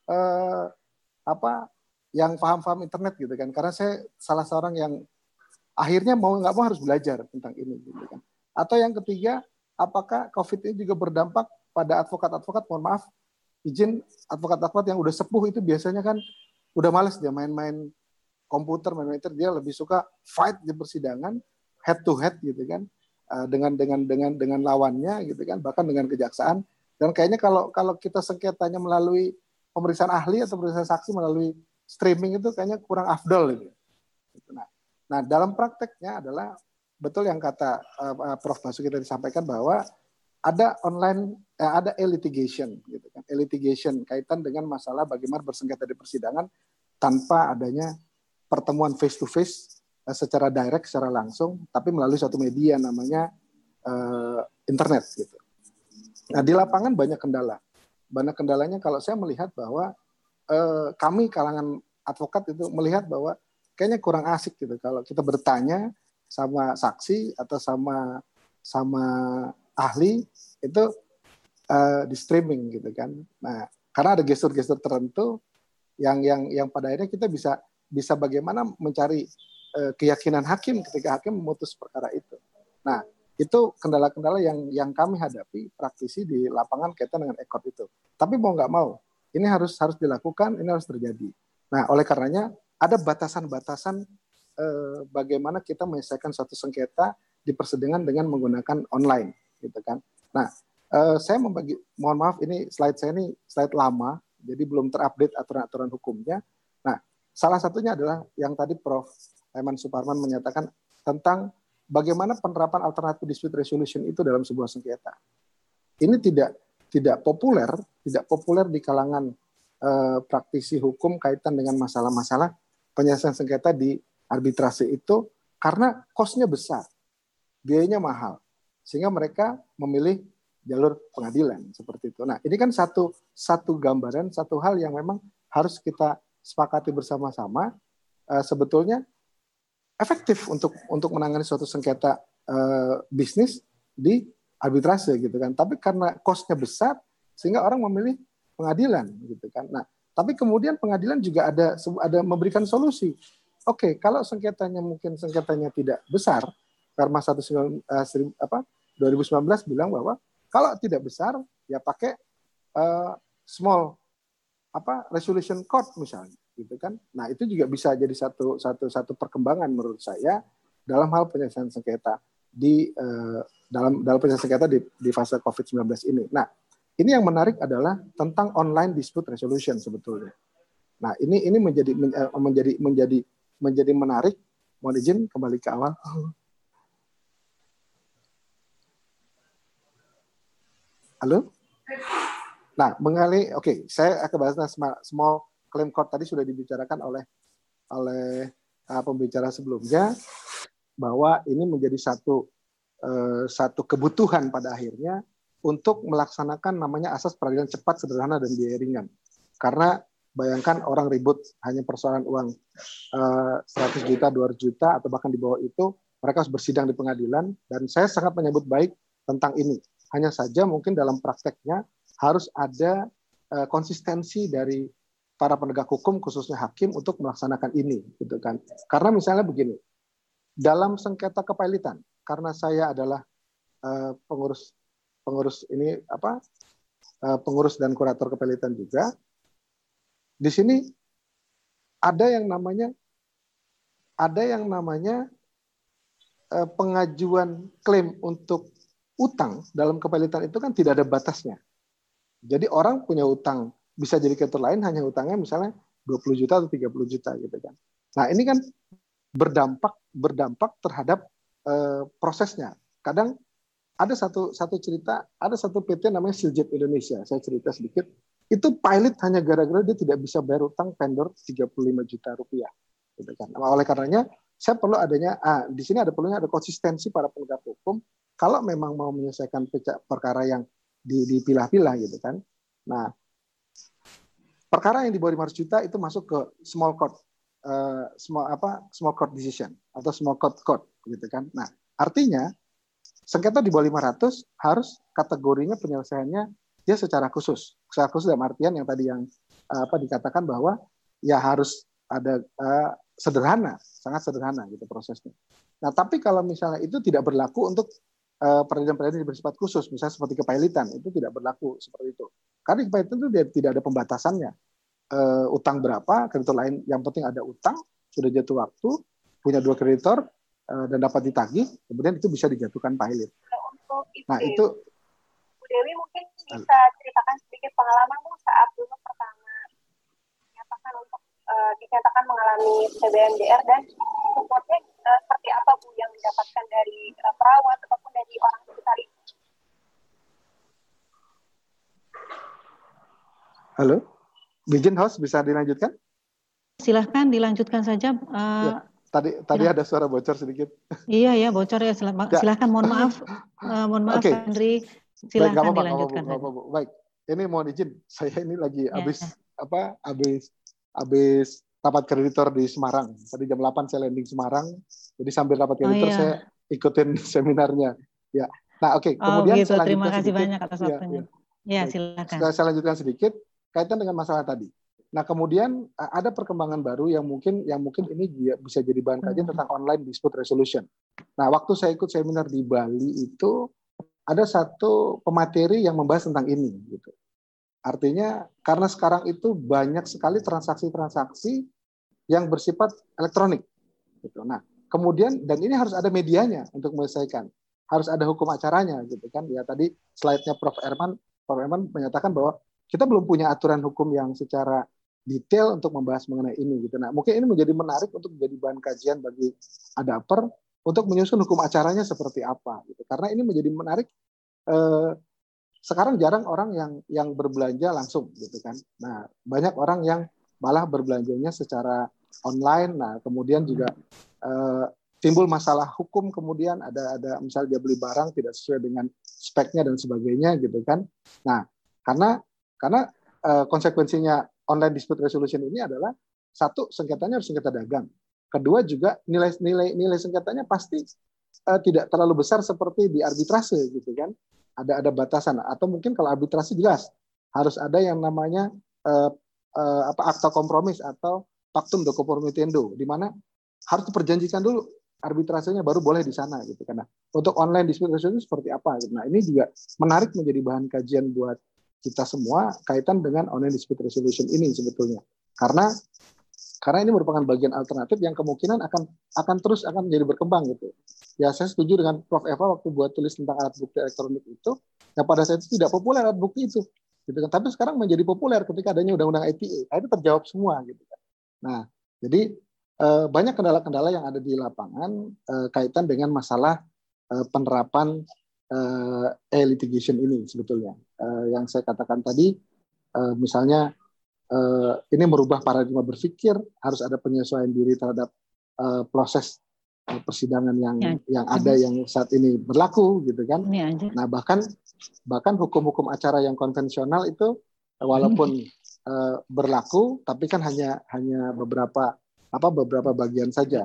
S8: yang paham-paham internet gitu kan. Karena saya salah seorang yang akhirnya mau nggak mau harus belajar tentang ini gitu kan. Atau yang ketiga, apakah COVID ini juga berdampak pada advokat-advokat, mohon maaf, izin advokat-advokat yang udah sepuh itu biasanya kan udah males dia main-main komputer, dia lebih suka fight di persidangan, head to head gitu kan, dengan lawannya gitu kan, bahkan dengan kejaksaan. Dan kayaknya kalau kita sengketanya melalui pemeriksaan ahli atau pemeriksaan saksi melalui streaming itu kayaknya kurang afdol gitu. Nah, dalam prakteknya adalah betul yang kata Prof. Basuki tadi sampaikan bahwa ada ada e-litigation gitu kan. E-litigation kaitan dengan masalah bagaimana bersengketa di persidangan tanpa adanya pertemuan face to face secara direct, secara langsung, tapi melalui suatu media namanya internet gitu. Nah, di lapangan banyak kendala. Banyak kendalanya kalau saya melihat bahwa kami kalangan advokat itu melihat bahwa kayaknya kurang asik gitu kalau kita bertanya sama saksi atau sama ahli itu di streaming gitu kan. Nah, karena ada gestur-gestur tertentu yang pada akhirnya kita bisa bagaimana mencari keyakinan hakim ketika hakim memutus perkara itu. Nah, itu kendala-kendala yang kami hadapi praktisi di lapangan kaitan dengan e-court itu. Tapi mau nggak mau, ini harus dilakukan, ini harus terjadi. Nah, oleh karenanya ada batasan-batasan bagaimana kita menyelesaikan suatu sengketa di persidangan dengan menggunakan online, gitu kan. Nah, saya mohon maaf ini slide saya ini slide lama, jadi belum terupdate aturan-aturan hukumnya. Nah, salah satunya adalah yang tadi Prof. Eman Suparman menyatakan tentang bagaimana penerapan alternative dispute resolution itu dalam sebuah sengketa. Ini tidak populer di kalangan praktisi hukum kaitan dengan masalah-masalah penyelesaian sengketa di arbitrase itu karena cost-nya besar, biayanya mahal, sehingga mereka memilih jalur pengadilan seperti itu. Nah, ini kan satu gambaran, satu hal yang memang harus kita sepakati bersama-sama. Sebetulnya efektif untuk menangani suatu sengketa bisnis di arbitrase gitu kan. Tapi karena cost-nya besar, sehingga orang memilih pengadilan gitu kan. Nah, tapi kemudian pengadilan juga ada memberikan solusi. Oke, kalau sengketanya tidak besar karena 2019 2019 bilang bahwa kalau tidak besar ya pakai small resolution court misalnya, gitu kan. Nah, itu juga bisa jadi satu perkembangan menurut saya dalam hal penyelesaian sengketa dalam penyelesaian sengketa di fase COVID-19 ini. Nah, ini yang menarik adalah tentang online dispute resolution sebetulnya. Nah, ini menjadi menarik. Mohon izin kembali ke awal. Halo? Nah, saya akan bahas small claim court tadi sudah dibicarakan oleh pembicara sebelumnya, bahwa ini menjadi satu kebutuhan pada akhirnya untuk melaksanakan namanya asas peradilan cepat, sederhana, dan biaya ringan. Karena bayangkan orang ribut hanya persoalan uang 100 juta, 200 juta, atau bahkan di bawah itu, mereka harus bersidang di pengadilan, dan saya sangat menyambut baik tentang ini. Hanya saja mungkin dalam prakteknya harus ada konsistensi dari para penegak hukum, khususnya hakim, untuk melaksanakan ini, gitu kan. Karena misalnya begini, dalam sengketa kepailitan, karena saya adalah pengurus dan kurator kepailitan juga, di sini ada yang namanya pengajuan klaim untuk utang dalam kepailitan itu kan tidak ada batasnya. Jadi orang punya utang bisa jadi kreditur lain hanya utangnya misalnya 20 juta atau 30 juta gitu kan. Nah, ini kan berdampak terhadap prosesnya. Kadang ada satu cerita, ada satu PT namanya Siljet Indonesia. Saya cerita sedikit. Itu pilot hanya gara-gara dia tidak bisa bayar utang vendor 35 juta rupiah. Gitu kan. Nah, oleh karenanya saya perlu adanya di sini perlunya ada konsistensi para penegak hukum kalau memang mau menyelesaikan perkara yang dipilah-pilah gitu kan. Nah, perkara yang di bawah 500 juta itu masuk ke small court small court decision atau small court gitu kan. Nah, artinya sengketa di bawah 500 harus kategorinya penyelesaiannya dia secara khusus. Secara khusus dalam artian yang tadi dikatakan bahwa ya harus ada sederhana, sangat sederhana gitu prosesnya. Nah, tapi kalau misalnya itu tidak berlaku untuk peradilan-peradilan yang bersifat khusus, misalnya seperti kepailitan, itu tidak berlaku seperti itu. Karena di kepailitan itu tidak ada pembatasannya. Utang berapa, kreditor lain, yang penting ada utang, sudah jatuh waktu, punya 2 kreditor, dan dapat ditagih, kemudian itu bisa dijatuhkan pailit.
S9: Untuk itu,
S8: nah, itu
S9: Bu Dewi mungkin bisa ceritakan sedikit pengalaman Bu saat dulu pertama dinyatakan mengalami CBMDR, dan supportnya seperti apa Bu yang didapatkan dari perawat ataupun dari orang sekitar itu?
S8: Halo, Bikin House bisa dilanjutkan?
S4: Silahkan dilanjutkan saja.
S8: Ya, tadi ada suara bocor sedikit.
S4: Iya ya, bocor ya. Silahkan, mohon maaf,
S8: Okay.
S4: Henry. Silahkan dilanjutkan.
S8: Baik, ini mohon izin, saya ini lagi habis rapat kreditor di Semarang. Tadi jam 8 saya landing Semarang, jadi sambil rapat kreditor saya ikutin seminarnya. Ya, nah kemudian
S4: gitu.
S8: saya
S4: Terima kasih
S8: sedikit.
S4: banyak atas waktunya. Ya, silakan.
S8: Saya lanjutkan sedikit kaitan dengan masalah tadi. Nah, kemudian ada perkembangan baru yang mungkin ini bisa jadi bahan kajian tentang online dispute resolution. Nah, waktu saya ikut seminar di Bali itu ada satu pemateri yang membahas tentang ini gitu. Artinya karena sekarang itu banyak sekali transaksi-transaksi yang bersifat elektronik gitu. Nah, kemudian dan ini harus ada medianya untuk menyelesaikan. Harus ada hukum acaranya gitu kan. Ya tadi slide-nya Prof. Erman menyatakan bahwa kita belum punya aturan hukum yang secara detail untuk membahas mengenai ini gitu. Nah, mungkin ini menjadi menarik untuk menjadi bahan kajian bagi adapter untuk menyusun hukum acaranya seperti apa gitu. Karena ini menjadi menarik. Sekarang jarang orang yang berbelanja langsung gitu kan. Nah, banyak orang yang malah berbelanjanya secara online. Nah, kemudian juga timbul masalah hukum, kemudian ada misalnya dia beli barang tidak sesuai dengan speknya dan sebagainya gitu kan. Nah, karena konsekuensinya online dispute resolution ini adalah satu, sengketanya harus sengketa dagang. Kedua juga nilai sengketanya pasti tidak terlalu besar seperti di arbitrase gitu kan. Ada batasan, atau mungkin kalau arbitrasi jelas harus ada yang namanya akta kompromis atau pactum de conformitendo, di mana harus diperjanjikan dulu arbitrasenya baru boleh di sana gitu. Karena untuk online dispute resolution seperti apa gitu. Nah, ini juga menarik menjadi bahan kajian buat kita semua kaitan dengan online dispute resolution ini sebetulnya. Karena ini merupakan bagian alternatif yang kemungkinan akan terus menjadi berkembang gitu. Ya, saya setuju dengan Prof. Eva waktu buat tulis tentang alat bukti elektronik itu, ya pada saat itu tidak populer alat bukti itu. Gitu kan. Tapi sekarang menjadi populer ketika adanya undang-undang ITE. Nah, itu terjawab semua gitu kan. Nah, jadi banyak kendala-kendala yang ada di lapangan kaitan dengan masalah penerapan e-litigation ini sebetulnya. Yang saya katakan tadi, misalnya ini merubah paradigma berpikir, harus ada penyesuaian diri terhadap proses persidangan yang ada yang saat ini berlaku gitu kan. Nah, bahkan hukum-hukum acara yang konvensional itu walaupun berlaku, tapi kan hanya beberapa bagian saja.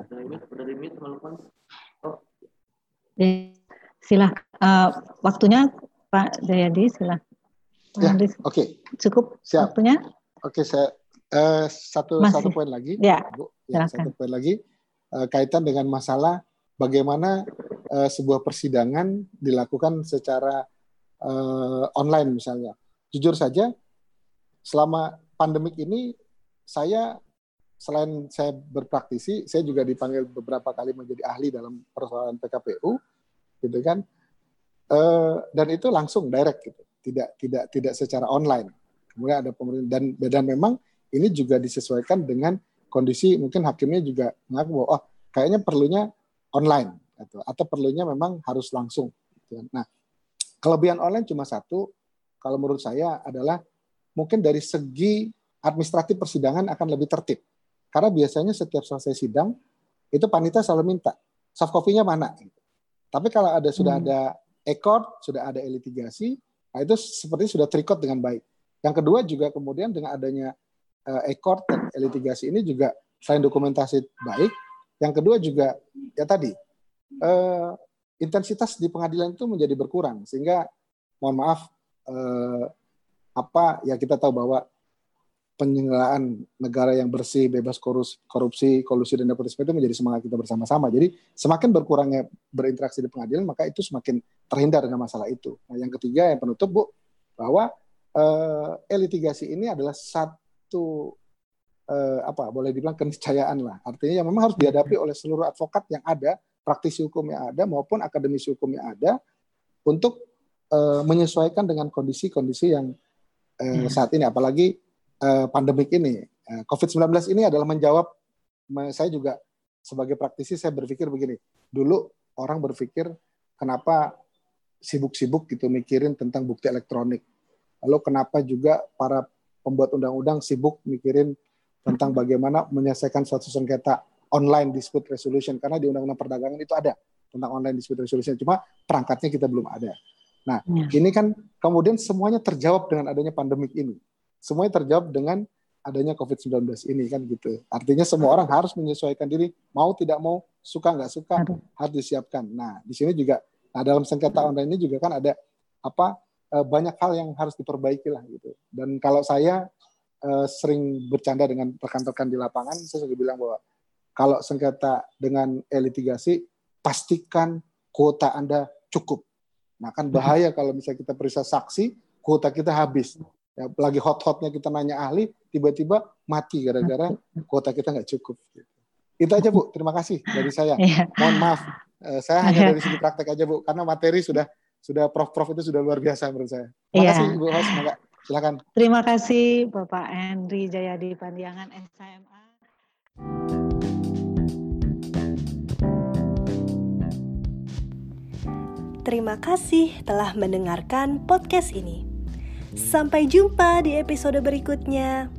S4: Silakan waktunya Pak Jayadi, silakan.
S8: Ya, oke.
S4: Cukup. Siap. Waktunya?
S8: Oke, saya satu poin lagi,
S4: ya,
S8: Bu. Ya, satu poin lagi kaitan dengan masalah bagaimana sebuah persidangan dilakukan secara online misalnya. Jujur saja, selama pandemik ini selain saya berpraktisi, saya juga dipanggil beberapa kali menjadi ahli dalam persoalan PKPU, gitu kan? Dan itu langsung direct, gitu. Tidak secara online. Kemudian ada pemerintah dan memang ini juga disesuaikan dengan kondisi, mungkin hakimnya juga mengaku bahwa kayaknya perlunya online atau perlunya memang harus langsung. Gitu. Nah, kelebihan online cuma satu, kalau menurut saya adalah mungkin dari segi administratif persidangan akan lebih tertib. Karena biasanya setiap selesai sidang, itu panitia selalu minta, soft copy-nya mana? Tapi kalau sudah ada e-court, sudah ada e-litigasi, nah itu seperti sudah terikot dengan baik. Yang kedua juga kemudian dengan adanya e-court dan e-litigasi ini juga selain dokumentasi baik, yang kedua juga ya tadi, intensitas di pengadilan itu menjadi berkurang. Sehingga, mohon maaf, kita tahu bahwa penyelenggaraan negara yang bersih, bebas korupsi, kolusi, dan nepotisme itu menjadi semangat kita bersama-sama. Jadi semakin berkurangnya berinteraksi di pengadilan, maka itu semakin terhindar dengan masalah itu. Nah, yang ketiga, yang penutup, Bu, bahwa e-litigasi ini adalah satu boleh dibilang keniscayaan lah. Artinya yang memang harus dihadapi oleh seluruh advokat yang ada, praktisi hukum yang ada, maupun akademisi hukum yang ada, untuk menyesuaikan dengan kondisi-kondisi yang saat ini, apalagi pandemik ini. COVID-19 ini adalah menjawab, saya juga sebagai praktisi saya berpikir begini, dulu orang berpikir kenapa sibuk-sibuk gitu mikirin tentang bukti elektronik, lalu kenapa juga para pembuat undang-undang sibuk mikirin tentang bagaimana menyelesaikan suatu sengketa online dispute resolution, karena di undang-undang perdagangan itu ada tentang online dispute resolution, cuma perangkatnya kita belum ada. Nah, ini kan kemudian semuanya terjawab dengan adanya pandemik ini. Semuanya terjawab dengan adanya COVID-19 ini kan gitu. Artinya semua orang harus menyesuaikan diri, mau tidak mau, suka nggak suka, harus disiapkan. Nah, di sini juga, dalam sengketa online ini juga kan ada banyak hal yang harus diperbaiki lah gitu. Dan kalau saya sering bercanda dengan rekan-rekan di lapangan, saya sudah bilang bahwa kalau sengketa dengan litigasi, pastikan kuota Anda cukup. Nah, kan bahaya kalau misalnya kita periksa saksi, kuota kita habis. Ya, lagi hot-hotnya kita nanya ahli, tiba-tiba mati gara-gara kuota kita nggak cukup. Itu aja, Bu. Terima kasih dari saya. Mohon maaf, saya hanya dari segi praktek aja, Bu, karena materi sudah prof itu sudah luar biasa menurut saya. Terima kasih, Ibu host. Silakan.
S4: Terima kasih Bapak Henry Jayadi Pandiangan, SHMA.
S1: Terima kasih telah mendengarkan podcast ini. Sampai jumpa di episode berikutnya.